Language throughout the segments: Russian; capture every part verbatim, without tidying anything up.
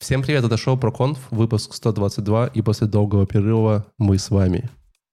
Всем привет, это шоу ProConf, выпуск сто двадцать два, и после долгого перерыва мы с вами.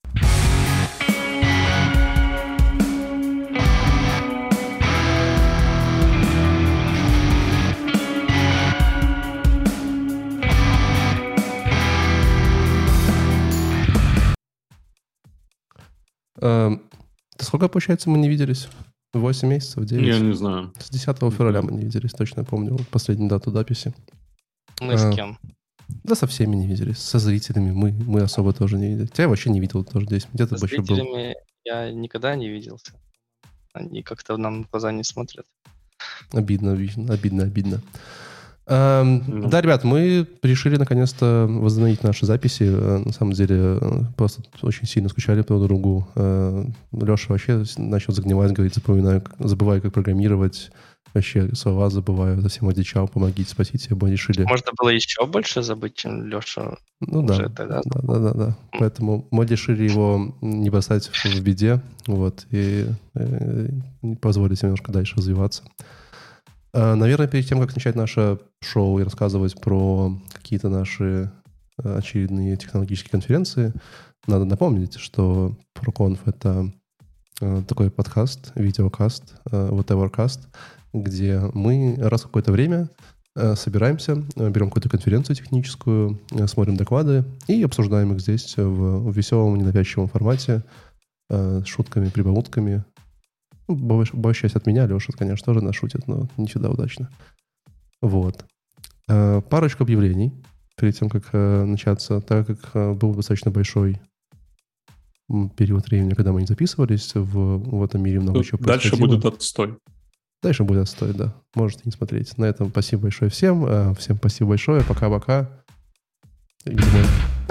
Эм, сколько, получается, мы не виделись? восемь месяцев, девять? Я не знаю. С десятого февраля мы не виделись, точно помню последнюю дату записи. Мы с кем? Да со всеми не виделись. Со зрителями мы, мы особо тоже не видели. Тебя вообще не видел тоже здесь. Где-то С вообще был. зрителями я никогда не виделся. Они как-то нам в глаза не смотрят. Обидно, обидно, обидно, обидно. Эм, Ну. Да, ребят, мы решили наконец-то возобновить наши записи. Э, На самом деле, э, просто очень сильно скучали друг по другу. Э, Леша вообще начал загнивать, говорит, запоминаю, как- забываю, как программировать. Вообще слова забываю, совсем одичал, помогите, спасите. Мы решили... Можно было еще больше забыть, чем Леша. Ну уже да, тогда да, да, да, да. Поэтому мы решили его не бросать в, в беде, вот, и э, позволить немножко дальше развиваться. А, наверное, перед тем, как начать наше шоу и рассказывать про какие-то наши э, очередные технологические конференции, надо напомнить, что ProConf — это э, такой подкаст, видеокаст, э, whatevercast, где мы раз в какое-то время э, собираемся, э, берем какую-то конференцию техническую, э, смотрим доклады и обсуждаем их здесь в, в веселом, ненавязчивом формате, э, с шутками, прибаутками. Ну, больш- большая часть от меня, Леша, конечно, тоже нашутит, но не всегда удачно. Вот. Э, парочку объявлений перед тем, как э, начаться, так как э, был достаточно большой м, период времени, когда мы не записывались, в, в этом мире много чего Дальше происходило. будет отстой. Дальше будет отстой, да. Можете не смотреть. На этом спасибо большое всем. Э, Всем спасибо большое. Пока-пока. Видимо.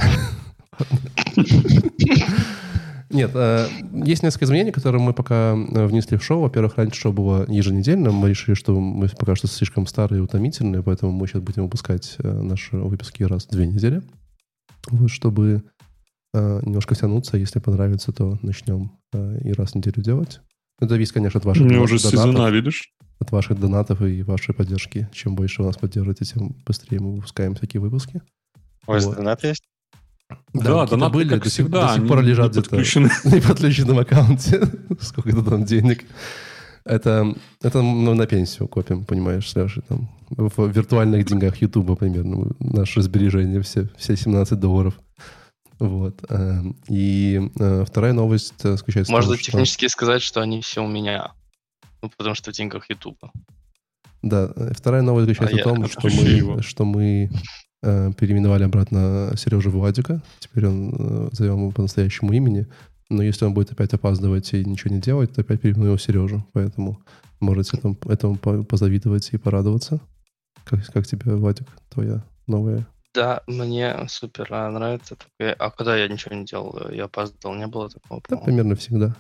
Нет, э, есть несколько изменений, которые мы пока э, внесли в шоу. Во-первых, раньше шоу было еженедельным. Мы решили, что мы пока что слишком старые и утомительные, поэтому мы сейчас будем выпускать э, наши выпуски раз в две недели. Вот, чтобы э, немножко втянуться. Если понравится, то начнем э, и раз в неделю делать. Это зависит, конечно, от ваших Мне донатов. уже сезона, видишь? От ваших донатов и вашей поддержки. Чем больше вы нас поддержите, тем быстрее мы выпускаем такие выпуски. У вас Вот. донат есть? Да, какие-то донаты, были, как до сих, всегда, до сих пор они лежат не где-то подключены. на неподключенном аккаунте. Сколько-то там денег. Это, это мы на пенсию копим, понимаешь, с Лешей, там, в виртуальных деньгах Ютуба примерно. Наши сбережения, все, все семнадцать долларов. Вот. э, И э, вторая новость э, заключается в Можно том, что... технически сказать, что они все у меня. Ну, потому что в деньгах Ютуба. Да, э, вторая новость заключается А в том, я что отпущу мы, его. что мы э, переименовали обратно Сережу Владика. Теперь он э, зовем его по настоящему имени. Но если он будет опять опаздывать и ничего не делать, то опять переименуем его Сережу. Поэтому можете этому, этому по- позавидовать и порадоваться. Как, как тебе, Владик, твоя новая? Да, мне супер а, нравится. Только- А когда я ничего не делал, я опаздывал, не было такого, Да, по-моему. примерно всегда.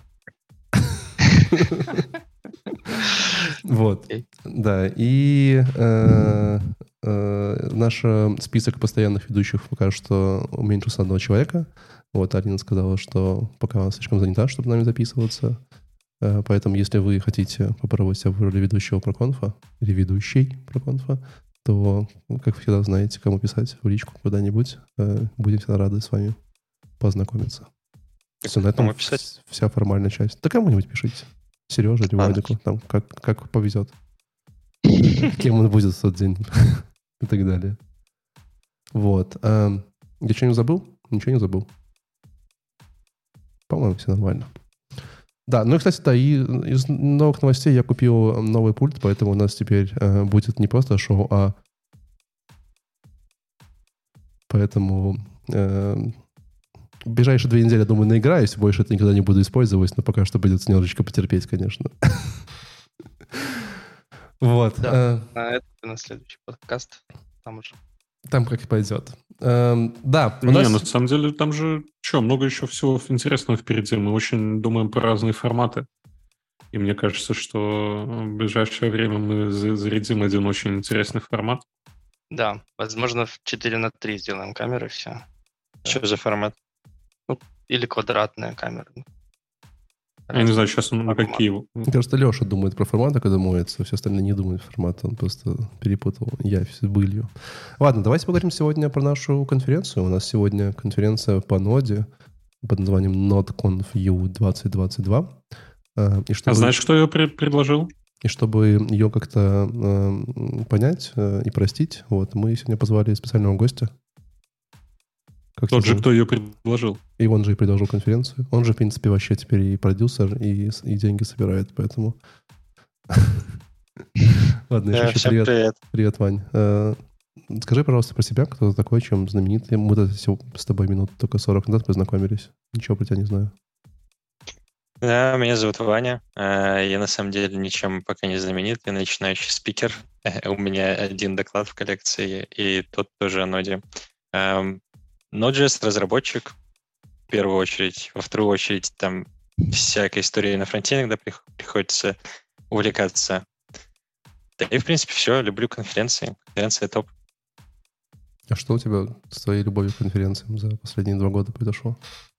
Вот. Окей. Да, и э, э, наш э, список постоянных ведущих пока что уменьшился на одного человека. Вот, Алина сказала, что пока она слишком занята, чтобы с нами записываться. Э, Поэтому, если вы хотите попробовать себя в роли ведущего проконфа или ведущей проконфа, то, ну, как вы всегда знаете, кому писать в личку куда-нибудь. Э, Будем всегда рады с вами познакомиться. Все, на этом Кому писать? вс- вся формальная часть. Да кому-нибудь пишите. Сереже или А, Владику, там, как, как повезет. Кем он будет в тот день и так далее. Вот. Эм, Я что-нибудь забыл? Ничего не забыл. По-моему, все нормально. Да, ну и, кстати, да, и из новых новостей я купил новый пульт, поэтому у нас теперь э, будет не просто шоу, а поэтому э, в ближайшие две недели, я думаю, наиграюсь, больше это никогда не буду использовать, но пока что придется немножечко потерпеть, конечно. Вот. Да. э, На это на следующий подкаст. Там уже. Там как и пойдет. Эм, Да, у Не, нас... на самом деле там же что, много еще всего интересного впереди. Мы очень думаем про разные форматы. И мне кажется, что в ближайшее время мы за- зарядим один очень интересный формат. Да, возможно, в четыре на три сделаем камеры все. Что за формат? Или квадратная камера. Я не знаю, сейчас на какие... Мне кажется, Леша думает про форматы, когда моется, все остальные не думают про формат, он просто перепутал явь с былью. Ладно, давайте поговорим сегодня про нашу конференцию. У нас сегодня конференция по ноде под названием NodeConf.U двадцать двадцать два. И чтобы... А знаешь, кто ее при- предложил? И чтобы ее как-то э, понять э, и простить, вот, мы сегодня позвали специального гостя. Как Тот же, кто ее предложил. И он же и предложил конференцию. Он же, в принципе, вообще теперь и продюсер, и, и деньги собирает, поэтому... Ладно, еще Всем привет. Привет, Вань. Скажи, пожалуйста, про себя, кто ты такой, чем знаменитый. Мы с тобой минут только сорок назад познакомились. Ничего про тебя не знаю. Да, меня зовут Ваня. Я на самом деле ничем пока не знаменит. Я начинающий спикер. У меня один доклад в коллекции, и тот тоже о ноде. Node.js разработчик, в первую очередь. Во вторую очередь, там всякая история на фронте иногда приходится увлекаться. Да и, в принципе, все. Люблю конференции. Конференция топ. А что у тебя с твоей любовью к конференциям за последние два года произошло?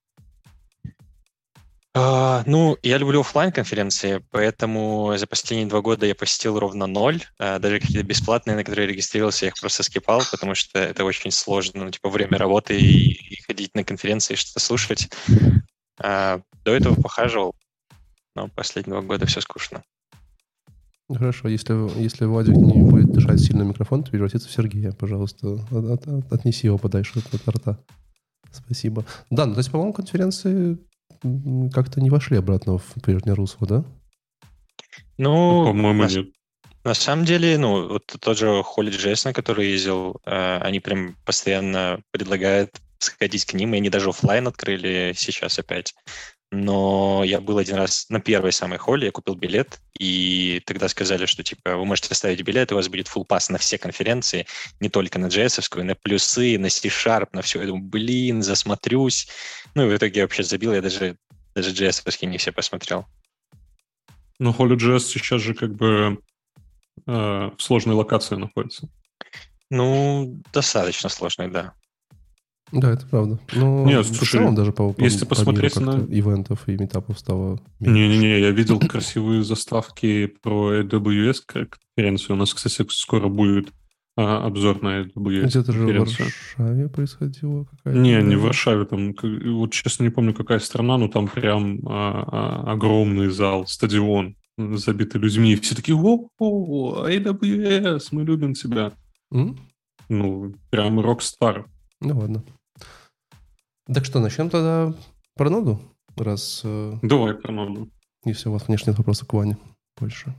Uh, ну, я люблю офлайн-конференции, поэтому за последние два года я посетил ровно ноль. Uh, даже какие-то бесплатные, на которые регистрировался, я их просто скипал, потому что это очень сложно, ну, типа, время работы и, и ходить на конференции, что-то слушать. Uh, до этого похаживал, но последние два года все скучно. Хорошо, если, если Владик не будет дышать сильно в микрофон, то превратится в Сергея, пожалуйста. От, от, отнеси его подальше от, от рта. Спасибо. Да, ну, то есть, по-моему, конференции как-то не вошли обратно в прежнее русло, да? Ну, по-моему, на, нет. На самом деле, ну, вот тот же Holy.js, на который ездил, э, они прям постоянно предлагают сходить к ним, и они даже офлайн открыли сейчас опять. Но я был один раз на первой самой холле, я купил билет, и тогда сказали, что типа вы можете оставить билет, и у вас будет full pass на все конференции, не только на джей эс-овскую, на плюсы, на C-Sharp, на все. Я думаю, блин, засмотрюсь. Ну и в итоге я вообще забил, я даже, даже джей эс-овские не все посмотрел. Но Holy.js сейчас же как бы э, в сложной локации находится. Ну, достаточно сложной, да. Да, это правда. Но Нет, в слушай, целом даже по, по, если по посмотреть миру на... ивентов и метапов стало меньше. Не-не-не, я видел красивые заставки про эй дабл ю эс конференцию. У нас, кстати, скоро будет а, обзор на эй дабл ю эс Где-то же в конференцию. Варшаве происходило какая-то... Не, не в Варшаве. Там, вот честно не помню, какая страна, но там прям а, а, огромный зал, стадион, забитый людьми. И все такие, о, эй дабл ю эс, мы любим тебя. Mm? Ну, прям рок-стар. Ну ладно. Так что, начнем тогда про ноду, раз... Э, Давай про ноду. Если у вас, конечно, нет вопросов к Ване больше.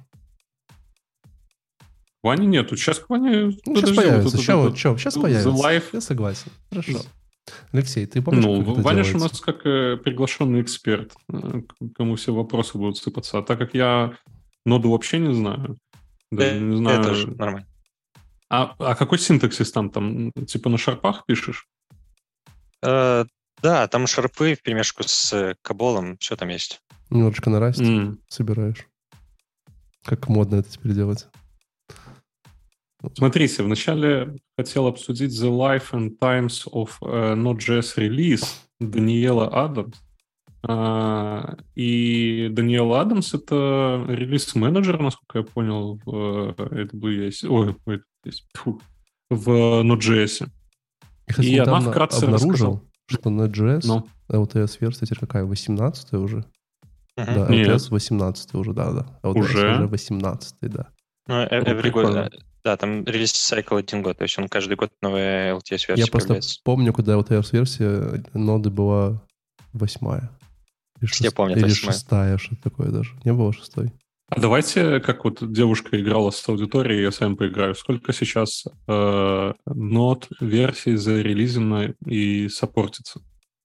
Вани нету. Сейчас к Ване... Ну, сейчас появится. Вот это, сейчас, сейчас появится. Life. Я согласен. Хорошо. Алексей, ты помнишь, ну, как это Ваня делается? у нас как э, приглашенный эксперт, э, кому все вопросы будут сыпаться. А так как я ноду вообще не знаю, даже не знаю... Это тоже нормально. А, а какой синтаксис там? Там типа на шарпах пишешь? Uh, да, там шарпы вперемешку с каболом, все там есть. Немножечко на расте mm. собираешь. Как модно это теперь делать. Смотрите, вначале хотел обсудить The Life and Times of uh, Node.js Release Даниэла Адамс. Uh, и Даниэл Адамс — это релиз-менеджер, насколько я понял, в эй дабл ю эс. Ой, фу, в Node.js. Я, кстати, и она недавно вкратце обнаружил, рассказала. что Node.js, ну. эл ти эс-версия теперь какая? восемнадцатая уже? Uh-huh. Да, эл ти эс восемнадцатая уже, да, да. эл ти эс уже? уже восемнадцатая, да. Ну, every год, да, там релиз-сайкл один год, то есть он каждый год новая эл ти эс-версия Я просто появляется. помню, когда эл ти эс-версия ноды была восьмая. Или, Все шест... помнят Или восьмая. шестая, что-то такое даже. Не было шестой. А давайте, как вот девушка играла с аудиторией, я сам поиграю. Сколько сейчас э, нод версий зарелизено и саппортится?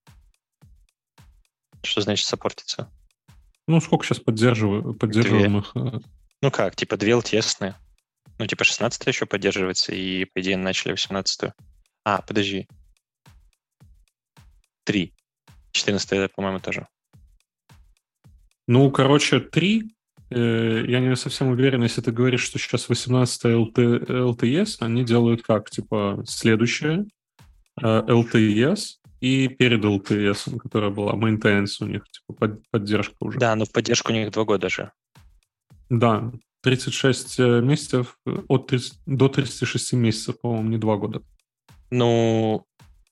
Что значит саппортится? Ну, сколько сейчас поддерживаю, поддерживаемых? Две. Ну как, типа две эл ти эс-ные. Ну, типа шестнадцатая еще поддерживается, и, по идее, начали восемнадцатую. А, подожди. Три. четырнадцатая, по-моему, тоже. Ну, короче, три. Э, я не совсем уверен, если ты говоришь, что сейчас восемнадцатая эл ти эс, они делают как? Типа, следующее. эл ти эс, и перед эл ти эс, которая была maintenance у них, типа под, поддержка уже. Да, но в поддержку у них два года же. Да, тридцать шесть месяцев, от тридцати, до тридцати шести месяцев, по-моему, не два года. Ну,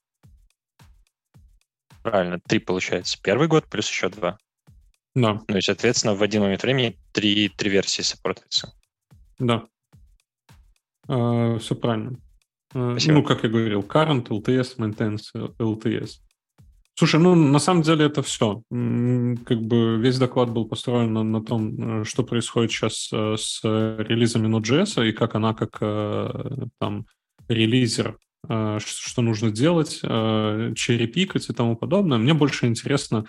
правильно, три получается. Первый год плюс еще два. Да. Ну и, соответственно, в один момент времени три, три версии саппортятся. Да. А, все правильно. Спасибо. Ну, как я говорил, current, эл ти эс, maintenance, эл ти эс. Слушай, ну, на самом деле это все. Как бы весь доклад был построен на, на том, что происходит сейчас с релизами Node.js и как она, как там релизер, что нужно делать, черепикать и тому подобное. Мне больше интересно,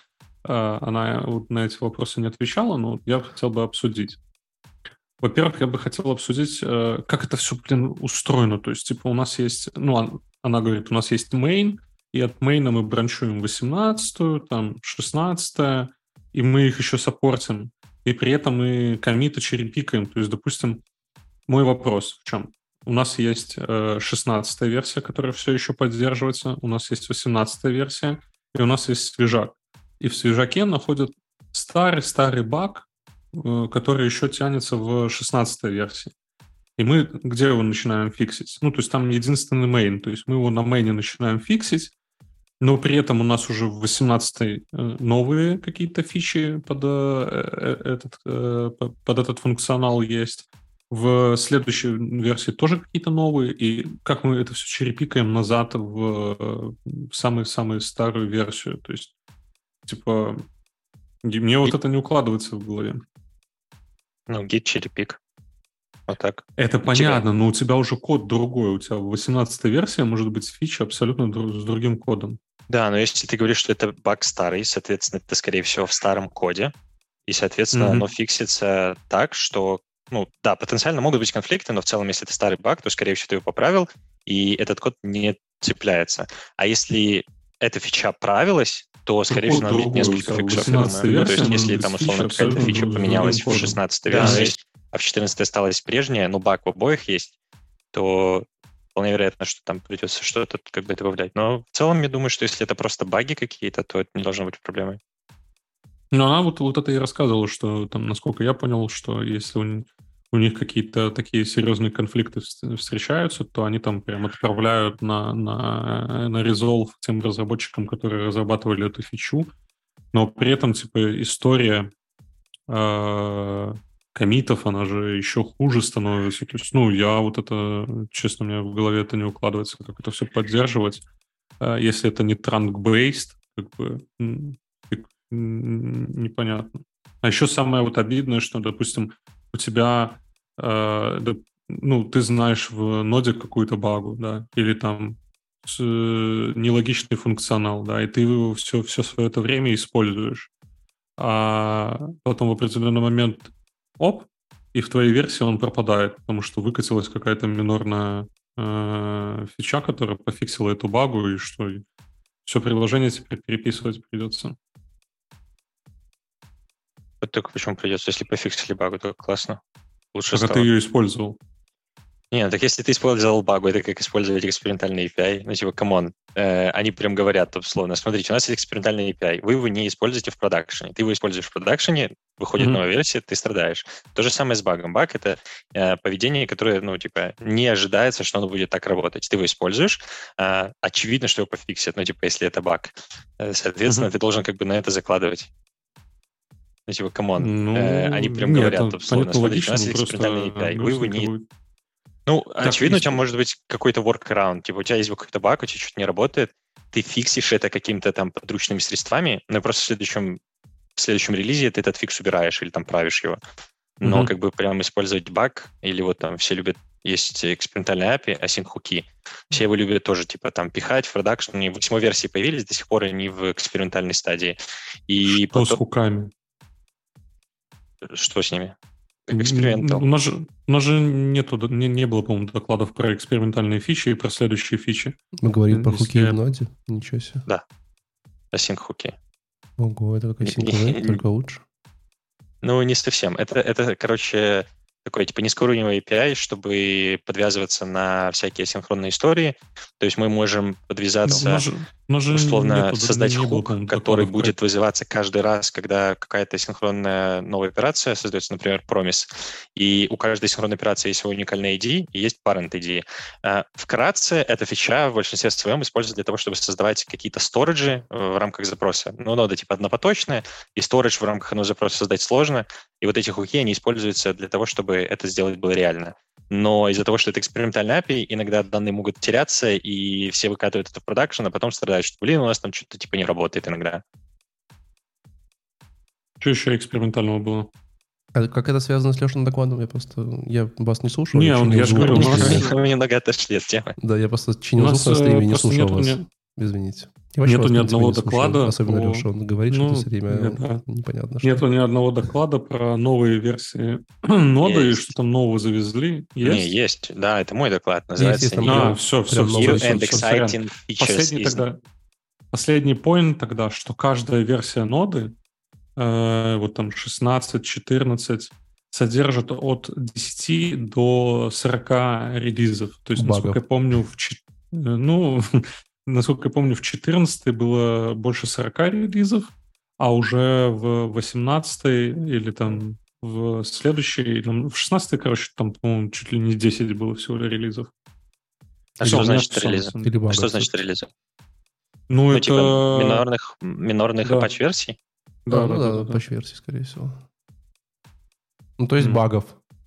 она вот на эти вопросы не отвечала, но я хотел бы обсудить. Во-первых, я бы хотел обсудить, как это все, блин, устроено. То есть, типа, у нас есть... Ну, она говорит, у нас есть main, и от мейна мы бранчуем восемнадцатую, там, шестнадцатую, и мы их еще саппортим. И при этом мы коммиты черепикаем. То есть, допустим, мой вопрос в чем? У нас есть шестнадцатая версия, которая все еще поддерживается, у нас есть восемнадцатая версия, и у нас есть свежак. И в свежаке находят старый-старый баг, который еще тянется в шестнадцатой версии. И мы где его начинаем фиксить? Ну, то есть там единственный мейн. То есть мы его на мейне начинаем фиксить, но при этом у нас уже в восемнадцатой новые какие-то фичи под этот, под этот функционал есть. В следующей версии тоже какие-то новые. И как мы это все черепикаем назад в самую-самую старую версию. То есть, типа, мне вот это не укладывается в голове. Ну, git черепик. Вот так. Это понятно, но у тебя уже код другой. У тебя восемнадцатая версия может быть фича абсолютно с другим кодом. Да, но если ты говоришь, что это баг старый, соответственно, это, скорее всего, в старом коде, и, соответственно, mm-hmm. оно фиксится так, что, ну, да, потенциально могут быть конфликты, но в целом, если это старый баг, то, скорее всего, ты его поправил, и этот код не цепляется. А если эта фича правилась, то, скорее всего, надо будет несколько фиксов. Ну, то есть, если там, условно, какая-то фича поменялась в шестнадцатой версии, а в четырнадцатой осталась прежняя, но баг в обоих есть, то вполне вероятно, что там придется что-то как бы добавлять. Но в целом я думаю, что если это просто баги какие-то, то это не должно быть проблемой. Ну, она вот, вот это и рассказывала, что там, насколько я понял, что если у, у них какие-то такие серьезные конфликты встречаются, то они там прям отправляют на, на, на resolve тем разработчикам, которые разрабатывали эту фичу. Но при этом, типа, история э, коммитов, она же еще хуже становится. То есть, ну, я вот это, честно, у меня в голове это не укладывается, как это все поддерживать. Если это не trunk-based, как бы непонятно. А еще самое вот обидное, что, допустим, у тебя, э, ну, ты знаешь в ноде какую-то багу, да, или там с, нелогичный функционал, да, и ты его все, все свое это время используешь. А потом в определенный момент оп, и в твоей версии он пропадает, потому что выкатилась какая-то минорная э, фича, которая пофиксила эту багу, и что все приложение теперь переписывать придется. Вот только почему придется, если пофиксили багу, то классно. Лучше так, стало. А ты ее использовал? Не, так если ты использовал багу, это как использовать экспериментальный эй пи ай. Ну, типа, камон. Э, они прям говорят, условно, смотрите, у нас есть экспериментальный эй пи ай, вы его не используете в продакшене. Ты его используешь в продакшене, выходит mm-hmm. новая версия, ты страдаешь. То же самое с багом. Баг — это э, поведение, которое, ну, типа, не ожидается, что оно будет так работать. Ты его используешь, э, очевидно, что его пофиксят, ну, типа, если это баг. Э, соответственно, mm-hmm. ты должен как бы на это закладывать. Ну, типа, камон. Ну, э, они прям нет, говорят, условно, смотрите, у нас есть экспериментальный эй пи ай, вы его не... Ну, так, очевидно, есть... у тебя может быть какой-то workaround. Типа у тебя есть какой-то баг, у тебя что-то не работает, ты фиксишь это какими-то там подручными средствами, но просто в следующем, в следующем релизе ты этот фикс убираешь или там правишь его. Но mm-hmm. как бы прям использовать баг, или вот там все любят, есть экспериментальные эй пи ай, async-хуки, все его любят тоже типа там пихать в продакшн. В восьмой версии появились, до сих пор они в экспериментальной стадии. И что потом... с хуками? Что с ними? Экспериментал. У нас же, у нас же нету, не, не было, по-моему, докладов про экспериментальные фичи и про следующие фичи. Мы говорим про хуки в ноде? Ничего себе. Да. Async-хуки. Ого, это как async-хуки, только лучше. Ну, не совсем. Это, это, короче, такой типа низкоуровневый эй пи ай, чтобы подвязываться на всякие синхронные истории. То есть мы можем подвязаться, но же, но же условно, нету, создать не хук, было, который будет вызываться каждый раз, когда какая-то синхронная новая операция создается, например, промис. И у каждой синхронной операции есть свой уникальный ай ди и есть parent ай ди. Вкратце, эта фича в большинстве своем используется для того, чтобы создавать какие-то сториджи в рамках запроса. Ну, нода типа однопоточная, и сторидж в рамках одного запроса создать сложно. И вот эти хуки, они используются для того, чтобы это сделать было реально. Но из-за того, что это экспериментальный эй пи ай, иногда данные могут теряться, и все выкатывают это в продакшн, а потом страдают, что, блин, у нас там что-то типа не работает иногда. Что еще экспериментального было? А как это связано с Лешиным докладом? Я просто... Я вас не слушал. Не, он, я же говорю, мы немного отошли от темы. Да, я просто чинил звук на стриме и не слушал вас. Мне... Извините. Нету ни одного доклада. Особенно про... Леша, он говорит, ну, что все время нет, да. непонятно. Что. Нету ни одного доклада про новые версии ноды и что там нового завезли. Есть? Не, есть. Да, это мой доклад. Называется есть, есть, а, все, все, все, New все, and все, exciting все, features. Последний, is... тогда, последний point тогда, что каждая версия ноды, э, вот там шестнадцать, четырнадцать, содержит от десяти до сорока релизов. То есть, багов. насколько я помню, в, ну, насколько я помню, в четырнадцатой было больше сорока релизов, а уже в восемнадцатой или там в следующей, в шестнадцатой, короче, там, по-моему, чуть ли не десять было всего релизов. А что значит релизы? А что значит релизы? Ну, ну это... типа минорных, минорных да. патч-версий? Да, да, ну да, да, да, да. патч-версий, скорее всего. Ну, то есть mm. багов.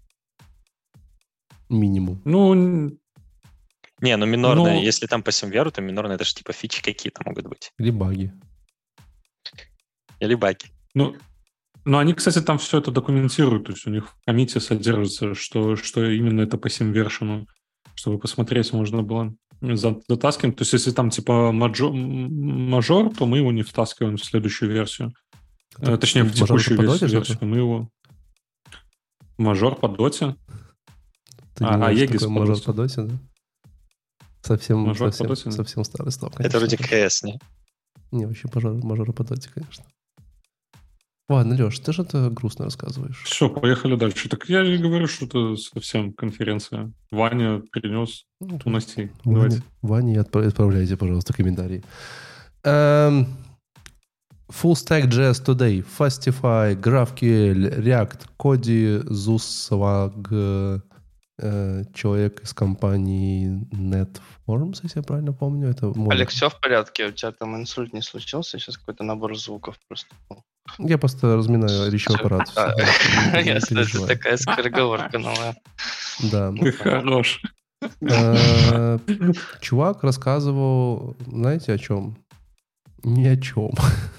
Минимум. Ну, не, ну минорные, ну, если там по семверу, то минорные это же типа фичи какие-то могут быть. Или баги. Или баги. Ну, ну, они, кстати, там все это документируют, то есть у них в коммите содержится, что, что именно это по симвершену, чтобы посмотреть можно было затаскивать. То есть если там типа мажор, мажор, то мы его не втаскиваем в следующую версию. Это, Точнее, в текущую по версию, версию мы его... Мажор по доте. Ты а, а Егис по мажор доте. по доте, да? Совсем, совсем, доте, да? совсем старый стал, конечно. Это вроде КС, не? Не, вообще мажор, мажора по доте, конечно. Ладно, Леш, ты же это грустно рассказываешь. Все, поехали дальше. Так я же говорю, что это совсем конференция. Ваня принес, уноси. Ваня, Ваня, отправляйте, пожалуйста, комментарии. Um, Full Stack джей эс Today, Fastify, GraphQL, React, Kodi, ZooSwag, э, человек из компании NetForms, если я правильно помню. Это мой... Олег, все в порядке? У тебя там инсульт не случился? Сейчас какой-то набор звуков просто. Я просто разминаю речевой аппарат. Ясно, это такая скороговорка новая. Да. Ты хорош. Чувак рассказывал, знаете, о чем? Ни о чем.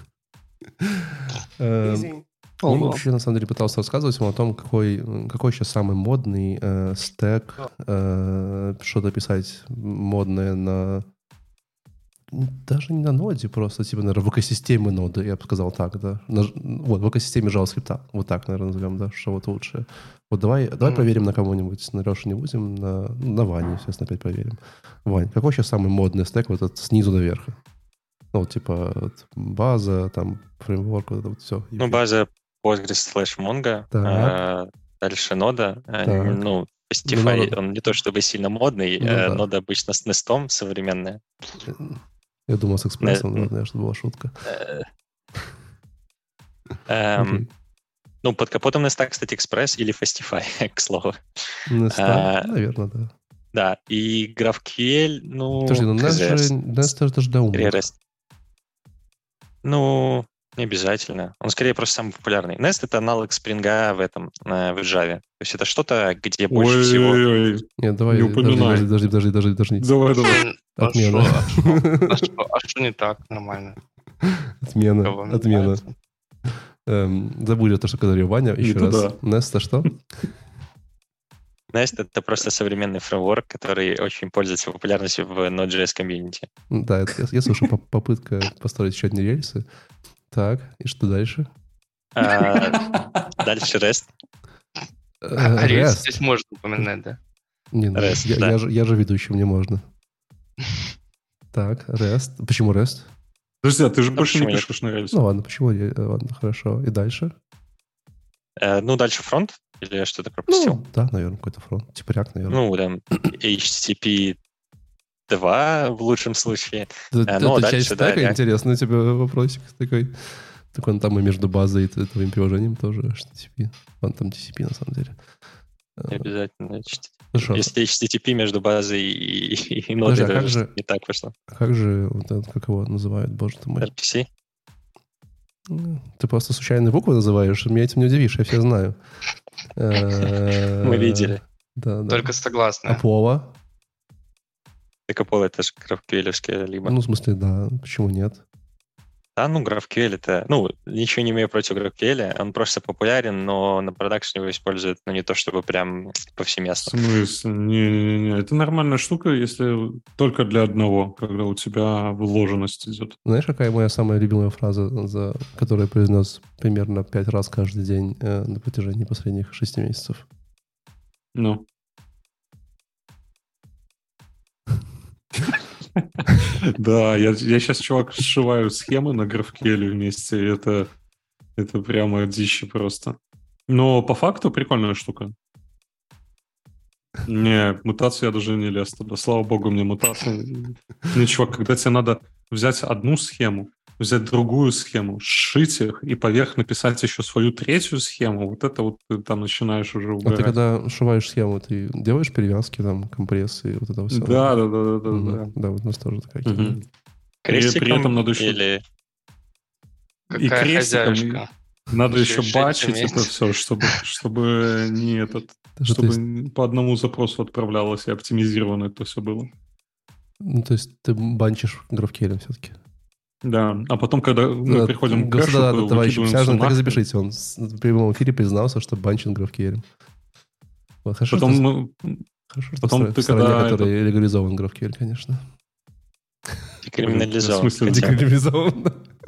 Он вообще, на самом деле, пытался рассказывать ему о том, какой, какой сейчас самый модный э, стэк, э, что-то писать модное на... Даже не на ноде, просто, типа, наверное, в экосистеме ноды, я бы сказал так, да. На, вот, в экосистеме JavaScript. Вот так, наверное, назовем, да, что вот лучше. Вот давай, давай mm. проверим на кого-нибудь, на Лешу не будем, на, на Ване, естественно, опять проверим. Вань, какой сейчас самый модный стэк вот от снизу до верха? Ну, вот, типа, вот, база, там, фреймворк, вот это вот все. Ну, база Postgres slash Mongo, а, дальше нода. А, ну, Fastify, ну, он не то чтобы сильно модный, ну, а, да. Нода обычно с Nest современная. Я думал, с экспрессом, uh, наверное, что была шутка. Uh, um, okay. Ну, под капотом Nest, кстати, Express или Fastify, к слову. Nest, uh, наверное, да. Да, и GraphQL, ну... Подожди, ну Nest же, Nest же даже до умных. Ну, не обязательно. Он скорее просто самый популярный. Nest — это аналог Spring в этом, в Java. То есть это что-то, где больше ой, всего... Ой, ой, ой. Нет, давай, не упоминай. Подожди, подожди, подожди, подожди. Давай, давай. Отмена. А что не так? Нормально. Отмена, отмена. Забыли то, что говорил Ваня, еще раз. Nest — это что? Nest — это просто современный фреймворк, который очень пользуется популярностью в Node.js комьюнити. Да, это, я, я слушаю попытка построить еще одни рельсы. Так, и что дальше? А, дальше REST. А рельсы здесь можно упоминать, да? Не, ну, REST, я, да. Я, же, я же ведущий, мне можно. Так, REST. Почему REST? Подожди, а ты же а больше не пишешь на рельсы. Ну ладно, почему? Ладно, хорошо. И дальше? Э, ну, дальше фронт? Или я что-то пропустил? Ну, да, наверное, какой-то фронт. Типа React, наверное. Ну, там, эйч ти ти пи два в лучшем случае. Это, Ну, это дальше, часть да, стека, React. интересный у тебя вопросик такой. Так он там и между базой и твоим приложением тоже эйч ти ти пи. Он там ти си пи на самом деле. Не обязательно эйч ти ти пи. Ну что? Если эйч ти ти пи между базой и, и, и Подожди, нодой, а как даже же- не так вышло. А как же, вот это, как его называют, боже ты мой? эр пи си? Ты просто случайные буквы называешь, меня этим не удивишь, я все знаю. Э, Мы видели. Да, да. Только согласны. Аполло. Так Apollo это же GraphQL либо. Ну, в смысле, да, почему нет? Да, ну, GraphQL это... Ну, ничего не имею против GraphQL, он просто популярен, но на продакшене его используют, ну, не то чтобы прям В повсеместно. смысле? Не-не-не. Это нормальная штука, если только для одного, когда у тебя вложенность идет. Знаешь, какая моя самая любимая фраза, за, которую я произнес примерно пять раз каждый день э, на протяжении последних шести месяцев? Ну. Да, я, я сейчас, чувак, сшиваю схемы на GraphQL вместе, и это, это прямо дичь просто. Но по факту прикольная штука. Не, мутации я даже не лез туда. Слава богу, мне мутации. Не, чувак, когда тебе надо взять одну схему, взять другую схему, сшить их и поверх написать еще свою третью схему, вот это вот ты там начинаешь уже А угорать. ты когда шиваешь схему, ты делаешь перевязки, там, компрессы и вот это все? Да, да, да, да, да, Мгм. да. Да, вот у нас тоже такая Мгм. херня. Крестиком при этом надо еще- или... И Какая крестиком, хозяюшка. Надо Еще еще шесть бачить месяцев. это все, чтобы, чтобы не этот, То, что чтобы ты- по одному запросу отправлялось и оптимизировано это все было. ну, то есть ты банчишь GraphQL все-таки. Да, а потом, когда мы Да, приходим к гос- кэшу, да, то да, товарищ выкидываем Псяжный, всё так и нахрен. запишите. Он с- в прямом эфире признался, что банчит GraphQL. Вот, хорошо, Потом что, мы, хорошо, что потом в стра- ты в стране, когда которой легализован GraphQL, конечно. Криминализован. в смысле, хотя бы. Декриминализован.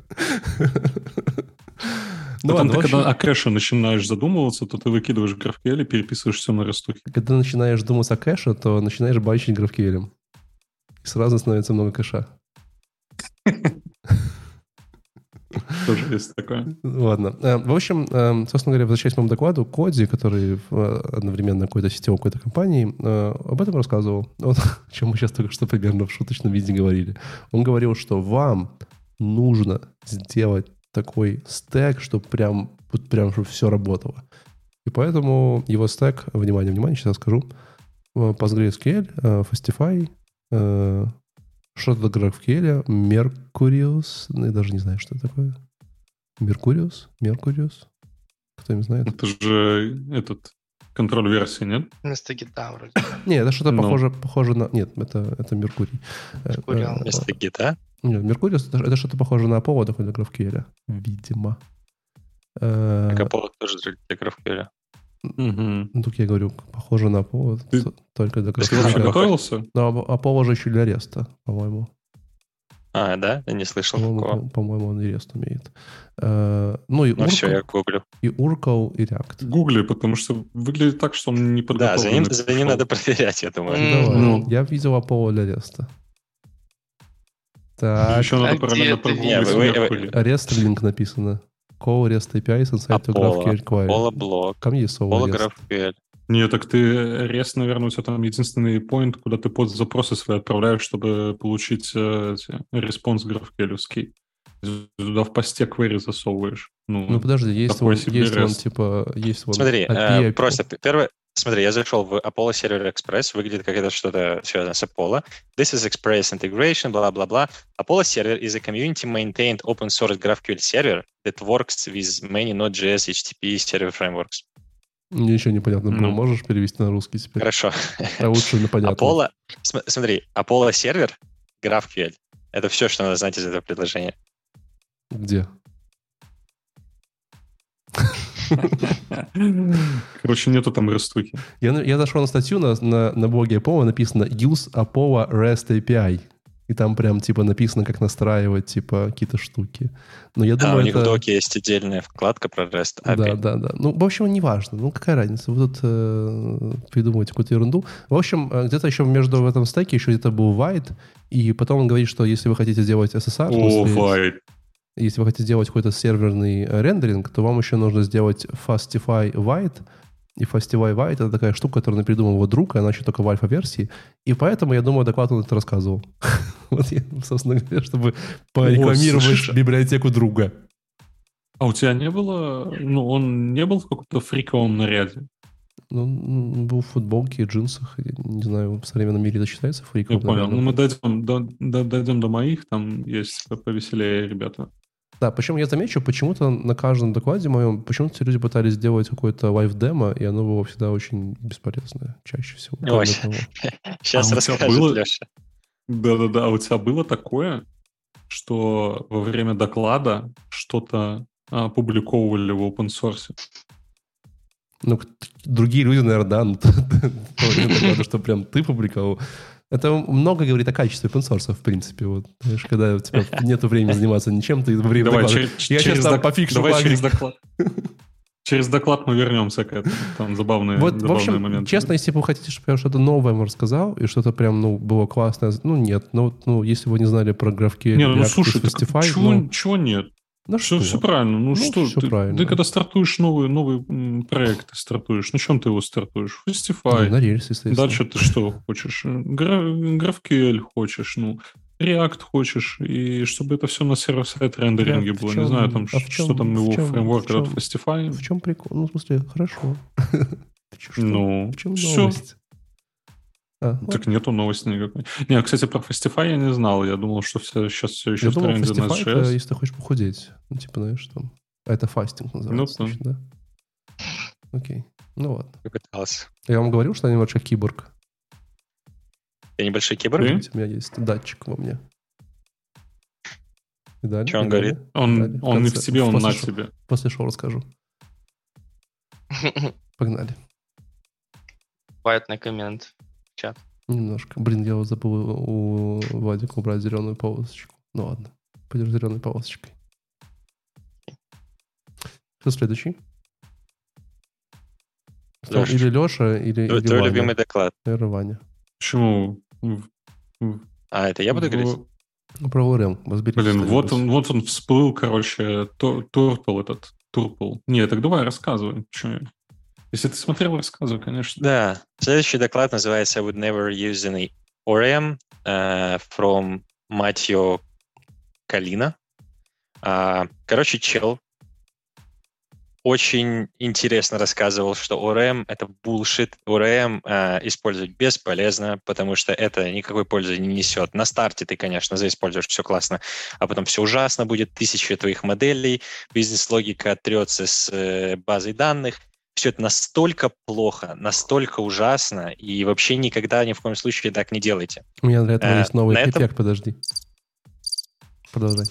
Ну потом ладно, ты, в общем, когда о кэше начинаешь задумываться, то ты выкидываешь GraphQL и переписываешь все на растухи. когда начинаешь думать о кэше, то начинаешь банчить GraphQL. И сразу становится много кэша. Тоже есть такое. Ладно. Э, В общем, э, собственно говоря, возвращаясь к моему докладу, Коди, который в, э, одновременно какой-то сетевой какой-то компании, э, об этом рассказывал. Вот о чем мы сейчас только что примерно в шуточном виде говорили. Он говорил, что вам нужно сделать такой стек, чтобы прям, вот прям чтобы все работало. И поэтому его стек, внимание, внимание, сейчас скажу, э, PostgreSQL, э, Fastify, э, что-то до GraphQL, Mercurius, ну, я даже не знаю, что это такое. Mercurius? Mercurius? Кто-нибудь знает? Это же этот контроль версии, нет? Вместо гита вроде. Не, это что-то Ну. похоже, похоже на... Нет, это, это Меркурий. Э, Меркурий, э, Вместо гита? Нет, Mercurius это, это что-то похоже на Apollo, такой для GraphQL. Видимо. Э, Так Apollo тоже для GraphQL. Угу. ну, тут я говорю, похоже на Apollo, Ты- т- только для Ты вообще GraphQL. готовился? Но Ap- Apollo же еще для REST, по-моему. А, да? Я не слышал По-моему, такого. по- по-моему, он и REST умеет. Э, ну, и Ну все, я Urkel, гуглю. и Urkel, и React. Гугли, потому что выглядит так, что он не Да, подготовлен. за ним, за ним надо проверять, я думаю. М, Давай. Ну. Я видел Apollo для REST. Так, Еще надо А параллельно где ты прогуглить видел? Вы- вы- Меркурий. REST линк написано. Call REST эй пи ай inside to Apollo, GraphQL query. Apollo блок, Там есть слово Apollo REST. GraphQL. Нет, так ты REST, наверное, у тебя там единственный point, куда ты под запросы свои отправляешь, чтобы получить э, эти, респонс GraphQL-овский. Туда в посте query засовываешь. Ну, Ну подожди, есть такой вон, себе есть вон REST. типа, есть вон Смотри, эй пи э, ай. просто п- первое, смотри, я зашел в Apollo Server Express, выглядит как это что-то связано с Apollo. This is Express integration, бла-бла-бла. Apollo Server is a community-maintained open-source GraphQL server that works with many Node.js эйч ти ти пи server frameworks. Ничего не понятно было. Ну. Можешь перевести на русский теперь? Хорошо. А лучше на понятно. Apollo, см- смотри, Apollo Server, GraphQL. Это все, что надо знать из этого предложения. Где? Короче, нету там рестухи. Я, на- я зашел на статью на, на, на блоге Apollo, написано Use Apollo REST эй пи ай. И там прям типа написано, как настраивать типа какие-то штуки. Но я А, думаю, у них это... в доке есть отдельная вкладка про REST эй пи ай. Да, да, да. Ну, в общем, неважно. Ну, какая разница? Вы тут э, придумываете какую-то ерунду. В общем, э, где-то еще между в этом стеке еще где-то был White, и потом он говорит, что если вы хотите сделать эс эс ар... в О, смысле- Вайт. если вы хотите сделать какой-то серверный рендеринг, то вам еще нужно сделать Fastify White. И Fastify White — это такая штука, которую придумал его друг, и она еще только в альфа-версии. И поэтому, я думаю, доклад он это рассказывал. Вот я, собственно говоря, чтобы порекламировать библиотеку друга. А у тебя не было... Ну, он не был в каком-то фриковом наряде? Ну, он был в футболке и джинсах. Я не знаю, в современном мире это считается фриковым? Я понял. Ну, мы дойдем до, до, дойдем до моих, там есть повеселее ребята. Да, причем я замечу, почему-то на каждом докладе моем, почему-то все люди пытались сделать какое-то лайв-демо, и оно было всегда очень бесполезное, чаще всего. Ой, сейчас а расскажет было... Леша. Да-да-да, а у тебя было такое, что во время доклада что-то опубликовывали в open source? Ну, другие люди, наверное, да, но доклада, что прям ты публиковал. Это много говорит о качестве open-source, в принципе. Вот, знаешь, когда у тебя нет времени заниматься ничем, ты время давай, доклада. Через, я через сейчас там док... пофикшу Давай баги. через доклад. Через доклад мы вернемся к этому. Там забавные, вот, забавные в общем, моменты. Честно, если вы хотите, чтобы я что-то новое вам рассказал, и что-то прям, ну, было классное, ну, нет. Ну, ну если вы не знали про GraphQL, не, ну, слушай, Fastify, чего, ну, чего нет? Ну, все, что? все правильно. Ну, ну что, все ты, правильно. ты когда стартуешь новый, новый проект, ты стартуешь, на чем ты его стартуешь? Fastify. Ну, на рельсе, естественно. Дальше ты что хочешь? GraphQL хочешь, ну, React хочешь, и чтобы это все на сервер-сайт рендеринге React было. чем, Не знаю, там, а что чем, там его чем, фреймворк, чем, этот Fastify. В чем прикол? Ну, в смысле, хорошо. Ну, в чем все. новость? А, так вот. Нету новости никакой. Не, кстати, про Fastify я не знал. Я думал, что все, сейчас все еще я в думал, тренде на Fastify джей эс. это, если ты хочешь похудеть. Ну, типа, знаешь, там... А это фастинг называется, ну, значит, да? Окей. Ну, ладно. Я пытался. Я вам говорил, что я немножко киборг? Я небольшой киборг? Ты? У меня есть датчик во мне. И далее, что он и говорит? далее, он далее. он не в тебе, он на шоу, тебе. После шоу расскажу. Погнали. Понятный коммент в чат. Немножко. Блин, я вот забыл у Владика убрать зеленую полосочку. Ну ладно. Пойдешь зеленой полосочкой. Кто следующий? Леша. Или Леша, или, Твой, или твой Ваня. любимый доклад. Наверное, Ваня. Почему? А, это я буду в... говорить? Про о эр эм. Разберитесь. Блин, вот он, вот он всплыл, короче, Турпл этот. Турпл. Нет, так давай рассказывай. Почему? Если ты смотрел, рассказывай, конечно. Да. Следующий доклад называется I would never use any о эр эм uh, from Матьо Калина. Uh, короче, чел очень интересно рассказывал, что о эр эм — это bullshit. о эр эм э, использовать бесполезно, потому что это никакой пользы не несет. На старте ты, конечно, заиспользуешь, все классно, а потом все ужасно будет, тысячи твоих моделей, бизнес-логика оттрется с э, базой данных. Все это настолько плохо, настолько ужасно, и вообще никогда ни в коем случае так не делайте. У меня для этого а, есть новый пипек, этом... подожди. Продолжай.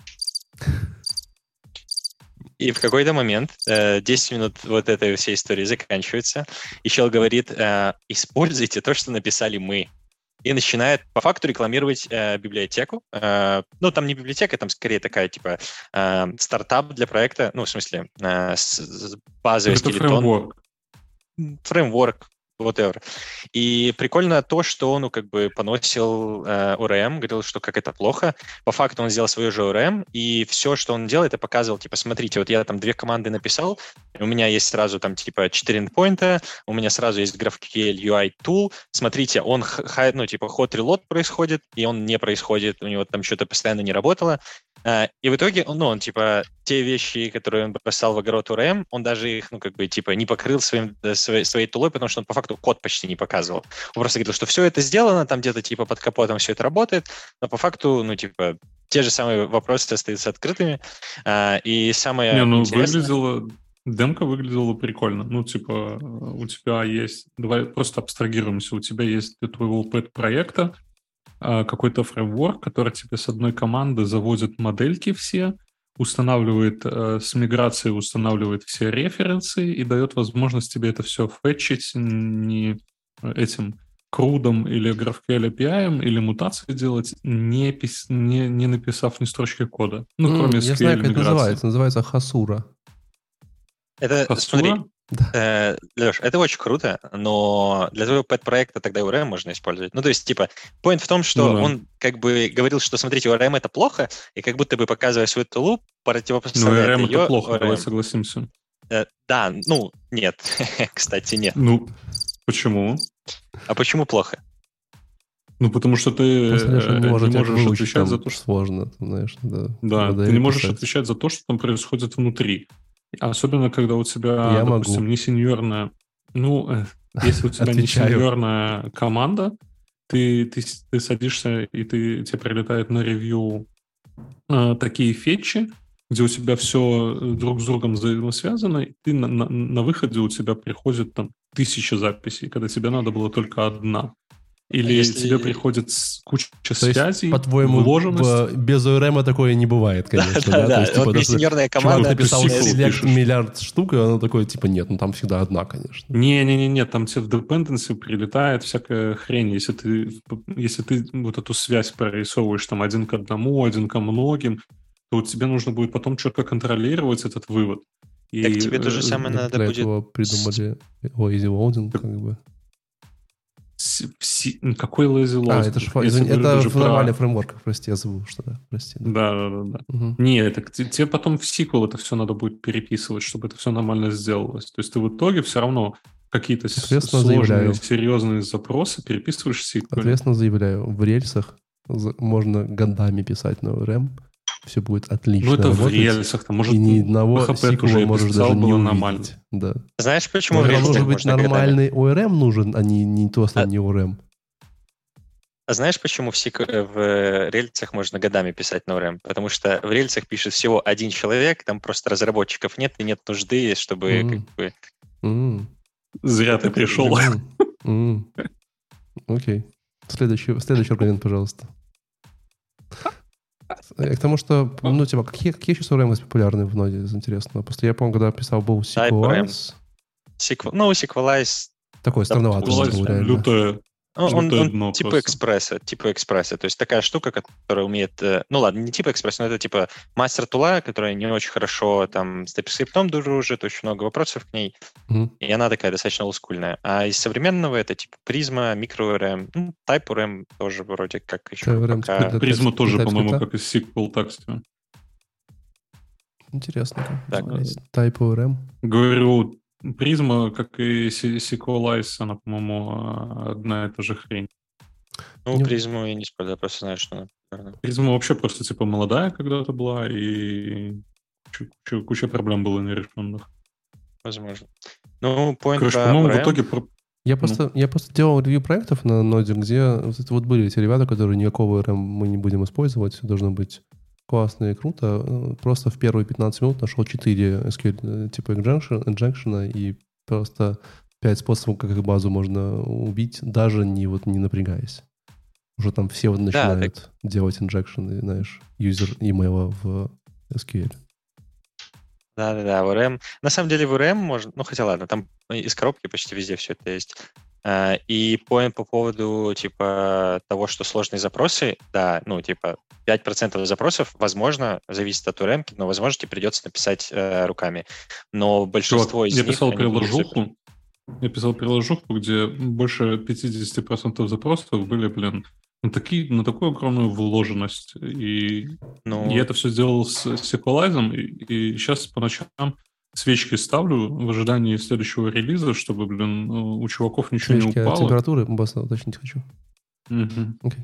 И в какой-то момент, десять минут вот этой всей истории заканчивается, и чел говорит, используйте то, что написали мы. И начинает по факту рекламировать э, библиотеку. Э, ну, там не библиотека, там скорее такая, типа, э, стартап для проекта. Ну, в смысле, э, с, с базовый это скелетон. Фреймворк. Фреймворк. Whatever. И прикольно то, что он, ну, как бы поносил э, о эр эм, говорил, что как это плохо. По факту он сделал свою же о эр эм, и все, что он делает, это показывал, типа, смотрите, вот я там две команды написал, у меня есть сразу там, типа, четыре эндпоинта, у меня сразу есть GraphQL ю ай tool, смотрите, он, ну, типа, hot reload происходит, и он не происходит, у него там что-то постоянно не работало. И в итоге, ну, он, типа, те вещи, которые он бросал в огород о эр эм, он даже их, ну, как бы, типа, не покрыл своим, своей, своей тулой, потому что он, по факту, код почти не показывал. Он просто говорил, что все это сделано, там где-то, типа, под капотом все это работает, но по факту, ну, типа, те же самые вопросы остаются открытыми. И самое не, ну, интересное... выглядело... Демка выглядела прикольно. Ну, типа, у тебя есть... Давай просто абстрагируемся. У тебя есть для твоего пэт-проекта какой-то фреймворк, который тебе с одной команды заводит модельки все, устанавливает э, с миграцией, устанавливает все референсы и дает возможность тебе это все фетчить не этим крудом или GraphQL эй пи ай или мутации делать, не, пис... не, не написав ни строчки кода. Ну, mm, кроме я знаю, как это называется. Называется Hasura. Это, Hasura? смотри, да. э, Леш, это очень круто, но для твоего пэт-проекта тогда о эр эм можно использовать. Ну, то есть, типа, point в том, что ну, да. он как бы говорил, что, смотрите, о эр эм это плохо, и как будто бы, показывая свою тулу, противопоставляет Ну, эр эм ее... это плохо, о эр эм. давай согласимся. Э, да, ну, нет, кстати, нет. Ну, почему? А почему плохо? Ну, потому что ты Просто Леша не э, может не это можешь выучить, отвечать там за то, что... сложно, ты знаешь, да. Да, модели ты не можешь писать. отвечать за то, что там происходит внутри. Особенно, когда у тебя, Я допустим, могу. не сеньорная... Ну, э, если у тебя не Отвечаю. сеньорная команда, ты, ты, с- ты садишься, и ты, тебе прилетает на ревью э, такие фетчи, где у тебя все друг с другом взаимосвязано, и ты на, на, на выходе у тебя приходит там тысяча записей, когда тебе надо было только одна. Или Если- тебе приходит с- куча То связей, есть, по-твоему, вложенность. в- без о эр эм такое не бывает, конечно, Да, да? да, То есть, вот типа, даже несеньорная чувак команда... написал ты сиквел селект пишешь. миллиард штук, и оно такое, типа, нет, ну там всегда одна, конечно. Не-не-не, там тебе в dependency прилетает всякая хрень. Если ты, если ты вот эту связь прорисовываешь там один к одному, один ко многим, то тебе нужно будет потом четко контролировать этот вывод. И, Так тебе то же э, самое Так надо для будет... этого придумали lazy loading, как бы. с- си- какой lazy А, loading? это, ж, Я извини, тебе говорю это даже в про- нормальных фреймворках, прости, я забыл, что да, прости. Да. Да, да, да, да. Мгм. Не, так те- тебе потом в сиквел это все надо будет переписывать, чтобы это все нормально сделалось. То есть ты в итоге все равно какие-то с- Ответственно сложные, заявляю. серьезные запросы переписываешь в сиквеле. Ответственно заявляю, в рельсах за- можно годами писать на о эр эм, все будет отлично Ну, это в работать, рельсах, там, может, и ни в одного пэ хэ пэ сиквела тоже можешь писал, даже не было увидеть. нормально. Да. Знаешь, почему Но в нам рельсах должен быть можно годами? нормальный о эр эм нужен, а не, не то, что А- не о эр эм. А знаешь, почему в, сик- в рельсах можно годами писать на о эр эм? Потому что в рельсах пишет всего один человек, там просто разработчиков нет, и нет нужды, чтобы М. как бы... М. Зря ты пришел. М. М. Окей. Следующий, следующий аргумент, пожалуйста. Э, К тому, что, ну, типа, какие, какие сейчас о эр эм есть популярны в ноде из интересного? Просто я помню, когда писал был Type о эр эм. SQLize, Sequ- Ну, Sequelize, такой странноватый Допустим. был, реально. Лютое. ну, он, Лютое он дно типа просто. экспресса, типа экспресса. То есть такая штука, которая умеет... э, Ну ладно, не типа экспресса, но это типа мастер тула, которая не очень хорошо там с TypeScript дружит, очень много вопросов к ней. Мгм. И она такая достаточно олдскульная. А из современного это типа Prisma, Micro о эр эм, ну, Type о эр эм тоже вроде как еще о эр эм пока... теперь для Призма TypeScript, тоже, для по-моему, TypeScript. как и сиквел тексте. Интересно. как Так. называется. Type о эр эм. Говорю, Призма, как и Си- SQLize, она, по-моему, одна и та же хрень. Ну, Не- Prisma я не спорю, я просто знаю, что она популярна. Призма вообще просто типа молодая когда-то была, и куча, куча- куча проблем было нерешенных. Возможно. Ну, point Короче, про по-моему, о эр эм. в итоге... про- Я просто, я просто делал ревью проектов на ноде, где вот, это вот были эти ребята, которые никакого о эр эм мы не будем использовать, все должно быть классно и круто. Э, Просто в первые пятнадцать минут нашел четыре эс кью эль э, типа injection, injection и просто пять способов, как их базу можно убить, даже не, вот, не напрягаясь. Уже там все вот начинают делать инжекшены, знаешь, юзер имейла в эс кью эль. Да-да-да, в о эр эм. На самом деле в о эр эм можно... Ну, хотя ладно, там из коробки почти везде все это есть. А, И поинт по поводу, типа, того, что сложные запросы, да, ну, типа, пять процентов запросов, возможно, зависит от о эр эм, но, возможно, тебе придется написать э, руками. Но большинство Чувак, из я них... писал они будут супер. приложуху, я писал приложуху, где больше пятьдесят процентов запросов были, блин, на, такие, на такую огромную вложенность. И Ну, я это все сделал с SQLize, и, и сейчас по ночам свечки ставлю в ожидании следующего релиза, чтобы, блин, у чуваков ничего Свечки не от упало. температуры, босса, уточнить хочу. Мгм. Окей.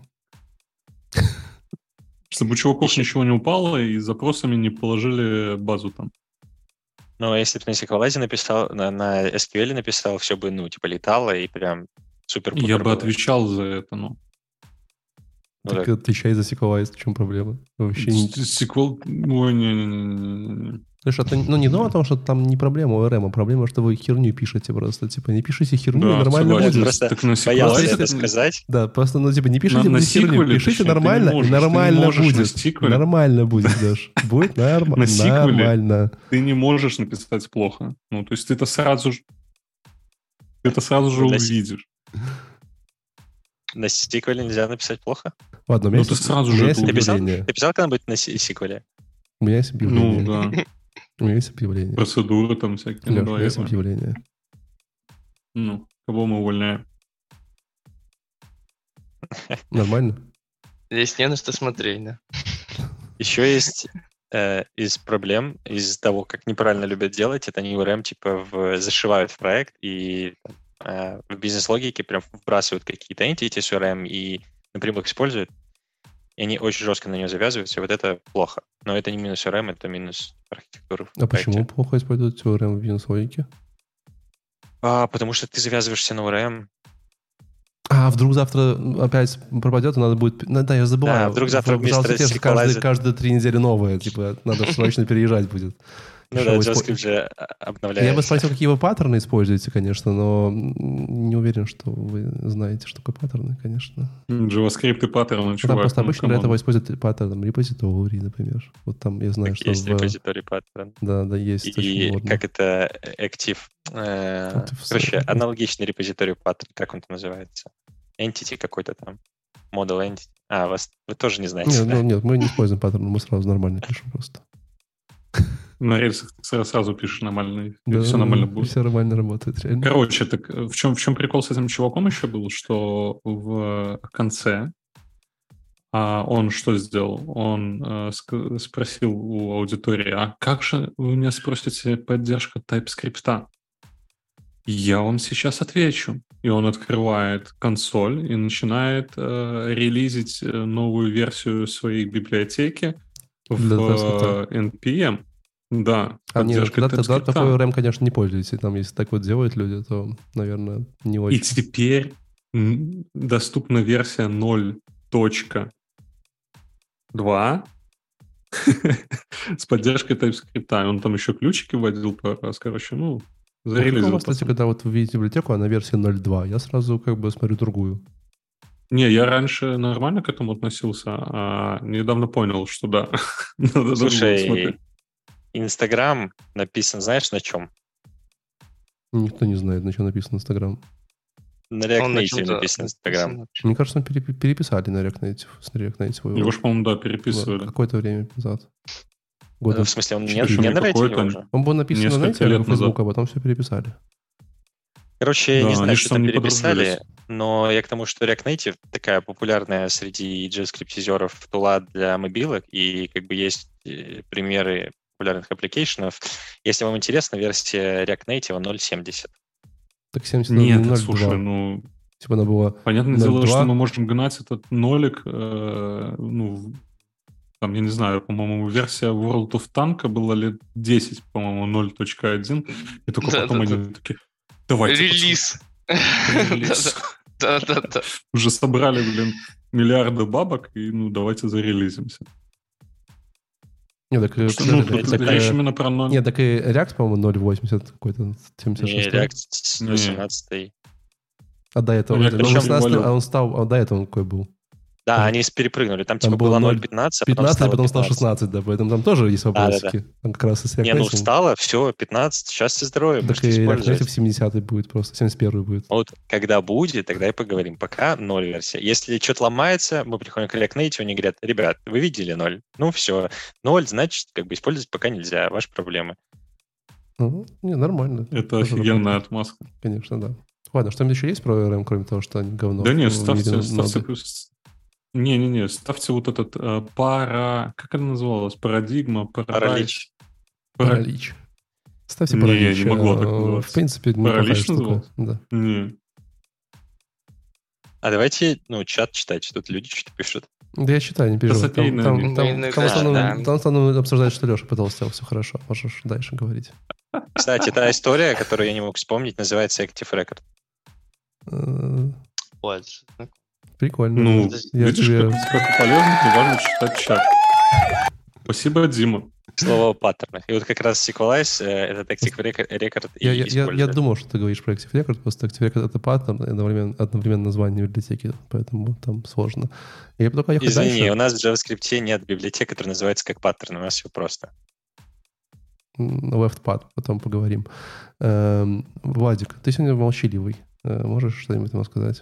Чтобы у чуваков Еще- ничего не упало, и запросами не положили базу там. ну, если бы на SQLize написал, на, на эс кью эль написал, все бы, ну, типа, летало и прям супер-пупер Я бы было. отвечал за это, ну. Ну, Так так. отвечай за SQLize, в чем проблема? Вообще не... Сиквел... Ой, не-не-не. Слушай, а ты, ну, не думал о том, что там не проблема о эр эм, а проблема, что вы херню пишете просто. Типа, не пишите херню, и Да, нормально согласен. будет. Просто Так на Боялся SQLize это сказать. Да, просто, ну, типа, не пишите На- на мне херню, сиквеле, пишите точнее, ты не нормально, можешь, и ты не нормально можешь на будет. сиквеле. Нормально будет, Леш. Будет норм- На сиквеле. нормально. Ты не можешь написать плохо. Ну, то есть ты это сразу же... Ты это сразу же Для с- увидишь. На сиквеле нельзя написать плохо. Ладно, у меня Ну, есть, ты сразу у меня же есть это Ты писал, объявление. ты писал когда-нибудь на си- сиквеле? У меня есть Ну, объявление. да. У меня есть объявление. Процедуры там всякие. Ну, Леш, у давай, меня есть давай. объявление. Ну, кого мы увольняем? Нормально? Здесь не на что смотреть, да. Еще есть э, из проблем, из того, как неправильно любят делать, это они ю ар эм типа в, зашивают в проект и э, в бизнес-логике прям вбрасывают какие-то entity с ю ар эм и напрямую их используют. И они очень жестко на нее завязываются, и вот это плохо. Но это не минус ю ар эм, это минус архитектуры. А почему плохо использовать ю ар эм в бизнес-логике? А, потому что ты завязываешься на ю ар эм. А, вдруг завтра опять пропадет, и надо будет... Да, я забываю. Да, вдруг завтра в вместо JavaScript каждые, каждые три недели новое. Типа, надо срочно переезжать будет. Ну да, JavaScript же обновляется. Я бы спросил, какие вы паттерны используете, конечно, но не уверен, что вы знаете, что такое паттерны, конечно. JavaScript и паттерны, чувак. Там просто ну, обычно для этого используют паттерн репозиторий, например. Вот там я знаю, так что... есть в... репозиторий паттерн. Да, да, есть. И как это Active... Э, короче, аналогичный репозиторий паттерн, как он там называется? Entity какой-то там. Model entity. А, вас, вы тоже не знаете, нет, да? ну, нет, мы не используем паттерн, мы сразу нормально пишем просто. На рельсах ты сразу пишешь нормально, и Да, все нормально будет. Все нормально работает, реально. Короче, так в чем, в чем прикол с этим чуваком еще был, что в конце а он что сделал? Он э, ск- спросил у аудитории, а как же вы меня спросите поддержка TypeScript? Я вам сейчас отвечу. И он открывает консоль и начинает э, релизить новую версию своей библиотеки в э, эн пи эм. Да, а нет, тогда, тогда такой ю ар эм, конечно, не пользуйтесь. Там, если так вот делают люди, то, наверное, не очень. И теперь доступна версия ноль точка два с поддержкой TypeScript. И он там еще ключики вводил пару раз. Короче, ну, зарелизил. Ну, кстати, когда вот вы видите библиотеку, она версия ноль точка два, я сразу как бы смотрю другую. Не, я раньше нормально к этому относился, а недавно понял, что да. Слушай, Инстаграм написан, знаешь, на чем? Никто не знает, на чем написан Инстаграм. На React Native написан Инстаграм. Мне кажется, мы переписали на React Native. С React Native его же, по-моему, да, переписывали. Какое-то время назад. Года. В смысле, он не, не на React уже? Он был написан на Native, в Facebook, а потом все переписали. Короче, да, не знаю, что там переписали, но я к тому, что React Native такая популярная среди JavaScript-изеров тула для мобилок, и как бы есть примеры популярных аппликейшенов. Если вам интересно, версия React Native ноль точка семьдесят. Так семьдесят Нет, ноль точка два. Слушай, ну... Типа она была понятное дело, что мы можем гнать этот нолик, э, ну, там, я не знаю, по-моему, версия World of Tank была лет десять, по-моему, ноль точка один, и только да, потом да, они да. такие... Давайте, релиз. Да-да-да. Уже собрали, блин, миллиарды бабок, и ну давайте зарелизимся. Нет, так, что, ну, тут так, речь именно про ноль. Нет, так и React, по-моему, ноль точка восемьдесят какой-то, семьдесят шесть. Не, React восемнадцать. А до этого, React, он восемнадцать, а он стал, а до этого он какой был? Да, они перепрыгнули. Там, там типа было ноль пятнадцать, а потом стало потом стало шестнадцать, да, поэтому там тоже есть вопросики. Да, да, да. Там как раз и с React Не, ну встало, все, пятнадцать, счастье, здоровье. Так и React Native семидесятый будет просто, семьдесят первый будет. Вот когда будет, тогда и поговорим. Пока ноль версия. Если что-то ломается, мы приходим к React Native, они говорят, ребят, вы видели ноль? Ну все, ноль, значит, как бы использовать пока нельзя, ваши проблемы. Ну, не, нормально. Это офигенная отмазка. Конечно, да. Ладно, что-нибудь еще есть про ю ар эм, кроме того, что они говно? Да нет, ставьте, ставьте Не-не-не, ставьте вот этот э, пара... Как это называлось? Парадигма? Паралич. Паралич. Ставьте паралич. Не, не могло так называться. В принципе, паралич назывался? Да. Не. А давайте, ну, чат читать, тут люди что-то пишут. Да я читаю, не переживай. Там, там, там, там, там, основном, там основном обсуждать, что Леша потолстел, все хорошо. Можешь дальше говорить. Кстати, та история, которую я не мог вспомнить, называется Active Record. Прикольно. Ну, я видишь, тебе... как, как полезно и важно читать чат. Спасибо, Дима. Слово паттерны. И вот как раз SQLize э, этот Active Record я, и я, использует. Я, я думал, что ты говоришь про Active Record, просто Active Record — это паттерн, одновременно, одновременно название библиотеки, поэтому там сложно. Я только ехать Извини, дальше. У нас в JavaScript нет библиотеки, которая называется как паттерн, у нас все просто. LeftPad, потом поговорим. Эм, Владик, ты сегодня молчаливый. Э, можешь что-нибудь ему сказать?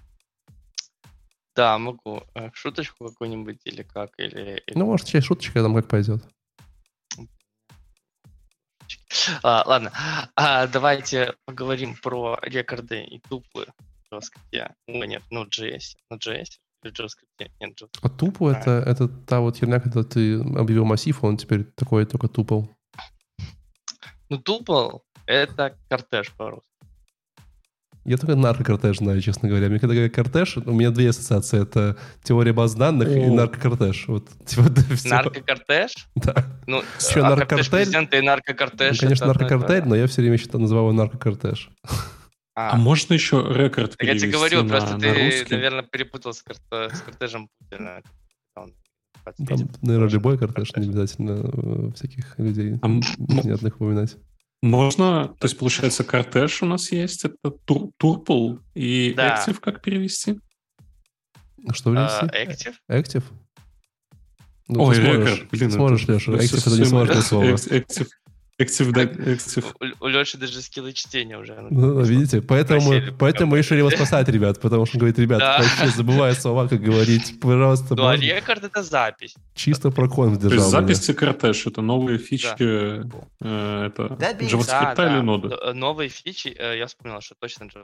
Да, могу. Шуточку какую-нибудь или как? Или, или... Ну, может, часть шуточка там как пойдет. А, ладно, а, давайте поговорим про рекорды и тупы в JavaScript. О, нет, Node.js. Node.js. Или JavaScript? Нет, JavaScript. А тупо это, это та вот херня, когда ты объявил массив, он теперь такой только тупл. Ну, tuple — это кортеж по-русски. Я только наркокортеж знаю, честно говоря. Мне когда говорят кортеж, у меня две ассоциации. Это теория баз данных и О. наркокортеж. Вот, типа, да, всё. Наркокортеж? Да. Ну, Ещё а наркокартель? кортеж президента и наркокортеж. Ну, конечно, это одно и то наркокартель, же. но я все время считаю, называл его наркокортеж. А А, можно еще рекорд так я перевести тебе говорю, на, просто на ты, русский? наверное, перепутал с, корте- с кортежем Путина. Он Там, подсветит. наверное, Тоже любой кортеж, не кортеж. обязательно э, всяких людей А м- непонятных упоминать. Можно, то есть, получается, кортеж у нас есть, это тур, турпл, и Да. active как перевести? Что А, перевести? Active? Active? Ну, Ой, ты сможешь, рекорд, блин. сможешь, это- Леша. это Active — это не совсем- сложное слово. Active, active, да, active. У, у Леши даже скиллы чтения уже. Ну, видите, поэтому, мы, Просили, поэтому мы пока решили его спасать, ребят, потому что он говорит, ребят, Да. вообще забывая слова, как говорить, пожалуйста, Ну, а можно рекорд — это запись. чисто про конф То есть держал меня. запись и кортеж — это новые фичи э, это Да, бей. JavaScript Да, или да. ноды? Н- Новые фичи, э, я вспомнил, что точно JavaScript.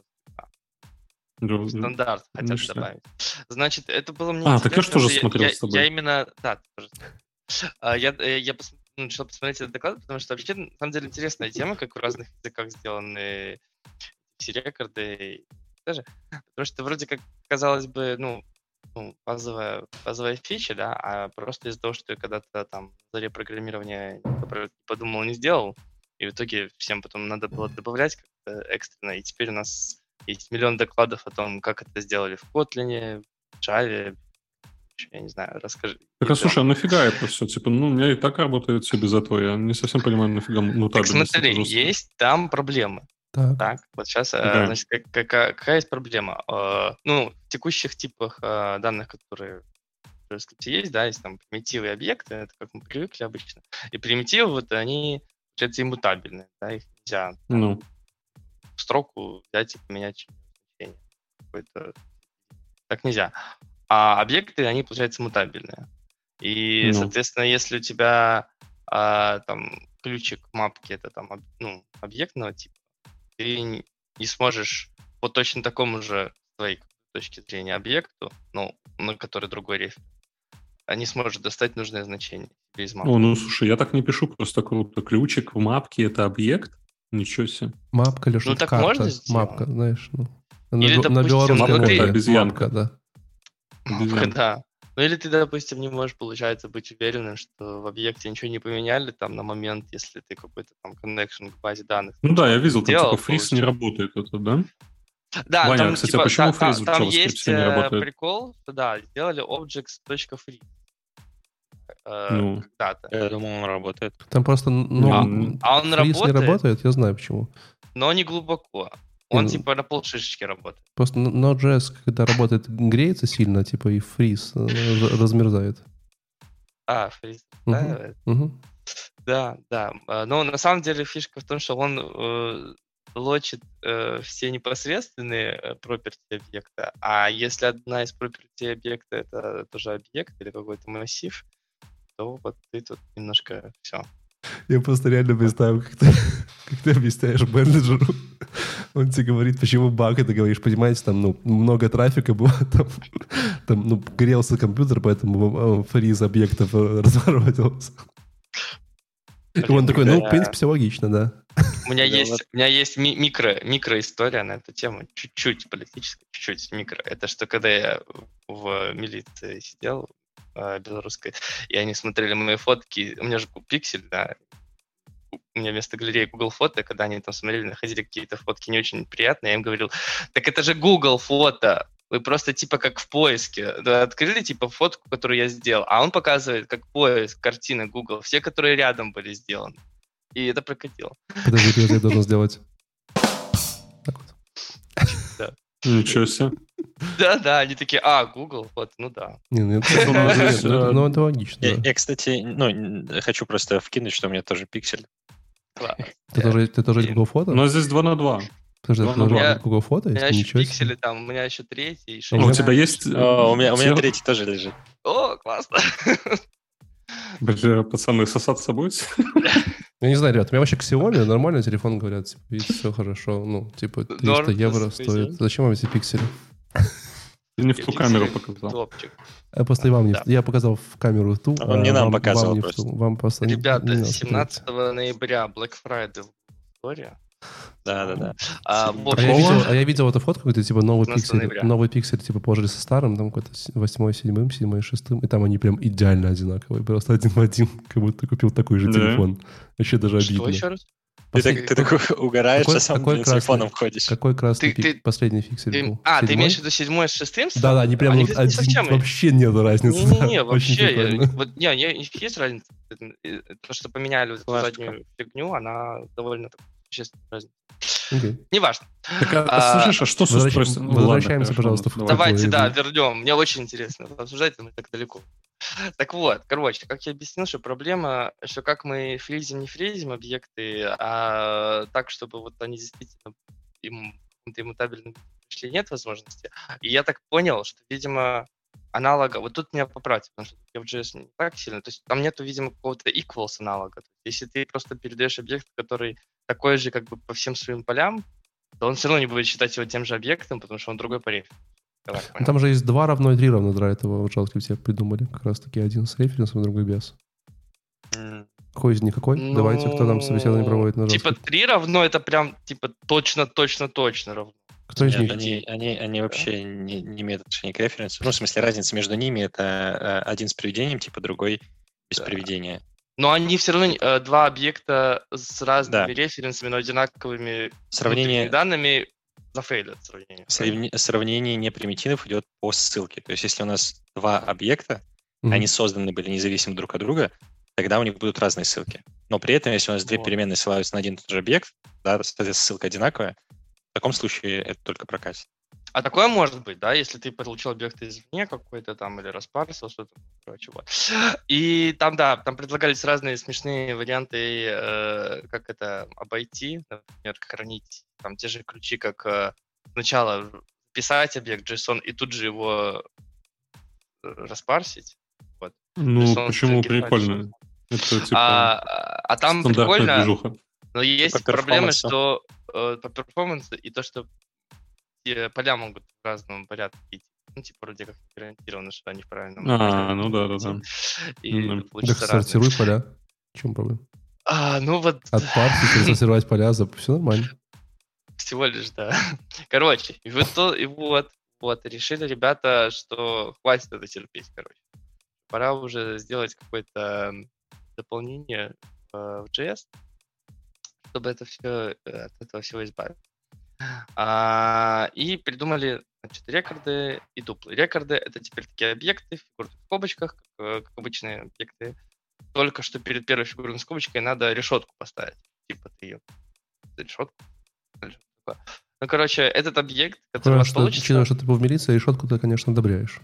Java- Стандарт хотят ништяк. добавить. Значит, это было мне А, так я ж интересно, тоже что смотрел я, с тобой. Я именно... Да, ты тоже смотрел. А, Я, э, я пос- ну, решил посмотреть этот доклад, потому что вообще, на самом деле, интересная тема, как в разных языках сделаны все рекорды. Даже, потому что вроде как, казалось бы, ну, ну, базовая, базовая фича, да, а просто из-за того, что я когда-то там в заре программирования не подумал, не сделал, и в итоге всем потом надо было добавлять как-то экстренно, и теперь у нас есть миллион докладов о том, как это сделали в Kotlin, в Java, я не знаю, расскажи. Так, а слушай, а нафига это все? Типа, ну, у меня и так работает все без этого. Я не совсем понимаю, нафига Так мутабельность. смотри, это жестко. есть там проблемы. Так. Так, вот сейчас, Какая? значит, как- какая, какая есть проблема? Э, Ну, в текущих типах э, данных, которые в JavaScript есть, да, есть там примитивы и объекты, это как мы привыкли обычно. И примитивы, вот они, получается, иммутабельные, да, их нельзя там, Ну, в строку взять и поменять значение. Какое-то... Так нельзя. А объекты, они, получается, мутабельные. И, Ну. соответственно, если у тебя а, там ключик мапки, это там об- ну, объектного типа, ты не не сможешь по точно такому же, с твоей точки зрения, объекту, ну, на который другой рефер, а не сможешь достать нужное значение себе из мапки. о, ну, слушай, я так не пишу, просто круто. Ключик в мапке — это объект? Ничего себе. Мапка, Леша, Ну, это так карта. можно сделать? Мапка, знаешь, ну. На, Или, бе- на допустим, белорусском мапка мове. это обезьянка. Мапка, да. Обезьянка. Да. Ну или ты, допустим, не можешь, получается, быть уверенным, что в объекте ничего не поменяли там на момент, если ты какой-то там connection к базе данных. Ну да, я видел, там делал, типа фриз не работает, это, да? Да, Ваня, там, кстати, типа, а почему та- та- фриз в там JavaScript есть не э, работает? прикол, что да, сделали objects.free э, Ну. когда-то. Я думал, он работает. Там просто, ну, А- а он фриз не работает? работает, я знаю почему. Но не глубоко. Он Ну. типа на полшишечки работает. Просто Node.js, когда работает, греется сильно, типа, и фриз э, раз- размерзает. А, фриз. Мгм. Да, Мгм. да, да. А, Но на самом деле фишка в том, что он э, лочит э, все непосредственные э, property объекта, а если одна из property объекта это тоже объект или какой-то массив, то вот ты тут немножко все. Я просто реально представил, как ты, как ты объясняешь менеджеру. Он тебе говорит, почему баг, и ты говоришь, понимаете, там, ну, много трафика было, там, там ну, грелся компьютер, поэтому э, фриз объектов э, разворотился. И он такой, ну, в принципе, все логично, да. У меня Да, есть, вот. у меня есть ми- микро, микроистория на эту тему, чуть-чуть политическая, чуть-чуть микро. Это что, когда я в милиции сидел, э, белорусской, и они смотрели мои фотки, у меня же пиксель, да, у меня вместо галереи Google фото, когда они там смотрели, находили какие-то фотки не очень приятные, я им говорил, так это же Google фото, вы просто типа как в поиске. Да, открыли типа фотку, которую я сделал, а он показывает как поиск картины Google, все, которые рядом были сделаны. И это прокатило. Подожди, я должен сделать. Так вот. Ничего себе. Да-да, они такие, а, Google, вот, ну да. Не, ну, это, Ну, нет, здесь, ну, э, ну, это логично, Я, да. я, кстати, ну, н- хочу просто вкинуть, что у меня тоже пиксель. Класс. Ты тоже, ты тоже из Блин. Google фото? У нас здесь два на два. Подожди, два ты на тоже два. из Google фото? У меня еще Ничего себе. пиксели там, у меня еще третий. А А у меня- тебя есть... э, О, у меня, у меня тело- третий тоже лежит. О, классно. Бля, пацаны, сосаться будете? Я не знаю, ребят, у меня вообще Xiaomi, нормальный телефон, говорят, типа, и все хорошо, ну, типа, триста Норм, евро просто стоит. извини. Зачем вам эти пиксели? Ты не в ту камеру показал. Топчик. Я просто и вам не... Да. Я показал в камеру ту, Он не а нам вам, показывал вам не в просто. ту. Вам просто не- не Ребята, надо семнадцатого ноября, Black Friday. История. Да-да-да. А, Сем- в А я, общем, видел, а я видел эту фотку, где типа новый семнадцатого пиксель, ноября. новый пиксель типа положили со старым, там какой-то с- восьмой, седьмым, седьмой, шестым, и там они прям идеально одинаковые, просто один в один, как будто ты купил такой же Да. телефон. Вообще даже Что обидно. еще раз? Ты, Послед- так, ты такой угораешь, какой- а сам какой блин, с красный? телефоном ходишь. Какой красный Ты- пик- ты- последний пиксель Ты- был? а, ты Седьмой? имеешь в виду седьмой с шестым? Да-да, они прям Они вот не один, совсем- вообще нет разницы. да, Не-не-не, очень вообще, прикольно. э, вот, не, не, у них есть разница. Э, То, что поменяли вот эту Плашка. заднюю фигню, она довольно так существенная разница. Окей. Неважно. Так, а, А, слышишь, а что с возвращ- устройством? Ну, ладно, возвращаемся, хорошо, пожалуйста, в давай. Такое Давайте, да, ревью. вернем. Мне очень интересно обсуждать, но мы так далеко. Так вот, короче, как я объяснил, что проблема, что как мы фризим, не фризим объекты, а так, чтобы вот они действительно им в каком-то иммутабельном пришли, нет возможности. И я так понял, что, видимо, аналога... Вот тут меня поправьте, потому что в джей эс не так сильно. То есть там нету, видимо, какого-то equals аналога. То есть если ты просто передаешь объект, который такой же как бы по всем своим полям, то он все равно не будет считать его тем же объектом, потому что он другой по референсу. Я так Ну, понял. там же есть два равно и три равно для этого. Вот жалко, тебе придумали. Как раз таки один с референсом, другой без. М, Какой из них какой? Давайте, кто там собеседование проводит на Ну, Типа JavaScript. три равно, это прям типа точно-точно-точно равно. Кто из Нет, них? они, они, они вообще не, не имеют отношения к референсу. Ну, в смысле, разница между ними — это э, один с приведением, типа другой без Да. приведения. Но они все равно э, два объекта с разными Да. референсами, но одинаковыми Сравнение, внутренними данными зафейлят сравнение. сравни- сравнение непримитивов идет по ссылке. То есть, если у нас два объекта, Мгм. они созданы были независимо друг от друга, тогда у них будут разные ссылки. Но при этом, если у нас две Вот. переменные ссылаются на один и тот же объект, да, соответственно, ссылка одинаковая, в таком случае это только прокатит. А такое может быть, да, если ты получил объект извне какой-то там или распарсил что-то, короче, вот. И там, да, там предлагались разные смешные варианты, э, как это обойти, например, хранить там те же ключи, как э, сначала писать объект JSON и тут же его э, распарсить. Ну, JSON почему строки прикольно? Это типа А, а там стандартная прикольно, движуха. но есть по проблема, перформансу. что э, по перформансу и то, что э, поля могут в разном порядке идти. Ну, типа, вроде как гарантированно, что они в правильном А, порядке ну да, да, идти. да. И Ну, Так получится разное. сортируй поля. В чем проблема? А, ну вот Отпарсить, пересортировать поля, за... все нормально. всего лишь, да. Короче, и вот, то- и вот, вот, решили ребята, что хватит это терпеть, короче. Пора уже сделать какое-то дополнение э, в джей эс, чтобы это все, от этого всего избавиться. А, и придумали, значит, рекорды и дуплы. Рекорды — это теперь такие объекты в фигурных скобочках, как, э, как обычные объекты. Только что перед первой фигурной скобочкой надо решетку поставить. Типа ты ее... Решетку? Или что такое. Ну, короче, этот объект, который у вас Что, получится... учитывая, что ты был в милиции, решетку ты, конечно, одобряешь.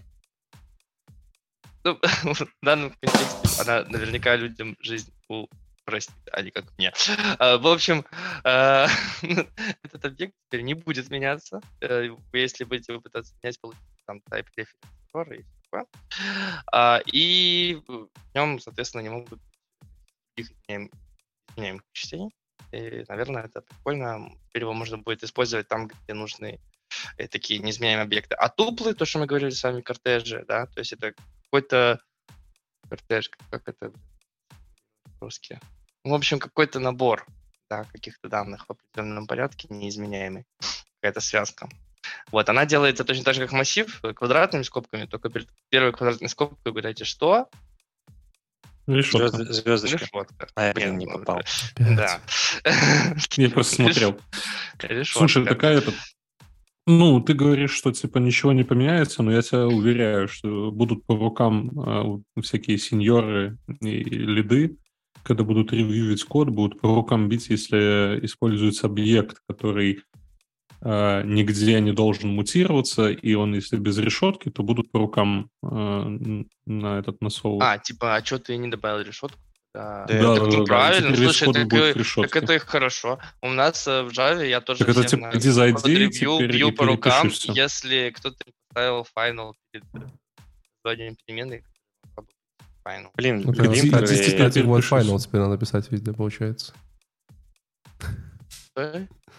Ну, в данном контексте она наверняка людям жизнь упростит, а не как мне. А, В общем, а, этот объект теперь не будет меняться. Э, вы, Если будете вы пытаться менять, получится там type reference error и всё такое. А, И в нем, соответственно, не могут быть никаких изменяем- изменяемых частей. И, наверное, это прикольно. Теперь его можно будет использовать там, где нужны э, такие неизменяемые объекты. А туплы, то, что мы говорили с вами, кортежи, да, то есть это какой-то кортеж, как это по-русски? Ну, в общем, какой-то набор, да, каких-то данных в определенном порядке, неизменяемый, какая-то связка. Вот, она делается точно так же, как массив, э, квадратными скобками, только перед первой квадратной скобкой вы говорите, что? Решетка. Звезд- звездочка. Решетка. А я, блин, Нет, не ну, попал. Опять. Да. Я просто смотрел. Решетка. Слушай, такая это... Ну, ты говоришь, что типа ничего не поменяется, но я тебя уверяю, что будут по рукам а, вот всякие сеньоры и лиды, когда будут ревьюить код, будут по рукам бить, если используется объект, который а, нигде не должен мутироваться, и он, если без решетки, то будут по рукам а, н- на этот насовывать. А, типа, а что ты не добавил решетку? Да, Да, да, так, да, ну, да, правильно, теперь весь слушай, код так, будет э, в решетке. так это и хорошо. У нас э, в Java я тоже Так это всем типа на иди зайди, код-ревью теперь бью и по перепиши рукам, всё. если кто-то не поставил final перед названием переменной, которая могла быть final. Блин, Ну, прям Где- стати- где- статик вот перепишись. final теперь надо писать везде, получается. Э?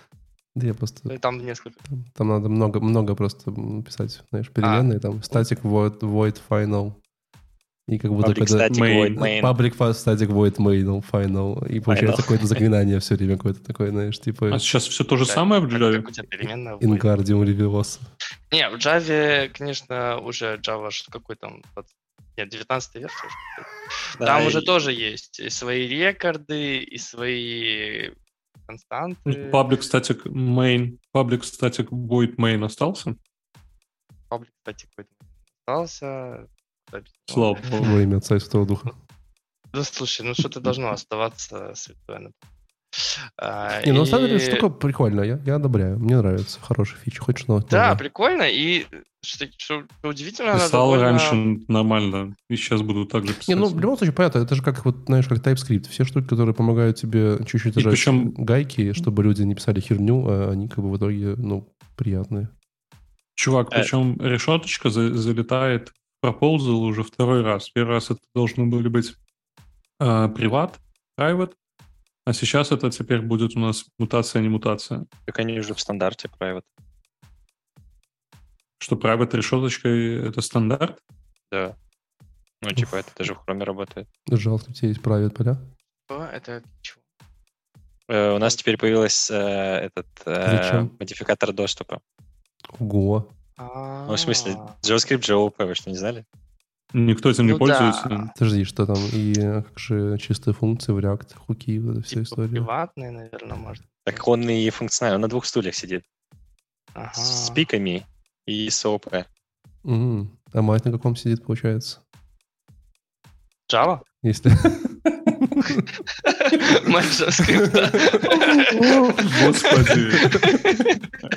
Да я просто... Там несколько. Там, там надо много, много просто писать, знаешь, переменные, а. там static void, void final. И как будто Public static void main. Public static void main, final. И получается какое-то заклинание все время какое-то такое, знаешь, типа... А сейчас все то же да, самое в Java? Ingardium Leviosa. Не, в Java, конечно, уже Java какой там... Нет, девятнадцатая версия. Да, там и... уже тоже есть и свои рекорды, и свои константы. Public static main, public static void main остался? Public static void main остался. Слава Богу. Во имя Отца и Святого Духа. Ну, слушай, ну что-то должно оставаться святое. А, Не, ну, на самом деле, штука прикольная, я, я одобряю, мне нравится, хорошая фича, хочешь новое? Да, новое. Прикольно, и что, что, что удивительно, писал она довольно... раньше нормально, и сейчас буду так же писать. Не, ну, в любом случае, понятно, это же как, вот, знаешь, как TypeScript, все штуки, которые помогают тебе чуть-чуть держать причем... гайки, чтобы люди не писали херню, а они как бы в итоге, ну, приятные. Чувак, причем э... решеточка за- залетает в proposal уже второй раз. Первый раз это должны были быть э, приват, private, а сейчас это теперь будет у нас мутация, а не мутация. Так они уже в стандарте private. Что, private решеточкой это стандарт? Да. Ну, Уф. типа, это даже в Chrome работает. В JavaScript есть private поля. Что? Это чего? Э, у нас теперь появился э, этот э, модификатор доступа. Ого. Ну, в смысле, JavaScript джей о пи, вы что, не знали? Никто этим ну, не пользуется. Да. Подожди, что там? И как же чистые функции в React, хуки, вот эта вся типа история. Приватные, наверное, можно. Так он и функциональный, он на двух стульях сидит. Ага. С пиками и с о пи. Mm-hmm. А мать на каком сидит, получается? Java? Если... Мать JavaScript. Господи.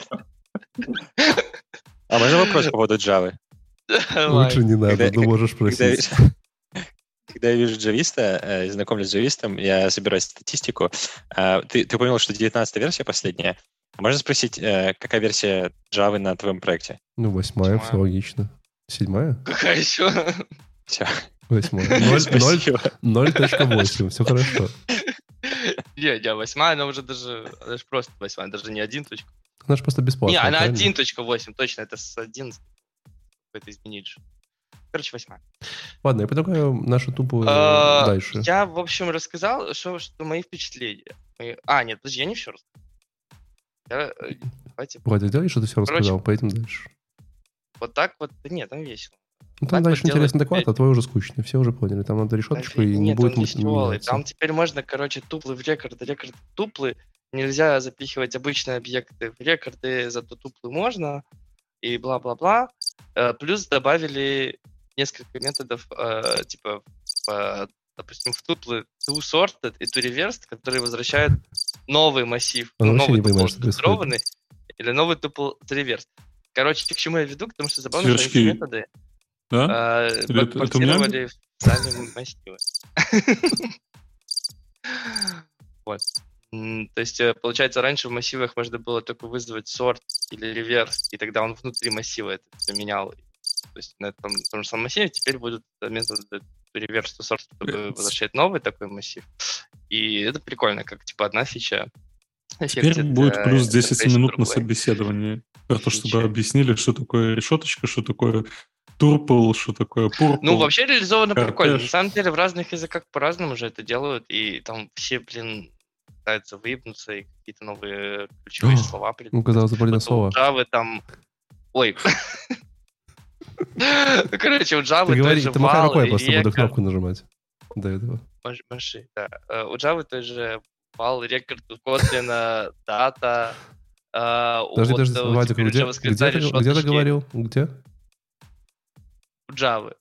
А можно вопрос по поводу Java? Лучше не надо, ну можешь просить. Когда я вижу джависта, знакомлюсь с джавистом, я собираю статистику. Ты, ты упомянул, что девятнадцатая версия последняя. Можно спросить, какая версия Java на твоем проекте? Ну, восьмая, все логично. Седьмая? Какая еще? Все. Восьмая. ноль точка восемь, все хорошо. Не, не, восьмая, она уже даже, она же просто восьмая, даже не один точка. Она же просто бесплатная. Не, она один точка восемь, точно, это с одиннадцать. Это изменить же. Короче, восьмая. Ладно, я предлагаю нашу тупую а, дальше. Я, в общем, рассказал, что, что мои впечатления. Мои... А, нет, подожди, я не все рассказал. Я... Давайте... Владя, делай, что ты все Короче, рассказал, поедем дальше. Вот так вот, нет, там весело. Ну, там так дальше вот интересный делать... доклад, а твой уже скучный. Все уже поняли, там надо решеточку, и не будет веселый. Там теперь можно, короче, туплы в рекорды, рекорды в туплы. Нельзя запихивать обычные объекты в рекорды, зато туплы можно. И бла-бла-бла. Плюс добавили несколько методов, э, типа, э, допустим, в туплы toSorted и toReversed, которые возвращают новый массив, ну, новый тупл сортированный, или новый тупл reversed. Короче, к чему я веду? К тому, что забавно, Сверчки. что эти методы да? э, бакпортировали в сами массивы. Вот. То есть, получается, раньше в массивах можно было только вызвать сорт или реверс, и тогда он внутри массива это все менял. То есть на этом, том же самом массиве теперь будут методы реверс, сорт, чтобы возвращать новый такой массив. И это прикольно, как типа одна фича. Теперь будет плюс десять минут на собеседовании. Про то, чтобы объяснили, что такое решеточка, что такое турпл, что такое purple. Ну, вообще реализовано прикольно. На самом деле в разных языках по-разному же это делают, и там все, блин, пытаются выебнуться и какие-то новые ключевые слова придумать. Ну, когда забыли слова. У Java там... Ой. Ну, короче, у Java ты той же ты махай рукой, и просто буду кнопку нажимать до этого. Маши, да. У Java той же вал, рекорд, Kotlin, дата. Подожди, подожди, Вадик, где, где, ты, где ты говорил? Где? У Java.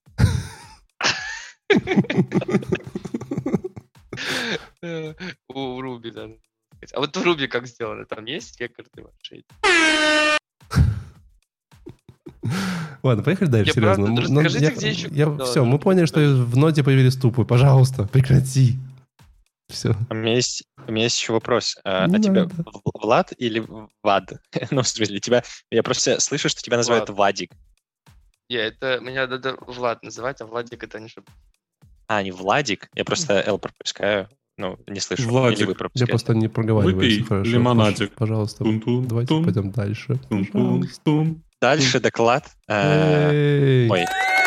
У Ruby, да. А вот в Ruby как сделано? Там есть рекорды ваши? Ладно, поехали дальше, я серьезно. Правда, Но, расскажите, я, где еще... Я, да, все, мы поняли, что в ноде появились тупы. Пожалуйста, прекрати. Все. У меня есть, у меня есть еще вопрос. А, а тебя Влад или Вад? Ну, в смысле, тебя... Я просто слышу, что тебя называют Влад. Вадик. Не, это меня надо Влад называть, а Владик это не чтобы... А, не Владик? Я просто L пропускаю. Ну, не слышу. Владик, Или вы Я пропускаете? просто не проговариваю, Выпей если хорошо. лимонадик. Пожалуйста, Тун-тун, давайте тун. пойдем дальше. Пожалуйста. Тун-тун-тун. Дальше доклад. э, Эй. Ой.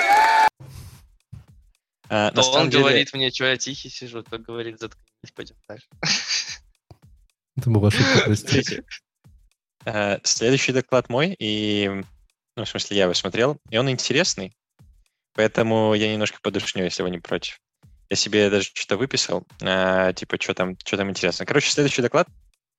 Э, На То он самом деле, говорит мне, что я тихий сижу, то говорит, заткнись, пойдем дальше. Это могу ошибку простить. смотрите, э, следующий доклад мой, и, ну, в смысле, я его смотрел, и он интересный, поэтому я немножко подушню, если вы не против. Я себе даже что-то выписал, э, типа, что там, что там интересно. Короче, следующий доклад.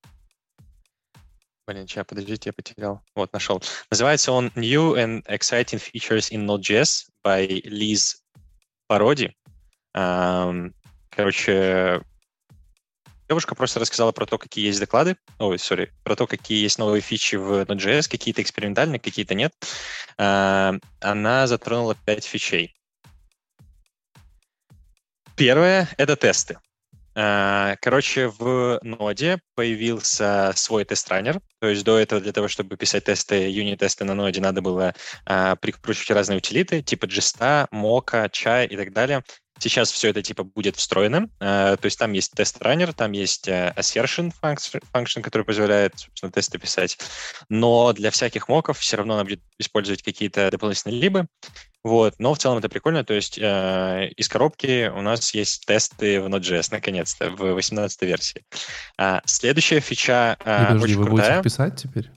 Блин, сейчас, подождите, я потерял. Вот, нашел. Называется он New and Exciting Features in Node.js by Liz Parodi. Эм, Короче, девушка просто рассказала про то, какие есть доклады. Ой, сори, про то, какие есть новые фичи в Node.js, какие-то экспериментальные, какие-то нет. Эм, Она затронула пять фичей. Первое — это тесты. Э, Короче, в ноде появился свой тест-раннер. То есть до этого для того, чтобы писать тесты, юнит-тесты на ноде, надо было э, прикручивать разные утилиты, типа Jest, Mocha, Chai и так далее. Сейчас все это типа будет встроенным. Э, то есть там есть тест-раннер, там есть э, assertion function, function, который позволяет, собственно, тесты писать. Но для всяких моков все равно надо будет использовать какие-то дополнительные либы. Вот. Но в целом это прикольно. То есть э, из коробки у нас есть тесты в Node.js, наконец-то, в восемнадцатой версии. А, следующая фича э, И подожди, очень вы крутая. будете писать теперь?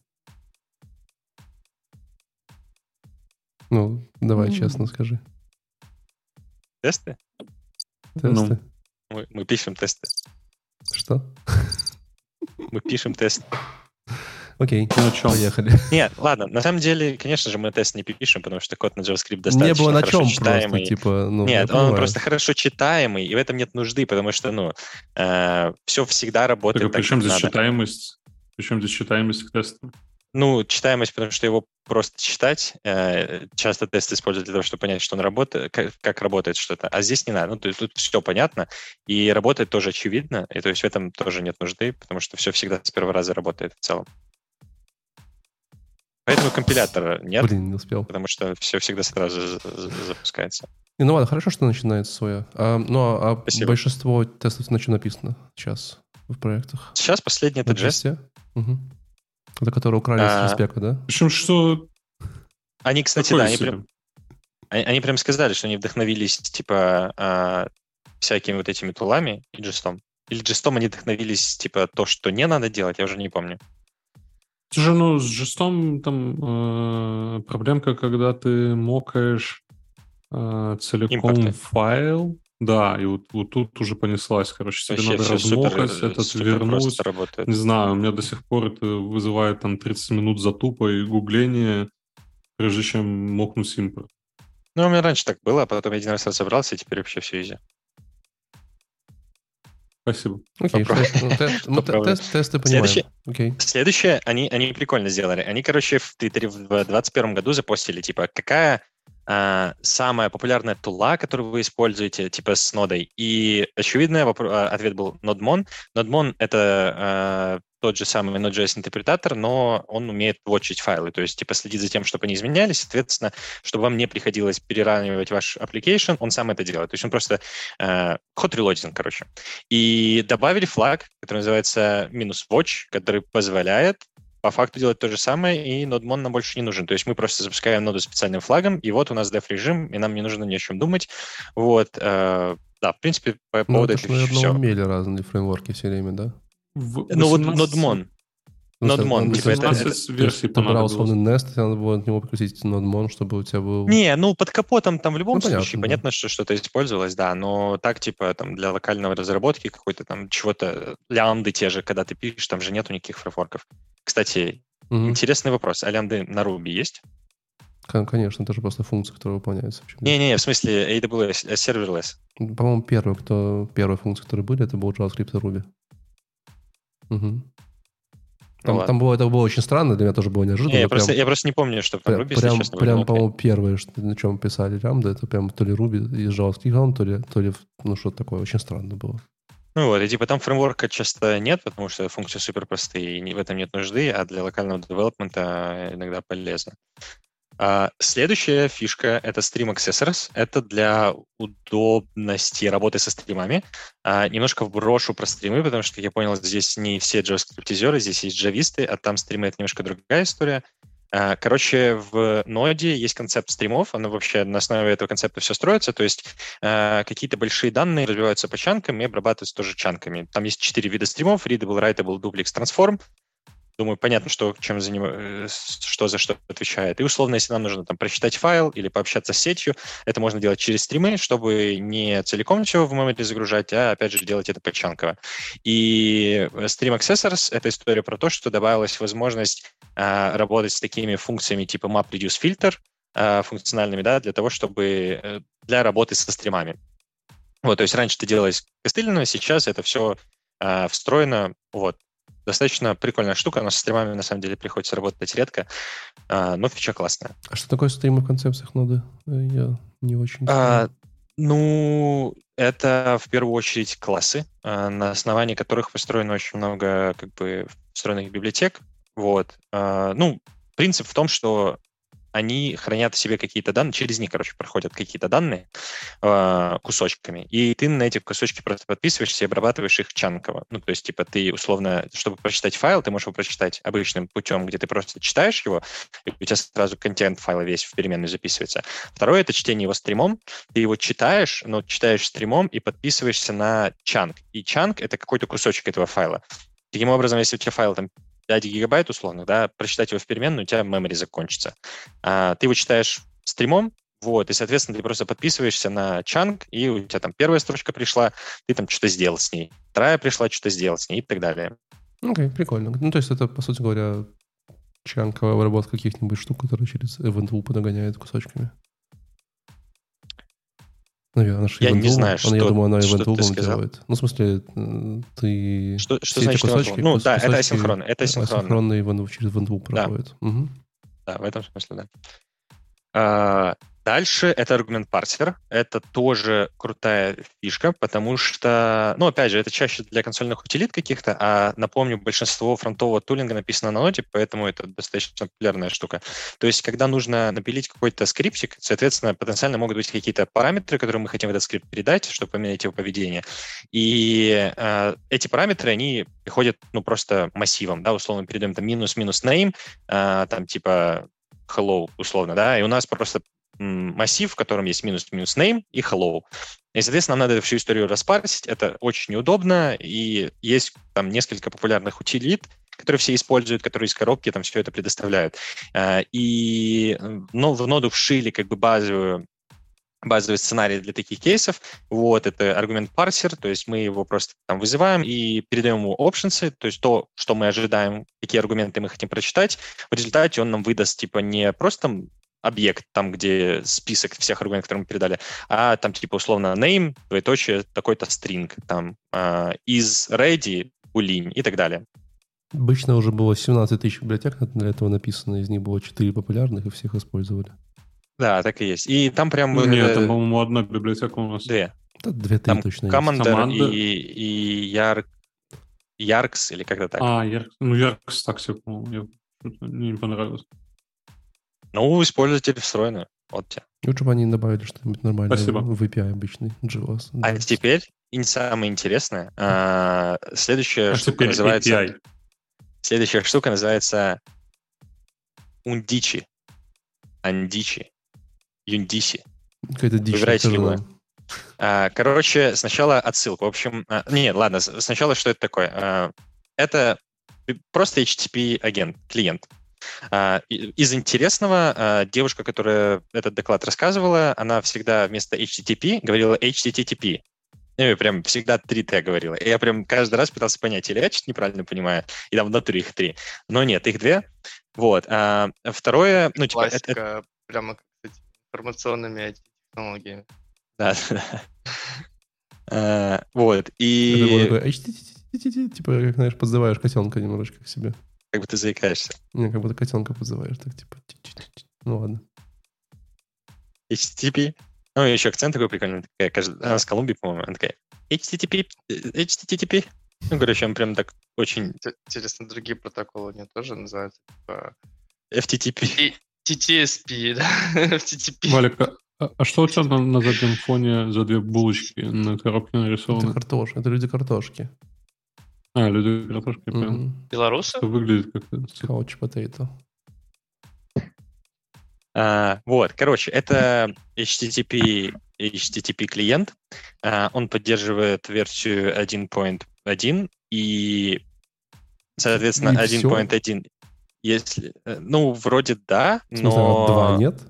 Ну, давай Ну. честно скажи. Тесты? Тесты. Мы, мы пишем тесты. Что? Мы пишем тесты. Окей, Ну, о чем? поехали. Нет, ладно, на самом деле, конечно же, мы тест не пишем, потому что код на JavaScript достаточно Не было на хорошо чем читаемый. просто, типа, ну, я Нет, он понимаю. просто хорошо читаемый, и в этом нет нужды, потому что, ну, э, все всегда Так, работает а так, при чем как здесь надо. читаемость? Причем здесь читаемость теста? Ну, читаемость, потому что его просто читать. Э, часто тест используют для того, чтобы понять, что он работает, как, как работает что-то. А здесь не надо. Ну, то есть тут все понятно, и работает тоже очевидно, и то есть в этом тоже нет нужды, потому что все всегда с первого раза работает в целом. Поэтому компилятора нет, Блин, не успел. потому что все всегда сразу за- за- запускается. И, ну ладно, хорошо, что начинается своя. А, ну, а, а Спасибо. большинство тестов на чем написано сейчас в проектах? Сейчас последний это На Jest. Jest? Угу. Это которые украли А, с спека, да? Причем что Они, кстати, такое да, они себе? прям, они, они прям сказали, что они вдохновились, типа, а, всякими вот этими тулами и джестом. Или джестом они вдохновились, типа, то, что не надо делать, я уже не помню. Это же, ну, с жестом там э, проблемка, когда ты мокаешь э, целиком Импорты. файл. Да, и вот, вот тут уже понеслась. Короче, тебе Вообще надо все супер, размокать, э, этот супер вернуть. просто работает. Не знаю, у меня до сих пор это вызывает там тридцать минут затупа и гугления, прежде чем мокнуть импорт. Ну, у меня раньше так было, а потом я один раз разобрался, и теперь вообще все изи. Спасибо. Окей, Попробуй. что- ну, тест- мы те- Попробуй. тест- тесты понимаем. Следующий. Окей. Следующее, они, они прикольно сделали. Они, короче, в Твиттере в двадцать первом году запостили, типа, какая а, самая популярная тула, которую вы используете, типа, с нодой. И очевидный вопро- а, ответ был NodeMon. NodeMon — это а, тот же самый Node.js-интерпретатор, но он умеет watchить файлы, то есть, типа, следить за тем, чтобы они изменялись, соответственно, чтобы вам не приходилось переравнивать ваш application, он сам это делает. То есть он просто э, ход релодинг, короче. И добавили флаг, который называется минус watch, который позволяет по факту делать то же самое, и NodeMon нам больше не нужен. То есть мы просто запускаем ноду специальным флагом, и вот у нас def-режим, и нам не нужно ни о чем думать. Вот. Э, да, в принципе, по Ну, поводу это, этого наверное, все. умели разные фреймворки все время, да? В Ну вот восемнадцать NodeMon. Ну, что, NodeMon, ну, типа, то есть это- ты- восемнадцать ты- версий Ты брал понадобилось. условный Nest, и надо было от него прикрутить NodeMon, чтобы у тебя был... Не, ну под капотом там в любом Ну, понятно, случае да. понятно, что что-то использовалось, да, но так типа там для локальной разработки какой-то там чего-то, лямбды те же, когда ты пишешь, там же нету никаких фреймворков. Кстати, Мгм. интересный вопрос, а лямбды на Ruby есть? Кон- Конечно, это же просто функция, которая выполняется. Почему? Не-не, в смысле эй дабл ю эс, э, serverless. По-моему, первый, кто, первые функции, которые были, это был JavaScript и Ruby. Мгм. Там, ладно. там было, это было очень странно, для меня тоже было неожиданно. Не, я, но просто, прям, я просто не помню, что там прям, Ruby, если прям, честно. прям, было. по-моему, первое, что, на чем писали лямбда, это прям то ли Ruby из JavaScript, то ли, то ли ну, что-то такое. Очень странно было. Ну вот, и типа там фреймворка часто нет, потому что функции супер простые, и не- в этом нет нужды, а для локального девелопмента иногда полезно. А, следующая фишка — это Stream Accessors. Это для удобности работы со стримами. А, немножко вброшу про стримы, потому что, я понял, здесь не все JavaScript-изеры, здесь есть джависты, а там стримы — это немножко другая история. А, короче, в ноде есть концепт стримов, оно вообще на основе этого концепта все строится, то есть а, какие-то большие данные разбиваются по чанкам и обрабатываются тоже чанками. Там есть четыре вида стримов: readable, writable, duplex, transform. Думаю, понятно, что, чем заним... что за что отвечает. И условно, если нам нужно там прочитать файл или пообщаться с сетью, это можно делать через стримы, чтобы не целиком все в memory загружать, а, опять же, делать это почанково. И Stream Accessors — это история про то, что добавилась возможность а, работать с такими функциями типа map reduce filter, а, функциональными, да, для того, чтобы для работы со стримами. Вот, то есть раньше это делалось костыльно, сейчас это все а, встроено, вот. Достаточно прикольная штука, но со стримами, на самом деле, приходится работать редко, а, но фича классная. А что такое стримы в концепциях ноды? Я не очень А, знаю. ну, это в первую очередь классы, а, на основании которых построено очень много как бы встроенных библиотек. Вот. А, ну, принцип в том, что они хранят в себе какие-то данные, через них, короче, проходят какие-то данные э, кусочками, и ты на эти кусочки просто подписываешься и обрабатываешь их чанково. Ну, то есть, типа, ты, условно, чтобы прочитать файл, ты можешь его прочитать обычным путем, где ты просто читаешь его, и у тебя сразу контент файла весь в переменную записывается. Второе — это чтение его стримом. Ты его читаешь, но читаешь стримом и подписываешься на чанк. И чанк — это какой-то кусочек этого файла. Таким образом, если у тебя файл там пять гигабайт условно, да, прочитать его в переменную, у тебя memory закончится. А, ты его читаешь стримом, вот, и, соответственно, ты просто подписываешься на чанк, и у тебя там первая строчка пришла, ты там что-то сделал с ней, вторая пришла, что-то сделал с ней и так далее. Окей, okay, прикольно. Ну, то есть это, по сути говоря, чанковая обработка каких-нибудь штук, которые через event loop догоняет кусочками. Наверное, я не знаю, что, я думаю, она event loop делает. Ну, в смысле, ты... Что, что значит кусочки, ну, кус- да, кусочки, это асинхронно. Это асинхронно. Асинхронный event, через event loop проходит. Да. Угу. Да, в этом смысле, да. А, дальше это аргумент-парсер. Это тоже крутая фишка, потому что, ну, опять же, это чаще для консольных утилит каких-то, а, напомню, большинство фронтового тулинга написано на ноде, поэтому это достаточно популярная штука. То есть, когда нужно напилить какой-то скриптик, соответственно, потенциально могут быть какие-то параметры, которые мы хотим в этот скрипт передать, чтобы поменять его поведение. И э, эти параметры, они приходят, ну, просто массивом, да, условно передаем там минус-минус name, э, там типа hello, условно, да, и у нас просто массив, в котором есть минус-минус name и hello. И, соответственно, нам надо эту всю историю распарсить. Это очень неудобно, и есть там несколько популярных утилит, которые все используют, которые из коробки там все это предоставляют. И ну, в ноду вшили как бы базовую базовый сценарий для таких кейсов. Вот, это аргумент-парсер, то есть мы его просто там вызываем и передаем ему options, то есть то, что мы ожидаем, какие аргументы мы хотим прочитать. В результате он нам выдаст типа не просто объект, там, где список всех аргументов, которые мы передали, а там типа условно name, двоеточие, такой-то string, там uh, is ready, boolean и так далее. Обычно уже было семнадцать тысяч библиотек для этого написано, из них было четыре популярных, и всех использовали. Да, так и есть. И там прям... Ну, нет, там, по-моему, одна библиотека у нас. Две. Да, две-три точно Commander есть. и, и Yark, Yarks, или как-то так. А, Yarks, ну, Yarks так себе, по-моему, мне не понравилось. Ну, использователь встроенный. Вот тебе. Лучше бы они добавили что-нибудь нормальное. Спасибо. В эй пи ай обычный, джавас. А теперь, и самое интересное, а, следующая а штука называется... эй пи ай. Следующая штука называется Undici. Undici. Юндиси. Какая-то дичь. Выбирайте любое. А, короче, сначала отсылка. В общем, а, нет, ладно, сначала что это такое? А, это просто эйч ти ти пи-агент, клиент. А, из интересного, а, девушка, которая этот доклад рассказывала, она всегда вместо эйч ти ти пи говорила эйч ти ти пи. Я прям всегда три Т говорила. И я прям каждый раз пытался понять, или я что-то неправильно понимаю, и там внутри их три. Но нет, их две. Вот. А второе... Ну, типа, классика, это, это... прямо как с информационными ай ти-технологиями. Да, да. Вот, и... Это было такое, типа, как, знаешь, подзываешь котенка немножечко к себе. Как бы ты заикаешься. Не, как будто котенка подзываешь, так, типа... Ну, ладно. эйч ти ти пи. Ну, еще акцент такой прикольный. Такая, каждый... Она с Колумбии, по-моему. Она такая, эйч ти ти пи, эйч ти ти пи. Ну, короче, он прям так очень... Интересно, другие протоколы у нее тоже называются, типа... эф ти ти пи. ти ти эс пи, да? В ти ти пи. Валик, а, а что у тебя на, на заднем фоне за две булочки на коробке Это нарисованы? картошка, это люди картошки. А, люди картошки, я понял. Мгм. Белорусы? Это выглядит как... Couch potato. А, вот, короче, это эйч ти ти пи, эйч ти ти пи клиент. А, он поддерживает версию один точка один и, соответственно, И один всё? точка один. Если, э, ну, вроде да, В смысле, а два но нет?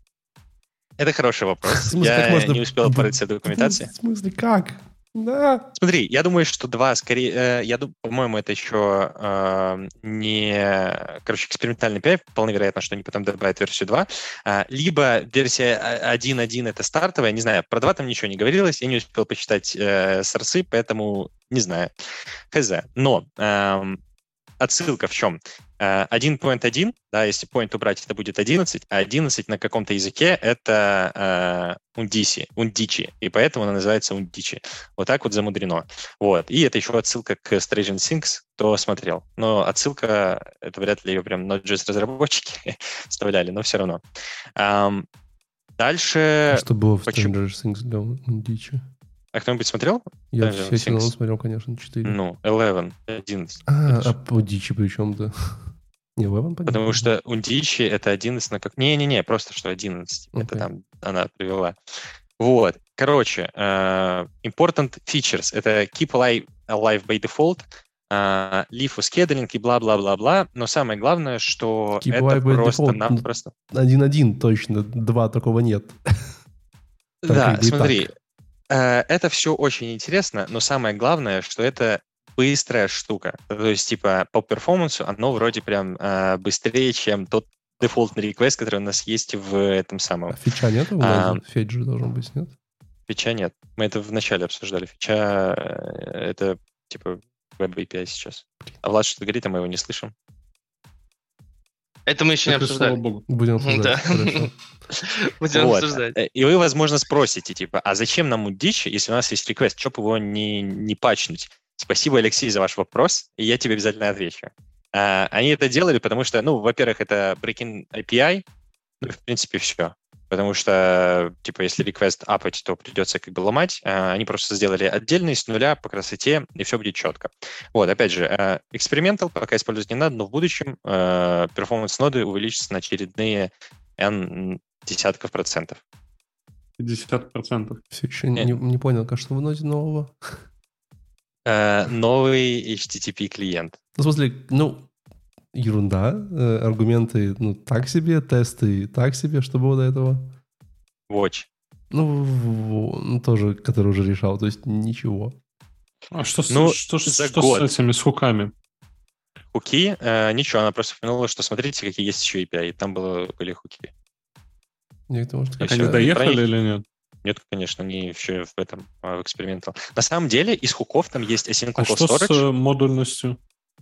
это хороший вопрос. В смысле, как Я можно- не успел порыться в документации. В смысле, как? Да. Смотри, я думаю, что два скорее... э, Я думаю, по-моему, это еще э, не... Короче, экспериментальный пи ай. Вполне вероятно, что они потом добавят версию два. А, либо версия один точка один это стартовая. Не знаю, про два там ничего не говорилось. Я не успел почитать э, сорсы, поэтому не знаю. Хз. Но эм, отсылка в чем? Э, один точка один, да, если point убрать, это будет одиннадцать, а одиннадцать на каком-то языке это э, ундиси, ундичи, и поэтому она называется ундичи. Вот так вот замудрено. Вот. И это еще отсылка к Strange Things, кто смотрел. Но отсылка, это вряд ли ее прям Node.js-разработчики вставляли, но все равно. Эм, дальше... А что было в почему- Stranger Things для Ундичи? А кто-нибудь смотрел? Я Stranger все сезоны Things. смотрел, конечно, четыре. Ну, одиннадцать, одиннадцать. А, это а по Дичи причем-то? Не, Eleven, понятно. Потому что Ундичи это одиннадцать на как... Не-не-не, просто что одиннадцать. Это Окей. там она привела. Вот. Короче, э, important features. Это keep alive, alive by default, э, leave for scheduling и бла-бла-бла-бла. Но самое главное, что Keep это alive by просто-напросто... Один-один точно, два такого нет. Так Да, как бы и смотри, так. э, это все очень интересно, но самое главное, что это быстрая штука. То есть, типа, по перформансу оно вроде прям э, быстрее, чем тот дефолтный реквест, который у нас есть в этом самом. А фича нет? А, Фетч же должен быть, нет? Фича нет. Мы это вначале обсуждали. Фича э, это, типа, веб-эй пи ай сейчас. А Влад что-то говорит, а мы его не слышим. Это мы еще не Так и слава обсуждали. богу. Будем Да. обсуждать. Хорошо. Будем Вот. обсуждать. Э, И вы, возможно, спросите, типа, а зачем нам удичи, если у нас есть реквест? Чтоб его не, не патчнуть? Спасибо, Алексей, за ваш вопрос, и я тебе обязательно отвечу. А, они это делали, потому что, ну, во-первых, это breaking эй пи ай, ну, и, в принципе, все. Потому что, типа, если request апать, то придется как бы ломать. А, они просто сделали отдельный с нуля по красоте, и все будет четко. Вот, опять же, э, experimental пока использовать не надо, но в будущем э, перформанс-ноды увеличатся на очередные n десятков процентов. пятьдесят процентов. Все еще Нет. не, не понял, а что в ноде нового? Э, новый эйч ти ти пи клиент. Ну, в смысле, ну, ерунда. Э, аргументы, ну, так себе, тесты так себе, что было до этого. Watch. Ну, в- в- ну, тоже, который уже решал, то есть ничего. А что, с- Ну, что, с- за что год. с этими, с хуками? Хуки, э, ничего, она просто упомянула, что смотрите, какие есть еще эй пи ай, и там было, были хуки. Некто может И Как сказать, они всё. доехали Про них- или нет? Нет, конечно, они еще в этом, а, в экспериментал. На самом деле, из хуков там есть async А local что с storage. э, модульностью?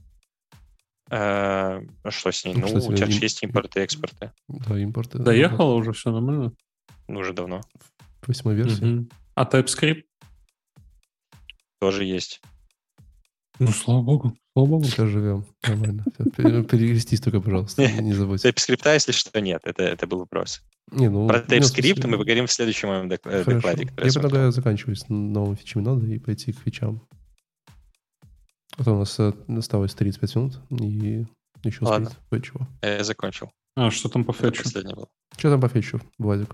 Э, а что с ней? Ну, Ну, кстати, у тебя же им- есть импорты и экспорты. Да, импорты. Доехало уже, все нормально? Ну, уже давно. Восьмой версии. Мгм. А TypeScript? Тоже есть. Ну, слава богу, слава богу. Сейчас живем. Нормально. Всё, пере- Перекрестись только, пожалуйста. Не забудь. TypeScript, если что, нет. Это, это был вопрос. Не, ну, Про ну, в смысле, TypeScript мы поговорим в следующем моем док- э, Хорошо. докладе. который Я я смотрел. предлагаю заканчивать с новыми фичами ноды и пойти к фичам. А то у нас э, осталось тридцать пять минут, и еще Ладно. успеть кое-чего. Я закончил. А, что там по Это фетчу? последний был. Что там по фичу, Владик?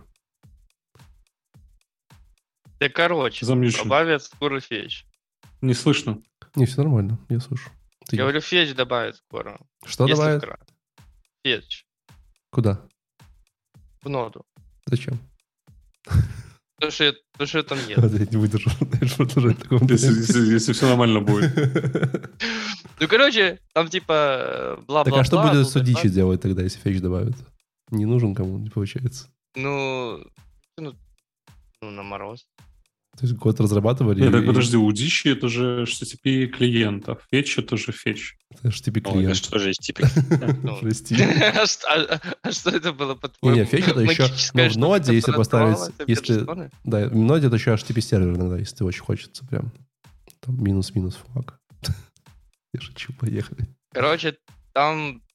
Да, короче, Замьючен. добавят скоро фетч. Не слышно. Не, все нормально, я слышу. Ты- Я говорю, фетч добавят скоро. Что Если добавит? вкратце. Фетч. Куда? В ноду. Зачем? Потому что, я- потому что там нет. Вот я не выдержу. Дальше продолжать в таком Если, темпе. если, все нормально будет. Ну, короче, там типа бла-бла-бла. Так а что будет бла-бла-бла. с Удичи делать тогда, если фетч добавят? Не нужен кому, не получается. Ну, ну, ну, на мороз. То есть год разрабатывали. Нет, так и- подожди, у Дичи это же эйч ти ти пи клиент, а фетч это же фетч. Это ж тебе Ой, клиент. это что же есть типа? Ну, Прости. А что- а- а что это было, по-твоему? Не-не, фетч это еще- Магическая ну, в штука, ноде, если которая поставить, открывалась, если- операционная? Да, в ноде это еще эйч ти ти пи сервер иногда, если очень хочется прям. Там минус-минус флаг. Я шучу, поехали. Короче, там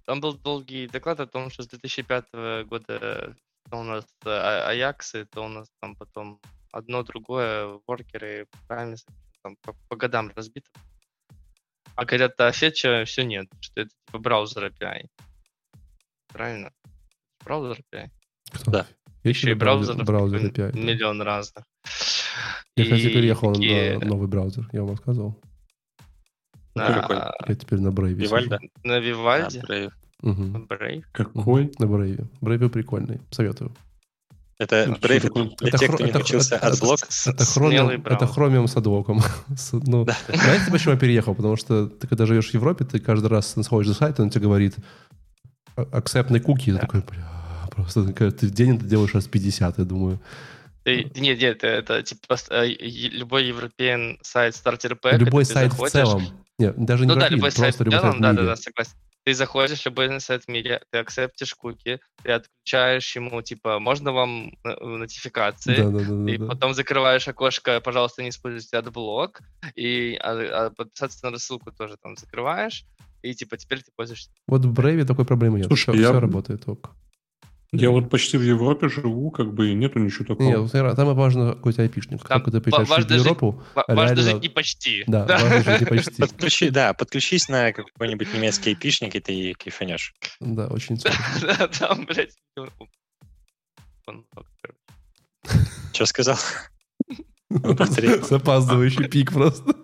там был долгий доклад о том, что с две тысячи пятого года то у нас а- Аяксы, то у нас там потом одно, другое, воркеры, Promise, там по, по годам разбито. А говорят, а фетча все нет, что это типа браузер эй пи ай. Правильно? Браузер эй пи ай. Кто? Да. Еще и браузеров браузер такой эй пи ай. Да. миллион разных. Я, кстати, И переехал такие на новый браузер, я вам рассказывал. Какой? на, Я теперь на Brave Вивальда? сижу. на А, Вивальде, Brave. Угу. на Brave. Какой? На Brave. Brave прикольный, советую. Это Ну, Brave что такое? для Это тех, хро- кто не это- научился это- отблок. С- Это смелый Chromium, это браузер. Chromium с адблоком. С- Ну, Да. знаете, почему я переехал? Потому что ты, когда живешь в Европе, ты каждый раз заходишь на сайт, и он тебе говорит acceptный куки. Ты Да. такой, бля, просто ты в день это делаешь раз пятьдесят, я думаю. Ты- Нет, нет, это типа с- э, е- любой европейский сайт стартер пэк. Любой это ты сайт в заходишь- целом. Нет, даже не Ну да, Европейский, любой сайт просто в любой сайт целом, в да, да, мире. да, согласен. Ты заходишь в любой сайт в мире, ты акцептишь куки, ты отключаешь ему, типа, можно вам э, нотификации, Да, да, да, да, и да. потом закрываешь окошко, пожалуйста, не используйте адблок, и а, а подписаться на рассылку тоже там закрываешь, и типа теперь ты пользуешься. Вот в Brave такой проблемы нет. Слушай, все, я- все работает ок. Я вот почти в Европе живу, как бы, и нету ничего такого. Нет, вот смотри, там важно какой-то айпишник. Там Как ты приезжаешь важно в жить- Европу, Ва- Важно реально- жить не почти. да, важно жить не почти. Подключи, да, подключись на какой-нибудь немецкий айпишник, и ты кайфанешь. Да, очень сложно. Да, там, блядь. он- Что сказал? Ну, повтори. Запаздывающий пик просто.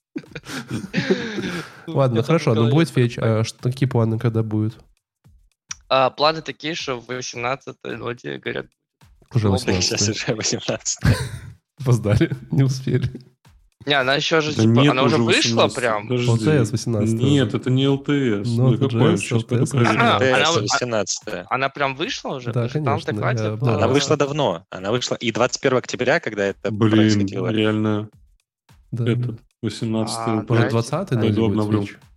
Ладно, Я хорошо, там ну будет говорю, фетч. А что, какие планы, когда будет? А, планы такие, что в восемнадцатой ноте говорят, Уже Ну, Сейчас восемнадцать. уже восемнадцать. Опоздали, не успели. не, она еще же, Да типа, нет она уже вышла восемнадцать. прям. Подожди. ЛТС восемнадцать Нет, уже. это не ЛТС. Ну, Ну, это какой? джей эс, Сейчас пойду ЛТС. проверю. А, она- ТС восемнадцать. Она прям вышла уже? Да, Потому что конечно, Там в докладе я было- обнаружил. Она вышла давно. Она вышла и двадцать первого октября, когда это Блин, происходило. реально, Да. этот, восемнадцатый. А, Может, Давайте, двадцатый пойду наверное, будет обновлю. фетч?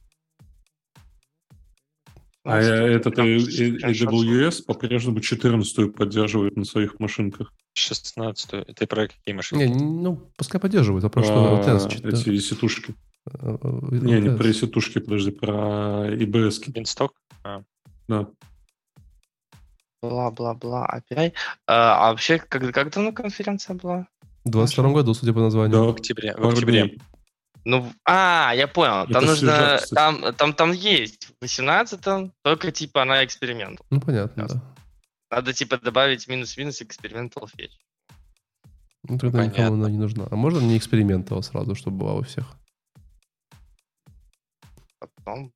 А этот Прям э, э, скриншот. эй дабл ю эс по-прежнему четырнадцатую поддерживает на своих машинках. шестнадцатую. Ты про какие машинки? Не, ну, пускай поддерживают. Вопрос, что Про ЛТС... чё-то- эти сетушки. э, э, Не, не ЛТС. про сетушки, подожди, про и би эс. Винсток? Да. Бла-бла-бла, опять. А, а вообще, как, как давно конференция была? В двадцать втором году, судя по названию. В октябре. В Пару октябре. дней. Ну, а, я понял. Там Это нужно, свежак, кстати. там, там, там есть в восемнадцатом, только типа она эксперимент. Ну, понятно, Ясно. да. Надо типа добавить минус-минус экспериментал фетч. Ну, тогда никому Понятно. она не нужна. А можно не экспериментал сразу, чтобы была у всех? Потом.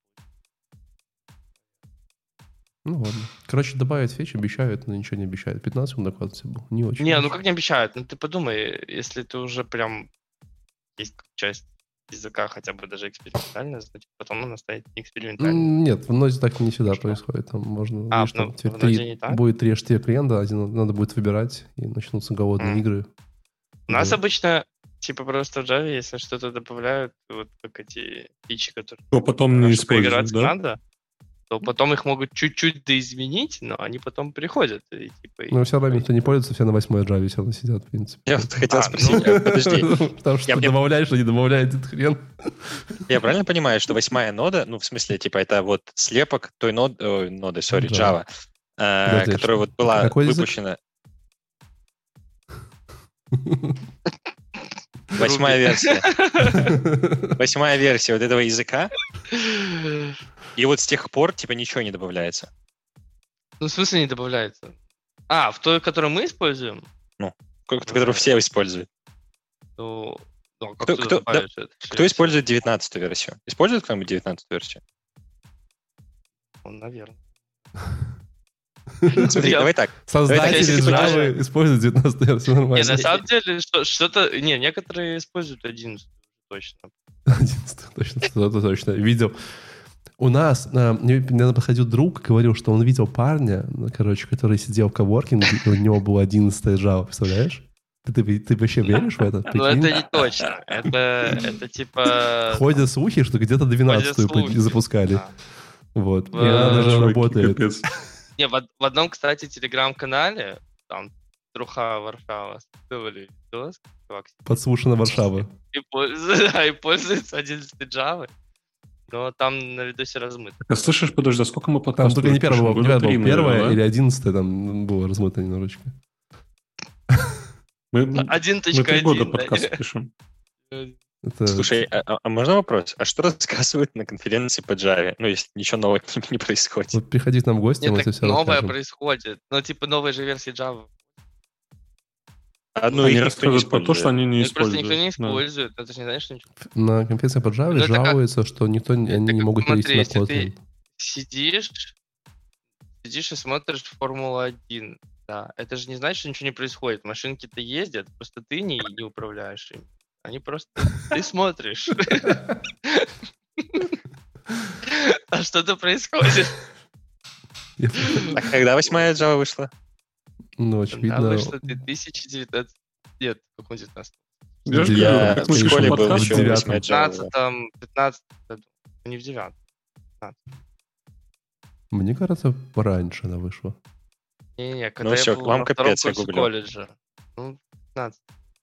Ну, ладно. Короче, добавить фетч обещают, но ничего не обещают. пятнадцать он доклад все был. Не очень. Не, ну как не обещают? Ну ты подумай, если ты уже прям есть часть языка хотя бы даже экспериментальная, значит потом она станет не экспериментальной. М, Нет, в ноде так не всегда Что? происходит. Там можно... А, видишь, ну, там теперь в ноде три- не так? будет три эйч ти клиента, один надо будет выбирать, и начнутся голодные М. игры. У нас Да. обычно типа просто в Java, если что-то добавляют, вот как эти фичи, которые То потом не чтобы используют, поиграться да? надо, то потом их могут чуть-чуть доизменить, но они потом приходят. И, типа, и- Но все равно никто не пользуется, все на восьмой Java все равно сидят, в принципе. Я вот хотел А, спросить, а, подожди, Потому что Я- ты я- добавляешь, а не добавляет этот хрен. я правильно понимаю, что восьмая нода, ну, в смысле, типа, это вот слепок той нод, ой, ноды, сори, Да. Java, э, Подожди, которая что? вот была Какой язык? выпущена... Восьмая версия. Восьмая версия вот этого языка, и вот с тех пор, типа, ничего не добавляется. Ну, в смысле не добавляется? А, в той, которую мы используем? Как- Которую все используют. Ну, ну, как Кто- туда кто- добавишь это? Кто использует девятнадцатую версию? Использует кто-нибудь девятнадцатую версию? Ну, наверное. Смотри, Я- давай так. Создатели если ты Java используют девятнадцатую версию, Не, нормально. на самом деле, что- что-то... Не, некоторые используют одиннадцатую точно. одиннадцатую, точно, это точно. Видел. У нас, а, мне недавно подходил друг, говорил, что он видел парня, ну, короче, который сидел в коворкинге, и у него была одиннадцатая Java, представляешь? Ты, ты, ты вообще веришь в это? Но Прикинь? это не точно. Это, это типа... Ходят слухи, что где-то двенадцатую Ходят слухи. запускали. Да. Вот. И В- она даже Чуваки, работает. капец. Не, в, од- в одном, кстати, телеграм-канале, там, Труха Варшава, скидывали видос, чувак Подслушана Варшава. и пользуется, да, и пользуется одиннадцатой Java. но там на видосе размыто. А слышишь, подожди, а сколько мы Там подкастов? только не первое было, не первое, Три, первое наверное, или да? одиннадцатое там было размыто немножечко. Мы, один мы точка три года один, да? подкаст пишем. Это... Слушай, а, а можно вопрос? А что рассказывают на конференции по Java? Ну, если ничего нового не, не происходит. Вот приходи к нам в гости, Нет, мы тебе так все новое расскажем. происходит. Ну, типа новые же версии Java. А, ну, Они их никто не рассказывают про то, использует. что они не Их просто используют. никто не Да. использует. Это же не значит, что ничего. На конференции по Java Ну, это как- жалуются, что никто, они это не как, могут перейти смотри, на если Kotlin. ты сидишь, сидишь и смотришь Формулу один. Да, это же не значит, что ничего не происходит. Машинки-то ездят, просто ты не, не управляешь ими. Они просто... Ты смотришь. А что-то происходит. Я- А когда восьмая Java вышла? Ну, Да, очевидно... вышло две тысячи девятнадцать. Нет, какой девятнадцатый? Я же Я говорю, как мы в слышал, пишем школе был подкаст, еще в девятом. восьмая Java. пятнадцатом, пятнадцатом году. Не в девятом. Мне кажется, пораньше она вышла. Не-не, когда я всё, был вам на втором капец, я курсе гуглю. колледжа. Ну, пятнадцать.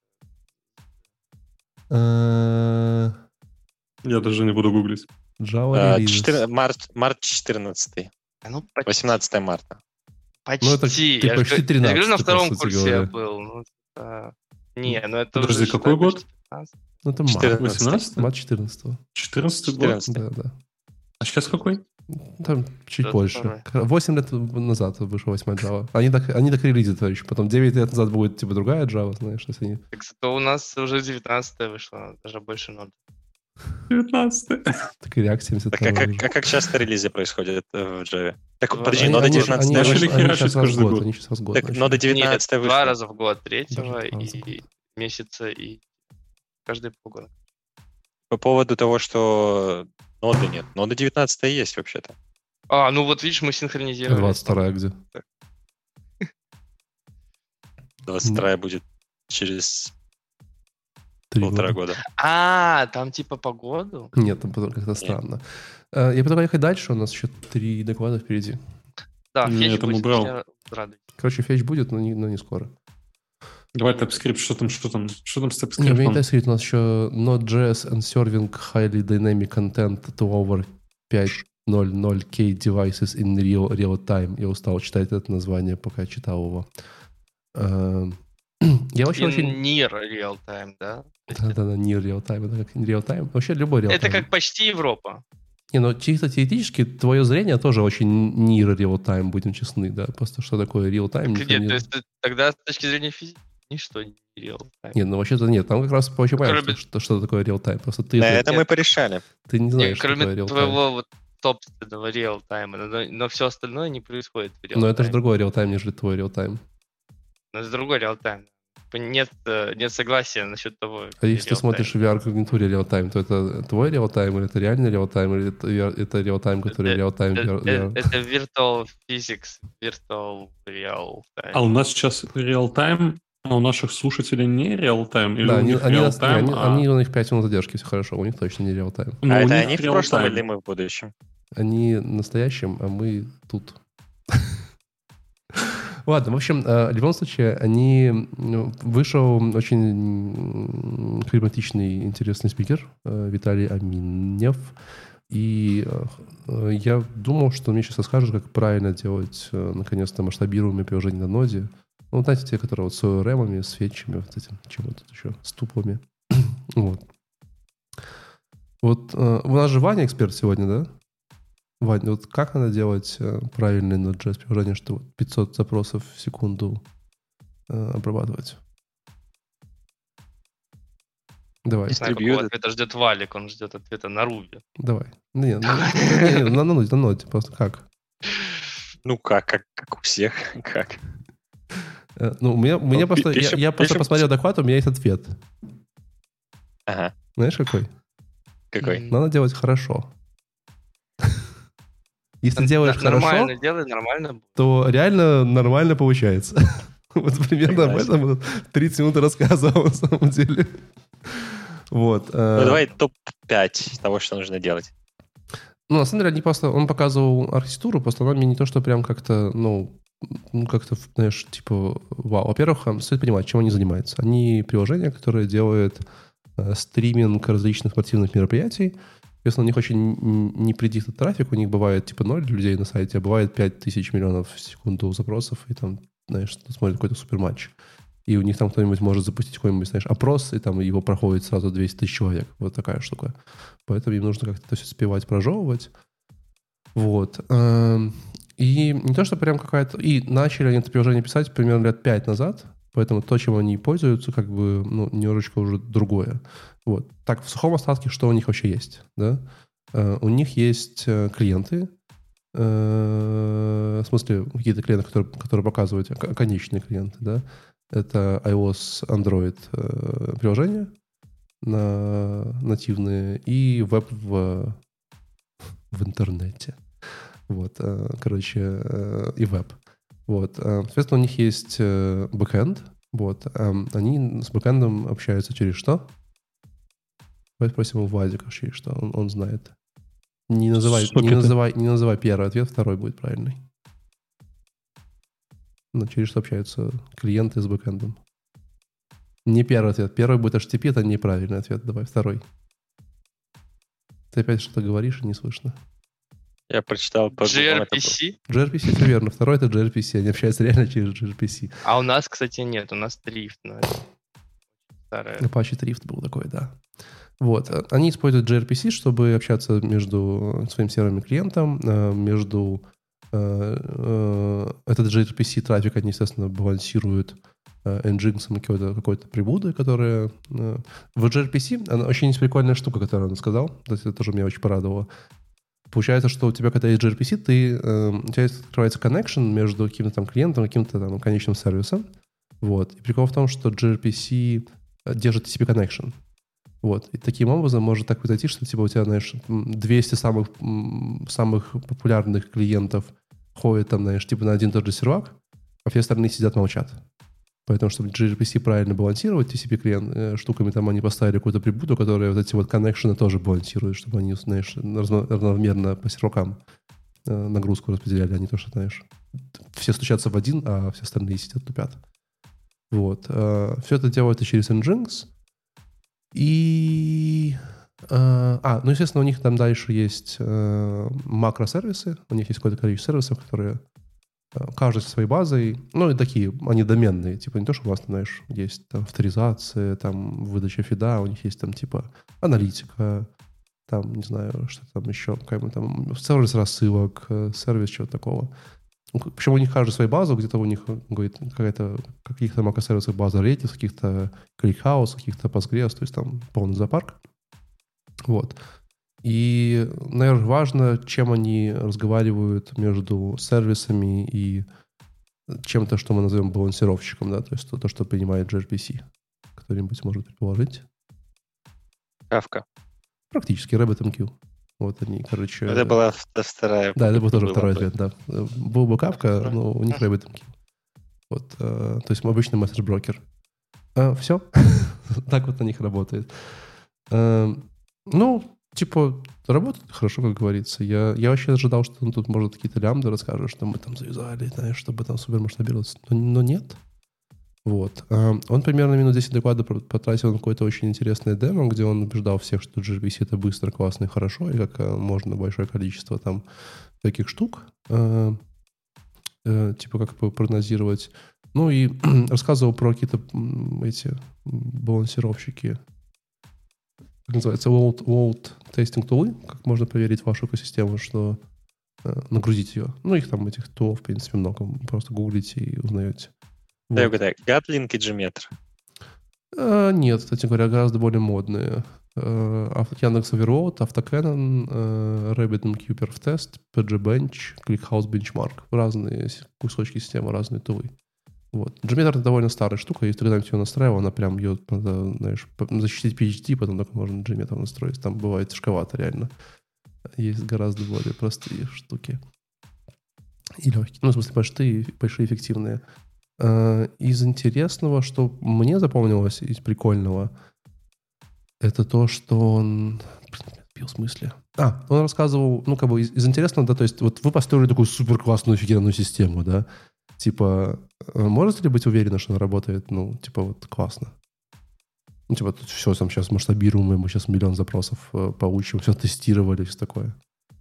Э, Я даже не буду гуглить. Java А, releases. четыр- Март, март четырнадцатый. А ну, почти. восемнадцатое марта. Почти. Ну, это ты я, почти же, говорю, я говорю, на тринадцатый, втором по сути курсе говоря. я был. Ну, это- Не, ну это Подожди, уже, какой считай, год? почти пятнадцать. Ну, это март. четырнадцатый. восемнадцатый? Март четырнадцатого. четырнадцатый год? четырнадцатый. Да, да. А сейчас какой? Там чуть двадцать больше. второй. восемь лет назад вышла восьмая Java. Они так, они так релизят, товарищи. Потом девять лет назад будет типа другая Java, знаешь, если они... Так зато у нас уже девятнадцатая вышла, даже больше нод. девятнадцатый. Так и React семьдесят Так, а, второй как, уже. а как часто релизы происходят э, в Java? Так, Два подожди, раза. нода Они- девятнадцать они- начали они- они херачить сейчас раз в каждый год, год. Они сейчас раз в год Так, начали. нода Нет, девятнадцать два вышла. раза в год, третьего Даже два раза в и месяца, и каждые полгода. По поводу того, что ноды нет. Нода девятнадцать есть вообще-то. А, ну вот видишь, мы синхронизировали. двадцать вторая где? двадцать вторая будет через Три полтора года. года. А, там типа погоду? Нет, там потом как-то странно. Э, Я предлагаю ехать дальше, у нас еще три доклада впереди. Да, Не, фетч я там будет, убрал. меня радует. Короче, фетч будет, но не, но не скоро. Давай TypeScript, что там, что там, что там с Не, у меня не TypeScript? TypeScript, у нас еще Node.js and serving highly dynamic content to over пять ноль ноль кей devices in real, real time. Я устал читать это название, пока читал его. Э, Я вообще In очень... near real time, да? Да-да-да, не real time, это как real time. Вообще любой real time. Это как почти Европа. Не, ну чисто теоретически твое зрение тоже очень не real time, будем честны, да. Просто что такое real time? никто Нет, не- то есть ты- тогда с точки зрения физики ничто не real time. Нет, ну вообще-то нет. Там как раз понимаешь, Кроме- что, что такое real time. Просто ты, На это- это мы порешали. ты не Не, знаешь, что кроме такое real time. твоего вот собственного real time, но, но все остальное не происходит в real Но это же time. другой real time, нежели твой real time. Но это другой real time. Нет, э, нет согласия насчет того. А если ты смотришь в ви ар-когнитуре real time, то это твой real time, или это реальный real time, или это, ви ар это real time, который real time? Это, ви ар? это virtual physics, virtual real time. А у нас сейчас реал-тайм, а у наших слушателей не реал-тайм? Или Да, у они, них они, нас- не, реал-тайм, они, а- они- у них пять минут задержки, все хорошо, у них точно не real time. ну, а у это них они в прошлом реал-тайм. или мы в будущем? Они настоящим, а мы тут. Ладно, в общем, э, в любом случае, они... ну, вышел очень м, харизматичный, интересный спикер э, Виталий Аминев. И э, я думал, что он мне сейчас расскажет, как правильно делать, э, наконец-то, масштабируемые приложения на ноде. Ну, знаете, те, которые вот с о эр эм, с фетчами, вот этим, чем вот тут еще, с туплами. Вот. Вот э, у нас же Ваня эксперт сегодня, да? Ваня, вот как надо делать э, правильное Node.js приложение, чтобы вот пятьсот запросов в секунду э, обрабатывать? Давай, Не знаю, какого ответа ждет Валик, он ждет ответа на Руби. давай. Не, ну, не, не, на ноде, на ноде, просто как? Ну как, как, как у всех, как. Э, Ну, у меня, у меня Ну, просто, пишем- я, я просто пишем- посмотрел доклад, у меня есть ответ. Ага, Знаешь, какой? какой? М. Надо делать хорошо. Если делаешь Н- хорошо, Нормально делай, нормально будет. то реально нормально получается. Вот примерно об Согласен. этом тридцать минут рассказывал на самом деле. Вот. э, Ну давай топ пять того, что нужно делать. Ну, на самом деле, они просто... Он показывал архитектуру, просто она мне не то, что прям как-то, ну, ну как-то, знаешь, типа, вау. Во-первых, э, стоит понимать, чем они занимаются. Они приложения, которые делают э, стриминг различных спортивных мероприятий Соответственно, у них очень не предиктор трафик, у них бывает типа ноль людей на сайте, а бывает пять тысяч миллионов в секунду запросов, и там, знаешь, смотрит какой-то суперматч. И у них там кто-нибудь может запустить какой-нибудь, знаешь, опрос, и там его проходит сразу двести тысяч человек. Вот такая штука. Поэтому им нужно как-то это все успевать прожевывать. Вот. И не то, что прям какая-то... И начали они это приложение писать примерно лет пять назад, поэтому то, чем они пользуются, как бы, ну, немножечко уже другое. Вот. Так, в сухом остатке, что у них вообще есть, да? У них есть клиенты, в смысле, какие-то клиенты, которые, которые показывают, конечные клиенты, да? Это iOS, Android э, приложения на, нативные и веб в, в интернете. Вот, э, короче, э, и веб. Вот, э, соответственно, у них есть э, бэкэнд. Вот, э, они с бэкэндом общаются через что? Давайте спросим у Владика, через что он, он знает. Не называй, не, называй, не называй первый ответ, второй будет правильный. Ну, через что общаются клиенты с бэкэндом. Не первый ответ. Первый будет эйч ти ти пи, это неправильный ответ. Давай второй. Ты опять что-то говоришь и не слышно. Я прочитал по джи ар пи си? джи ар пи си, это верно. Второй это джи ар пи си. Они общаются реально через джи ар пи си. А у нас, кстати, нет. У нас Drift. Но это старая. Apache Drift был такой, да. Вот. Они используют джи ар пи си, чтобы общаться между своим сервером и клиентом, между... Этот джи ар пи си трафик они, естественно, балансируют Nginx и какой-то, какой-то прибудой, которые... В джи ар пи си она очень прикольная штука, которую он сказал. Это тоже меня очень порадовало. Получается, что у тебя, когда есть джи ар пи си, ты, у тебя открывается connection между каким-то там клиентом и каким-то там конечным сервисом. Вот. И прикол в том, что джи ар пи си держит ти си пи connection. Вот. И таким образом может так произойти, что типа у тебя, знаешь, двести самых, самых популярных клиентов ходят там, знаешь, типа на один и тот же сервак, а все остальные сидят, молчат. Поэтому, чтобы джи ар пи си правильно балансировать ти си пи клиент, штуками, там они поставили какую-то прибуду, которая вот эти вот коннекшены тоже балансирует, чтобы они, знаешь, равномерно по сервакам нагрузку распределяли, а не то, что, знаешь, все стучатся в один, а все остальные сидят, тупят. Вот. Все это делается через Nginx. И... А, ну, естественно, у них там дальше есть э, макросервисы. У них есть какое-то количество сервисов, которые э, каждый со своей базой, ну, и такие, они доменные. Типа не то, что у вас, знаешь, есть там авторизация, там выдача фида, у них есть там типа аналитика, там, не знаю, что там еще, какой-нибудь там сервис рассылок, сервис чего-то такого. Причем у них каждый свою базу, где-то у них говорит, какая-то, каких-то макросервисов база Redis, каких-то ClickHouse, каких-то Postgres, то есть там полный зоопарк. Вот. И, наверное, важно, чем они разговаривают между сервисами и чем-то, что мы назовем балансировщиком, да, то есть то, то что принимает джи ар пи си. Кто-нибудь может предположить? Kafka. Практически, RabbitMQ. Вот они, короче... Это была вторая... Да, это был тоже второй ответ, да. Был бы Kafka, но у них RabbitMQ. Вот, э, то есть обычный месседж-брокер. Э, все. Так вот на них работает. Э, ну, типа, работает хорошо, как говорится. Я, я вообще ожидал, что он тут, может, какие-то лямбды расскажет, что мы там завязали, знаешь, чтобы там супер масштабироваться. Но, но нет. Вот. Он примерно минут десять доклада потратил на какое-то очень интересное демо, где он убеждал всех, что джи ар пи си это быстро, классно и хорошо, и как можно большое количество там таких штук, э, э, типа как прогнозировать. Ну и рассказывал про какие-то эти балансировщики, как называется, load, load testing тулы, как можно проверить вашу экосистему, что э, нагрузить ее. Ну, их там, этих тулов, в принципе, много. Просто гуглите и узнаете. Да, вот. Gatling и Gmeter. А, нет, кстати говоря, гораздо более модные. Яндекс Overload, AutoCannon, RabbitMQ PerfTest, пи джи Bench, ClickHouse Benchmark. Разные кусочки системы, разные тулы. Вот. Gmeter — это довольно старая штука. Если ты когда-нибудь ее настраивал, она прям ее, надо, знаешь, защитить пи эйч ди, потом только можно Gmeter настроить. Там бывает тяжковато реально. Есть гораздо более простые штуки. И легкие. Ну, в смысле, большие, большие эффективные. Из интересного, что мне запомнилось, из прикольного, это то, что он... Пил в смысле? А, он рассказывал, ну, как бы из, из интересного, да, то есть вот вы построили такую супер классную офигенную систему, да, типа, можете ли быть уверены, что она работает, ну, типа, вот классно? Ну, типа, тут все там сейчас масштабируемое, мы сейчас миллион запросов э, получим, все тестировали, все такое.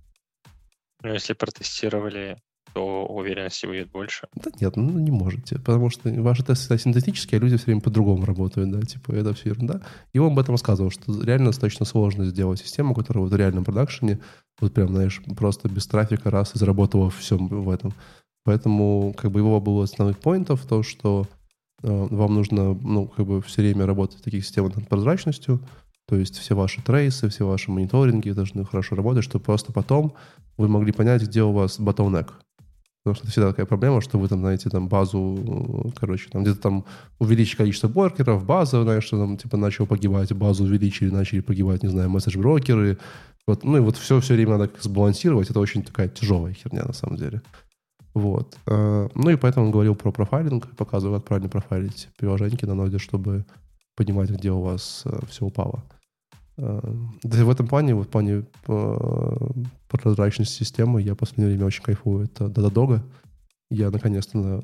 Ну, если протестировали, то уверенности будет больше. Да нет, ну не можете, потому что ваши тесты всегда синтетические, а люди все время по-другому работают, да, типа, это все ерунда. И он об этом рассказывал, что реально достаточно сложно сделать систему, которая вот в реальном продакшене, вот прям, знаешь, просто без трафика раз и заработала все в этом. Поэтому, как бы, его было основных поинтов, то, что э, вам нужно, ну, как бы, все время работать в таких системах над прозрачностью, то есть все ваши трейсы, все ваши мониторинги должны хорошо работать, чтобы просто потом вы могли понять, где у вас bottleneck. Потому что это всегда такая проблема, что вы там, знаете, там базу, короче, там где-то там увеличить количество брокеров, база, знаешь, что там типа начал погибать, базу увеличили, начали погибать, не знаю, месседж-брокеры. Вот, ну и вот все все время надо сбалансировать. Это очень такая тяжелая херня на самом деле. Вот. Ну и поэтому он говорил про профайлинг, показывал, как правильно профайлить приложеньки на ноде, чтобы понимать, где у вас все упало. Да, в этом плане, в плане прозрачности системы я в последнее время очень кайфую. Это Datadog. Я наконец-то на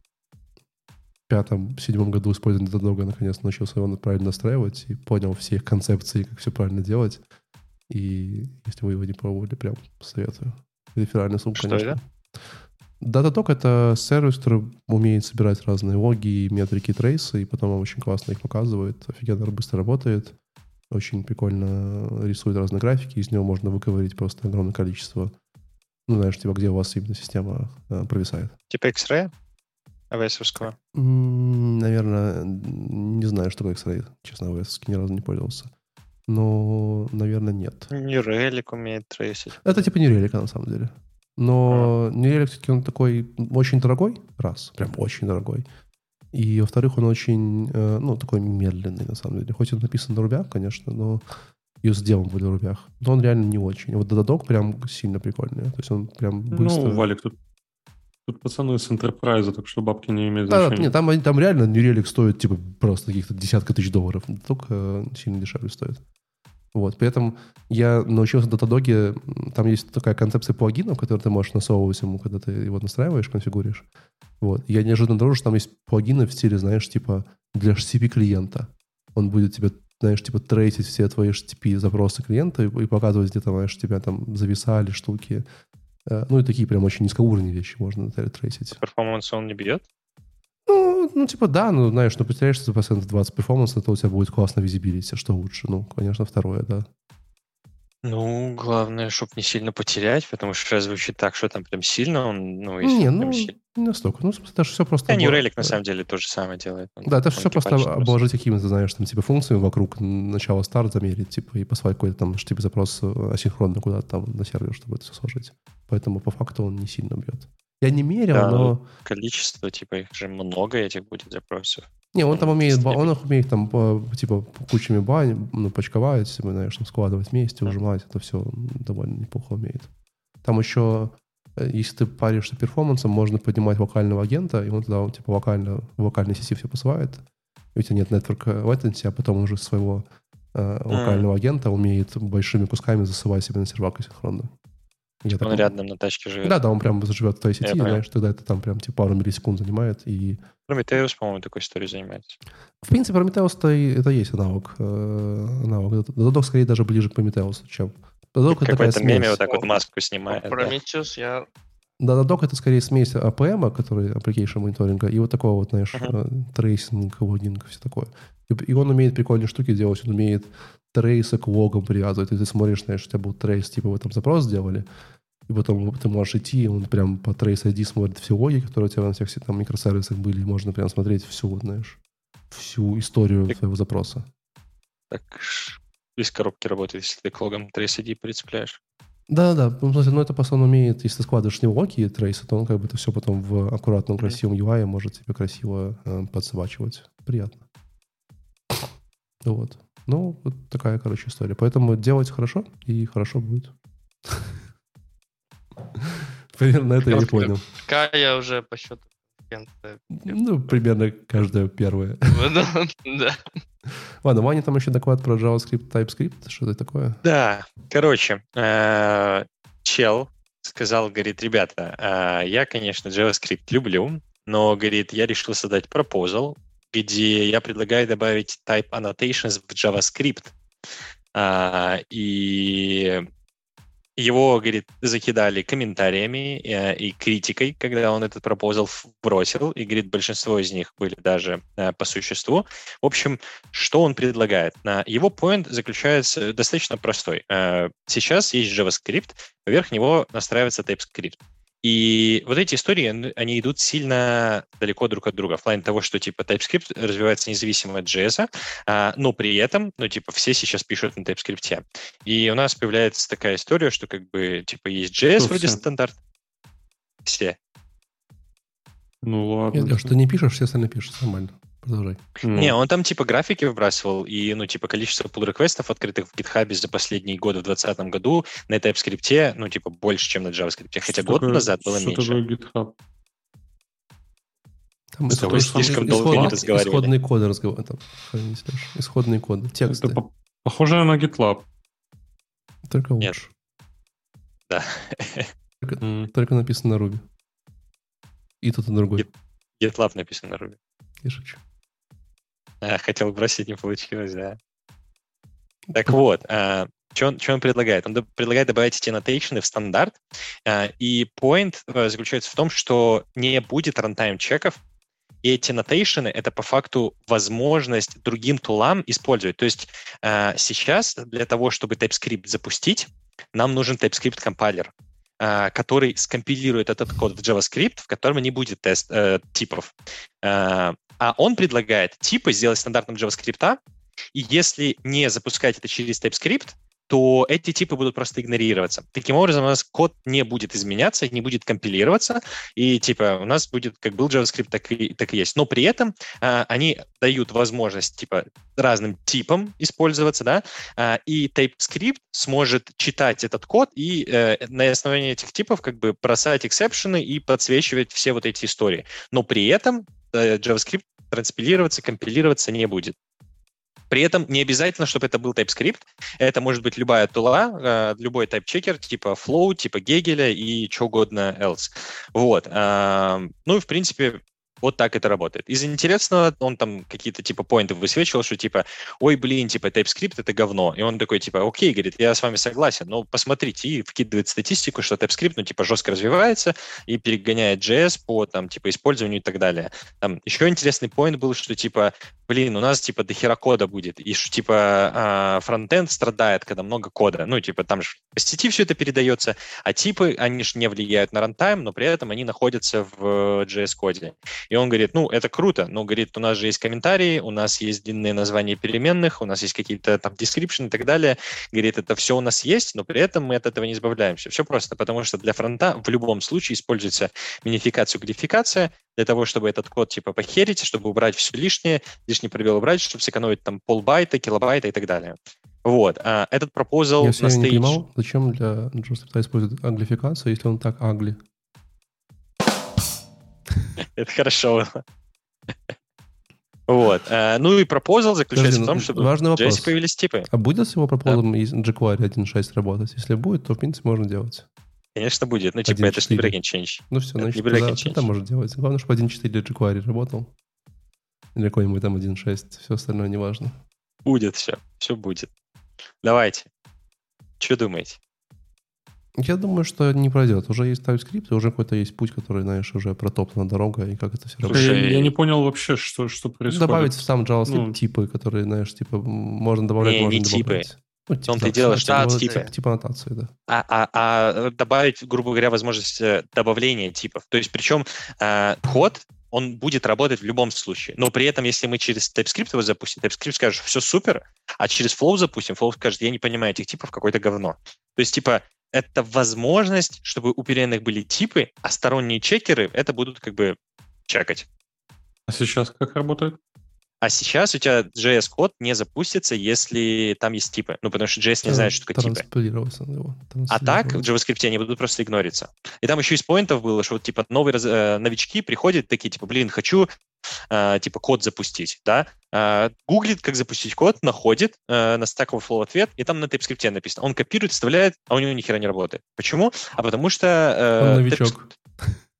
пятом-седьмом году использования Datadog наконец-то научился его правильно настраивать и понял все их концепции, как все правильно делать. И если вы его не пробовали, прям советую. Реферальный ссылка, Что конечно. это? Datadog — это сервис, который умеет собирать разные логи, метрики, трейсы, и потом он очень классно их показывает. Офигенно быстро работает. Очень прикольно рисует разные графики, из него можно выковырить просто огромное количество, ну, знаешь, типа, где у вас именно система э, провисает. Типа X-Ray? эй ви эс-овского? М, наверное, не знаю, что такое X-Ray, честно, эй ви эс ни разу не пользовался. Но, наверное, нет. New Relic умеет трейсить. Это типа не релика, на самом деле. Но New Relic все-таки он такой очень дорогой, раз, прям очень дорогой. И, во-вторых, он очень, э, ну, такой медленный, на самом деле. Хоть он написан на рубях, конечно, но и сделан был на рубях. Но он реально не очень. Вот Datadog прям сильно прикольный. То есть он прям быстро... Ну, Валик, тут, тут пацаны с Enterprise, так что бабки не имеют Да, значения. нет, там, там реально New Relic стоит, типа, просто каких-то десятка тысяч долларов. Только сильно дешевле стоит. Вот, при этом я научился в Datadog, там есть такая концепция плагинов, которые ты можешь насовывать ему, когда ты его настраиваешь, конфигурируешь. Вот. Я неожиданно обнаружил, что там есть плагины в стиле, знаешь, типа для эйч ти ти пи-клиента. Он будет тебе, знаешь, типа трейсить все твои эйч ти ти пи-запросы клиента и, и показывать, где там, знаешь, тебя там зависали штуки. Ну и такие прям очень низкоуровневые вещи можно трейсить. Перформанс он не бьет? Ну, ну, типа, да, ну, знаешь, ну, потеряешь за процентов двадцать перформанса, то у тебя будет классно визибилити, что лучше. Ну, конечно, второе, да. Ну, главное, чтобы не сильно потерять, потому что сейчас звучит так, что там прям сильно он, ну, если Не, прям ну, сильно. не настолько. Ну, в смысле, даже все просто... А New обла- Relic, на самом деле, то же самое делает. Он- Да, это он все просто типа об- обложить какими-то, знаешь, там, типа, функциями вокруг начала старт замерить, типа, и послать какой-то там, типа, запрос асинхронно куда-то там на сервер, чтобы это все сложить. Поэтому, по факту, он не сильно бьет. Я не мерил, Да, но... Количество, типа, их же много, этих будет запросов. Не, он там Ну, умеет, ба- если он быть. их умеет там, по- типа, кучами бань, ну, почковать, типа, знаешь, там, складывать вместе, ужимать, это все довольно неплохо умеет. Там еще, э, если ты паришься перформансом, можно поднимать вокального агента, и он тогда, он, типа, вокально, в вокальной сети все посылает, и у тебя нет network latency, а потом уже своего э, локального агента умеет большими кусками засылать себе на сервак асинхронно. Я Он так- рядом на тачке живет. Да, да, он прям живет в твоей Я сети, понял. знаешь, тогда это там прям типа пару миллисекунд занимает, и Prometheus, по-моему, такой историей занимается. в принципе, Prometheus-то и- это есть аналог. э, аналог. Datadog скорее даже ближе к Prometheus, чем... Datadog это такая Какой-то меме смесь. вот так вот маску снимает. да. Prometheus я... Datadog это скорее смесь эй пи эм, который application мониторинга, и вот такого вот, знаешь, Мгм. э, трейсинг, логинг, все такое. И, и он умеет прикольные штуки делать, он умеет трейсы к логам привязывать. И ты смотришь, знаешь, у тебя был трейс, типа вы там запрос сделали, и потом ты можешь идти, и он прям по Trace ай ди смотрит все логи, которые у тебя на всех там микросервисах были, и можно прям смотреть всю, вот, знаешь, всю историю Так- твоего запроса. Так ш- из коробки работает, если ты к логам Trace ай ди прицепляешь. Да-да, ну, в смысле, ну, это просто он умеет, если ты складываешь в него логи и трейсы, то он как бы это все потом в аккуратном, красивом ю ай может тебе красиво э, подсвачивать. Приятно. Вот. Ну, вот такая, короче, история. Поэтому делать хорошо, и хорошо будет. Примерно это я и понял. Какая я уже по счету конференция. Ну, примерно каждая первая. Да. Ладно, Ваня там еще доклад про JavaScript, TypeScript, что это такое? Да, короче, э, чел сказал, говорит, ребята, э, я, конечно, JavaScript люблю, но, говорит, я решил создать пропозал, где я предлагаю добавить type annotations в JavaScript. А, и его, говорит, закидали комментариями и, и критикой, когда он этот пропозал бросил. И, говорит, большинство из них были даже а, по существу. В общем, что он предлагает? А, его point заключается достаточно простой. А, сейчас есть JavaScript, поверх него настраивается TypeScript. И вот эти истории, они идут сильно далеко друг от друга, в плане того, что типа TypeScript развивается независимо от джей эс, а, но при этом, ну, типа, все сейчас пишут на TypeScript. И у нас появляется такая история, что как бы, типа, есть джей эс Что вроде все? стандарт. Все. Ну ладно. Нет, Леш, ты не пишешь, все остальные пишут. Нормально. Продолжай. Ну, Не, он там типа графики выбрасывал, и, ну, типа, количество pull-реквестов, открытых в GitHub за последние годы в двадцатом году на TypeScript, ну, типа, больше, чем на JavaScript. Хотя что год такое- назад было что меньше. такое GitHub? Там Что, исход- вы слишком исход- долго не исход- разговаривали. Исходные коды разговор... там, хранить, Леш. Исходные коды, тексты. Это по- похоже на GitLab. Только Нет. лучше. Да. Только, М. только написано на Ruby. И тут и другой. Git- GitLab написано на Ruby. Я шучу. А, хотел бросить, не получилось, да. Так вот, а, что он, что он предлагает? Он до- предлагает добавить эти annotation в стандарт, а, и point а, заключается в том, что не будет runtime-чеков, и эти annotation — это по факту возможность другим тулам использовать. То есть а, сейчас для того, чтобы TypeScript запустить, нам нужен TypeScript компайлер, а, который скомпилирует этот код в JavaScript, в котором не будет тест, э, типов. А, а он предлагает типы сделать стандартным JavaScript, и если не запускать это через TypeScript, то эти типы будут просто игнорироваться. Таким образом, у нас код не будет изменяться, не будет компилироваться, и типа у нас будет как был JavaScript, так и, так и есть. Но при этом а, они дают возможность типа разным типам использоваться, да, а, и TypeScript сможет читать этот код и э, на основании этих типов как бы бросать эксепшены и подсвечивать все вот эти истории. Но при этом э, JavaScript транспилироваться, компилироваться не будет. При этом не обязательно, чтобы это был TypeScript. Это может быть любая тула, э, любой тайп-чекер, типа Flow, типа Гегеля и что угодно else. Вот. Э, ну и, в принципе, вот так это работает. Из интересного он там какие-то типа поинты высвечивал, что типа, ой, блин, типа TypeScript — это говно. И он такой типа, окей, говорит, я с вами согласен, но посмотрите, и вкидывает статистику, что TypeScript, ну, типа, жестко развивается и перегоняет джей эс по, там, типа, использованию и так далее. Там еще интересный поинт был, что типа, блин, у нас, типа, дохера кода будет, и что, типа, фронтенд страдает, когда много кода. Ну, типа, там же по сети все это передается, а типы, они же не влияют на рантайм, но при этом они находятся в джей эс-коде. И он говорит, ну, это круто, но, говорит, у нас же есть комментарии, у нас есть длинные названия переменных, у нас есть какие-то там description и так далее. Говорит, это все у нас есть, но при этом мы от этого не избавляемся. Все просто, потому что для фронта в любом случае используется минификация, кодификация для того, чтобы этот код типа похерить, чтобы убрать все лишнее, лишний пробел убрать, чтобы сэкономить там полбайта, килобайта и так далее. Вот. А этот пропозал Я на все не стейдж... понимал, зачем для JavaScript используют аглификацию, если он так агли. Это хорошо. Вот. А, ну и пропозал заключается Подожди, в том, ну, что важный в джей эс вопрос. появились типы. А будет с его пропозалом из jQuery один точка шесть работать? Если будет, то, в принципе, можно делать. Конечно, будет. Ну, типа, один это же не четыре. break and change. Ну все, Это значит, не break тогда, and change. тогда можно делать. Главное, чтобы один точка четыре для jQuery работал. Или какой-нибудь там один точка шесть. Все остальное не важно. Будет все. Все будет. Давайте. Что думаете? Я думаю, что не пройдет. Уже есть TypeScript, и уже какой-то есть путь, который, знаешь, уже протоптана дорога, и как это все Слушай, работает. Я, я не понял вообще, что, что происходит. Добавить в сам JavaScript Ну, типы, которые, знаешь, типа, можно добавлять, Не, можно не не типы. добавлять. Ну, типа, том-то и да, дело, типа, что вот типы. типа, типа аннотации, да. А, а, а добавить, грубо говоря, возможность э, добавления типов. То есть, причем э, код, он будет работать в любом случае. Но при этом, если мы через TypeScript его запустим, TypeScript скажет, что все супер, а через Flow запустим, Flow скажет, я не понимаю этих типов, какое-то говно. То есть, типа, это возможность, чтобы у переменных были типы, а сторонние чекеры это будут как бы чекать. а сейчас как работает? А сейчас у тебя джей эс-код не запустится, если там есть типы. Ну, потому что джей эс не знает, что такое типы. Транспилировался на него. А так в JavaScript они будут просто игнориться. И там еще из поинтов было, что вот, типа, новые раз, э, новички приходят такие, типа, блин, хочу, э, типа, код запустить, да? Э, гуглит, как запустить код, находит э, на Stack Overflow ответ, и там на TypeScript написано. Он копирует, вставляет, а у него ни хера не работает. Почему? А потому что... Э, Он новичок. TypeScript...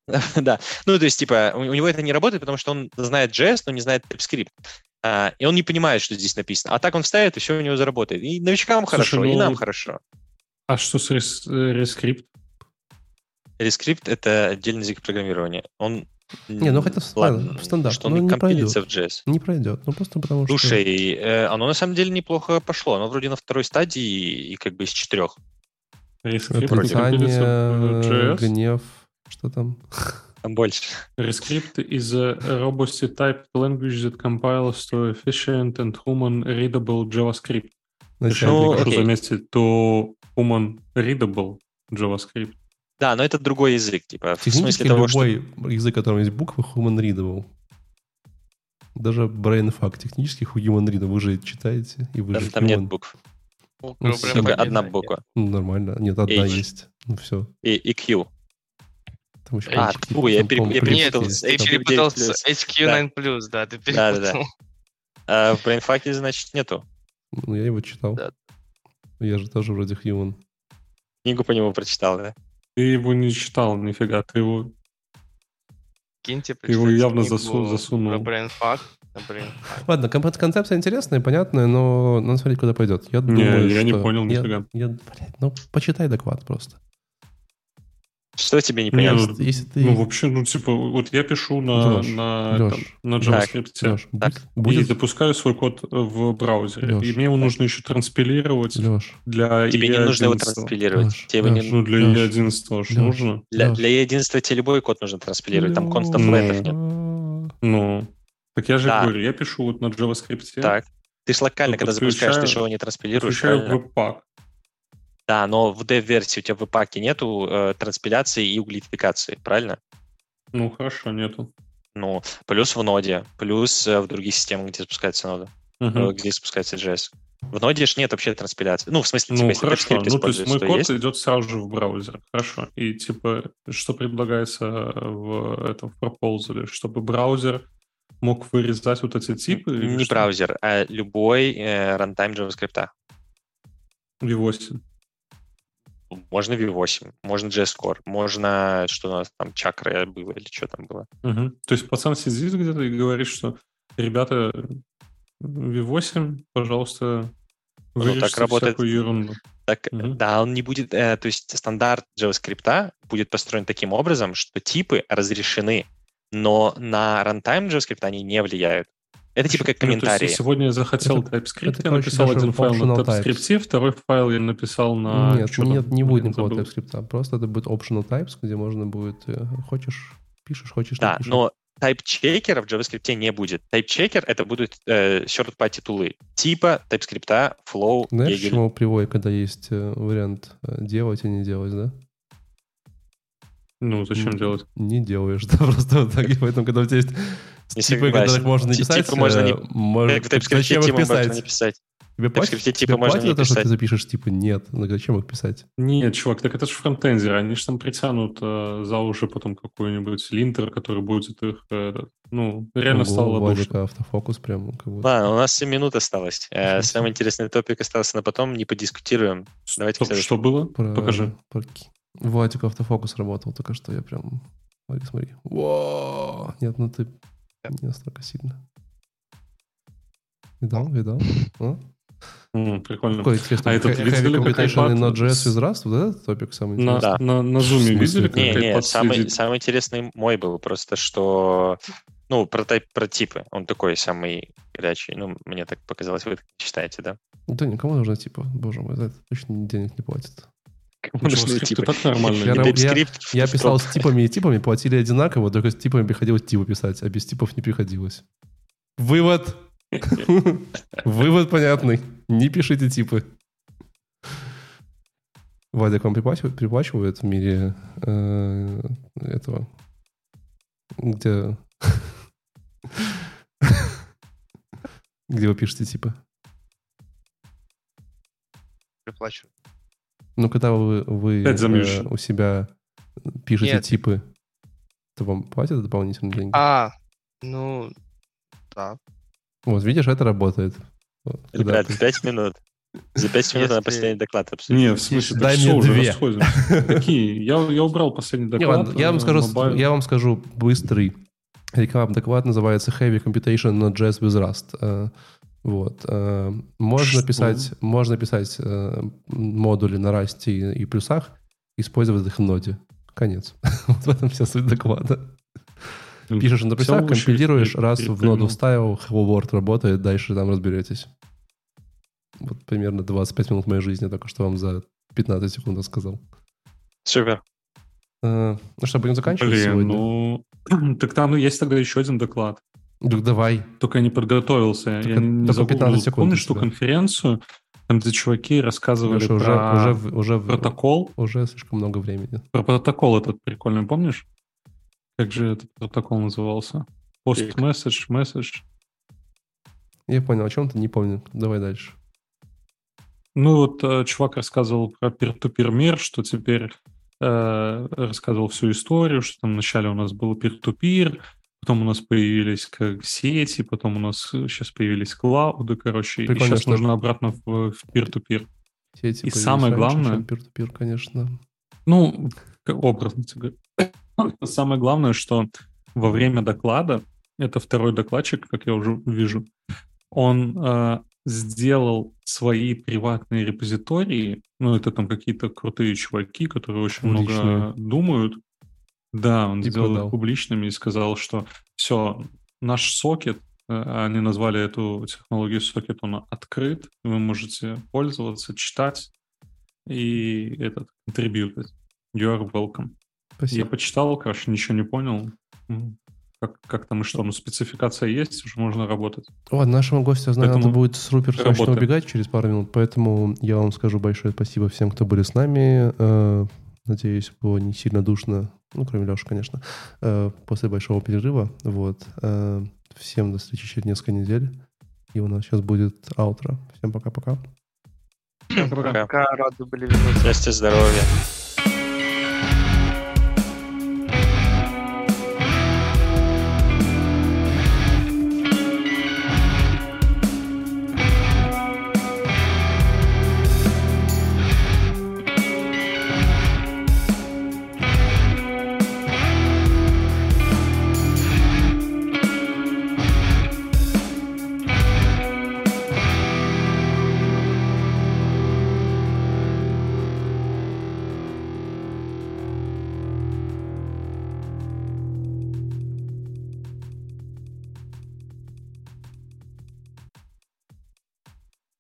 Да. Ну, то есть, типа, у, у него это не работает, потому что он знает джей эс, но не знает TypeScript. А, и он не понимает, что здесь написано. А так он вставит, и все у него заработает. И новичкам Слушай, хорошо, ну, и нам хорошо. А что с рес- Reskript? Reskript — это отдельный язык программирования. Он... Не, ну хотя ладно, стандарт, что он но не не компилится пройдет. в джей эс. Не пройдет, ну просто потому Слушай, что... э, оно на самом деле неплохо пошло. Оно вроде на второй стадии и как бы из четырех. Reskript не компилится в джей эс? Гнев, что там? Там больше. Reskript is a robustly typed language that compiles to efficient and human-readable JavaScript. Значит, Я Ну, прошу окей. заметить, to human-readable JavaScript. Да, но это другой язык, типа, в технически смысле того, что... любой язык, в котором есть буквы, human readable. Даже brainfuck технически human readable. Вы же читаете, и вы Там, же там нет human. букв. Ну, Ну, прям только Только понятно, одна нет. буква. Ну, нормально. Нет, одна H. есть. Ну, все. И, и Q. Там еще А, H, фу, я там, переп- по-моему, я плюс Нет, перепутал есть. с ты эйч кью перепутал девять плюс. с эйч кью девять плюс, да, ты Да, да, перепутал. да. А в BrainFuck, значит, нету. Ну, я его читал. Да. Я же тоже вроде human. Книгу по нему прочитал, да? Ты его не читал, нифига. Ты его... Киньте, Ты его почитайте явно книгу засу- засунул. Про BrainFuck. на BrainFuck. Ладно, кон- концепция интересная, понятная, но надо смотреть, куда пойдет. Я Не, думаю, я что... не понял я, нифига. я, блядь, ну, почитай доклад просто. Что тебе не Не, понятно? ну, Если ты... ну, вообще, ну, типа, вот я пишу на, Лёш, на, Лёш, там, на Лёш, JavaScript, Лёш, Так. будь- и будет... запускаю свой код в браузере. Лёш. И мне его нужно еще транспилировать Лёш, для Тебе не нужно его и одиннадцать. транспилировать. Лёш, Тебе не- Лёш. Ну, для Лёш, и одиннадцать ж Лёш. нужно. Для, Лёш. для и одиннадцать тебе любой код нужно транспилировать. Там конста Ну. флетов нет. Ну, так я же Да. говорю, я пишу вот на JavaScript. Так. Ты ж локально, Ну, когда запускаешь, ты подключаю- же его не транспилируешь, Включаю правильно? веб-пак. Да, но в dev-версии у тебя в веб-паке нету э, транспиляции и углификации, правильно? Ну, хорошо, нету. Ну, плюс в ноде, плюс э, в других системах, где запускается нода, Мгм. э, где запускается джей эс. В ноде ж нет вообще транспиляции. Ну, в смысле, типа, Ну, если хорошо. TypeScript Ну, то есть используется, мой то код есть. идет сразу же в браузер. Хорошо. И, типа, что предлагается в этом в пропозале? Чтобы браузер мог вырезать вот эти типы? или Не что? браузер, а любой э, рантайм JavaScript. ви восемь. Можно ви восемь, можно джей эс Core, можно, что у нас там, чакры было или что там было. Мгм. То есть пацан сидит где-то и говорит, что ребята, ви восемь, пожалуйста, Ну, вырежьте так работает. всякую ерунду. Так, Мгм. да, он не будет, э, то есть стандарт JavaScript будет построен таким образом, что типы разрешены, но на рантайм JavaScript они не влияют. Это типа как Ну, то есть комментарии. сегодня я захотел Это- TypeScript, это, я короче, написал даже один файл на optional TypeScript, второй файл я написал на... Нет, чё нет, там, не будет блин, никакого забыл. TypeScript. Просто это будет optional types, где можно будет... э, Хочешь, пишешь, хочешь, не Да, пишешь. но тайп-чекера в JavaScript не будет. Тайп-чекер — это будут э, third-party тулы. Типа TypeScript, Flow, Знаешь, к Kegel. чему приводит, когда есть э, вариант э, делать и не делать, да? Ну, зачем М, делать? Не делаешь, да, просто вот так. И поэтому, когда у тебя есть Не типы, согласен. которых можно Ти- написать, типы можно не- э, можно- Как в TypeScript зачем их типы можно не писать? писать. Тебе В платят, TypeScript типы тебе можно платят не за то, что писать. ты запишешь типы? Нет. Ну зачем их писать? Нет, чувак, так это же фронтендеры, они же там притянут э, за уши потом какой-нибудь линтер, который будет их... э, этот, ну, реально Ого, стало у душно. Владика автофокус прям как будто. Ладно, у нас семь минут осталось. Э, Ничего Самый интересный топик остался на потом, не подискутируем. Давайте Что, следующий. что было? Про- Покажи. про ки- Владик автофокус работал только что, я прям... Смотри, смотри. Во! Нет, ну ты не настолько сильно. Видал, видал? А? М, прикольно. Какой интересный. А этот Heavy видели, как Computation in iPad Node.js с- из Rust? Вот этот топик самый На, интересный. Да. на, на В зуме смысле? видели, как Не, не, iPad самый, следит? самый интересный мой был просто, что... Ну, про, тип- про типы. Он такой самый горячий. Ну, мне так показалось, вы так считаете, да? Да никому нужно типа, боже мой, за это точно денег не платят. Кому нужны JavaScript типы? и так нормально. Я И раб- TypeScript, Я в писал том- с типами и типами, платили одинаково, только с типами приходилось типы писать, а без типов не приходилось. Вывод. Вывод понятный. Не пишите типы. Вадик, вам приплачивают, приплачивают в мире э, этого, где... где вы пишете типы? Приплачу. Ну, когда вы, вы Опять э, замьючен. у себя пишете Нет. типы, то вам платят дополнительные деньги? А, ну, да. Вот, видишь, это работает. Вот, когда Ребят, ты- пять минут. За пять минут Если- на последний доклад обсудить. Не, в смысле, Дай так мне все, уже две. расходимся. Какие? Я, я убрал последний Не, доклад. ладно, я вам э, скажу, Mobile. я вам скажу быстрый рекап. Доклад называется Heavy Computation Node.js with Rust. Э, Вот. Э, Можно Что? писать, можно писать э, модули на Rust и, и плюсах, использовать их в ноде. Конец. Вот в этом вся суть доклада. Пишешь на плюсах, Всё выше компилируешь, пере- раз в перепрыгнул. ноду вставил, Hello World работает, дальше там разберетесь. Вот примерно двадцать пять минут моей жизни только что вам за пятнадцать секунд рассказал. Супер. Э, Ну что, будем заканчивать Блин, сегодня? ну... Так там есть тогда еще один доклад. Так давай. Только я не подготовился. Только- я не только загуглил. пятнадцать секунд Помнишь у ту тебя. конференцию, там, где чуваки рассказывали Леша, уже, про уже, в- уже, в- протокол? уже слишком много времени. Про протокол этот прикольный, помнишь? Как же этот протокол назывался? Post-message, message. Я понял, о чем ты, не помню. Давай дальше. Ну вот э, чувак рассказывал про peer-to-peer мир, что теперь э, рассказывал всю историю, что там вначале у нас был peer-to-peer, потом у нас появились как сети, потом у нас сейчас появились клауды, короче, и Прикольно, сейчас что- нужно обратно в, в peer-to-peer. Все эти И появились самое раньше, главное- чем peer-to-peer, конечно. Ну, как образно тебе говорю. Самое главное, что во время доклада, это второй докладчик, как я уже вижу, он э, сделал свои приватные репозитории, ну, это там какие-то крутые чуваки, которые очень Публичные. много думают. Да, он И сделал продал. их публичными и сказал, что все, наш сокет, э, они назвали эту технологию сокет, он открыт, вы можете пользоваться, читать и этот, contribute. You are welcome. Я Спасибо. почитал, короче, ничего не понял. М, Как, как там и что, ну, спецификация есть, уже можно работать. Ладно, нашему гостю, я знаю, надо Поэтому будет супер срочно работаем. убегать через пару минут, поэтому я вам скажу большое спасибо всем, кто были с нами. Э, Надеюсь, было не сильно душно, ну, кроме Леши, конечно, э, после большого перерыва. Вот. Э, Всем до встречи через несколько недель. И у нас сейчас будет аутро. Всем пока-пока. Пока. Пока рады были вернуться. Счастья, здоровья.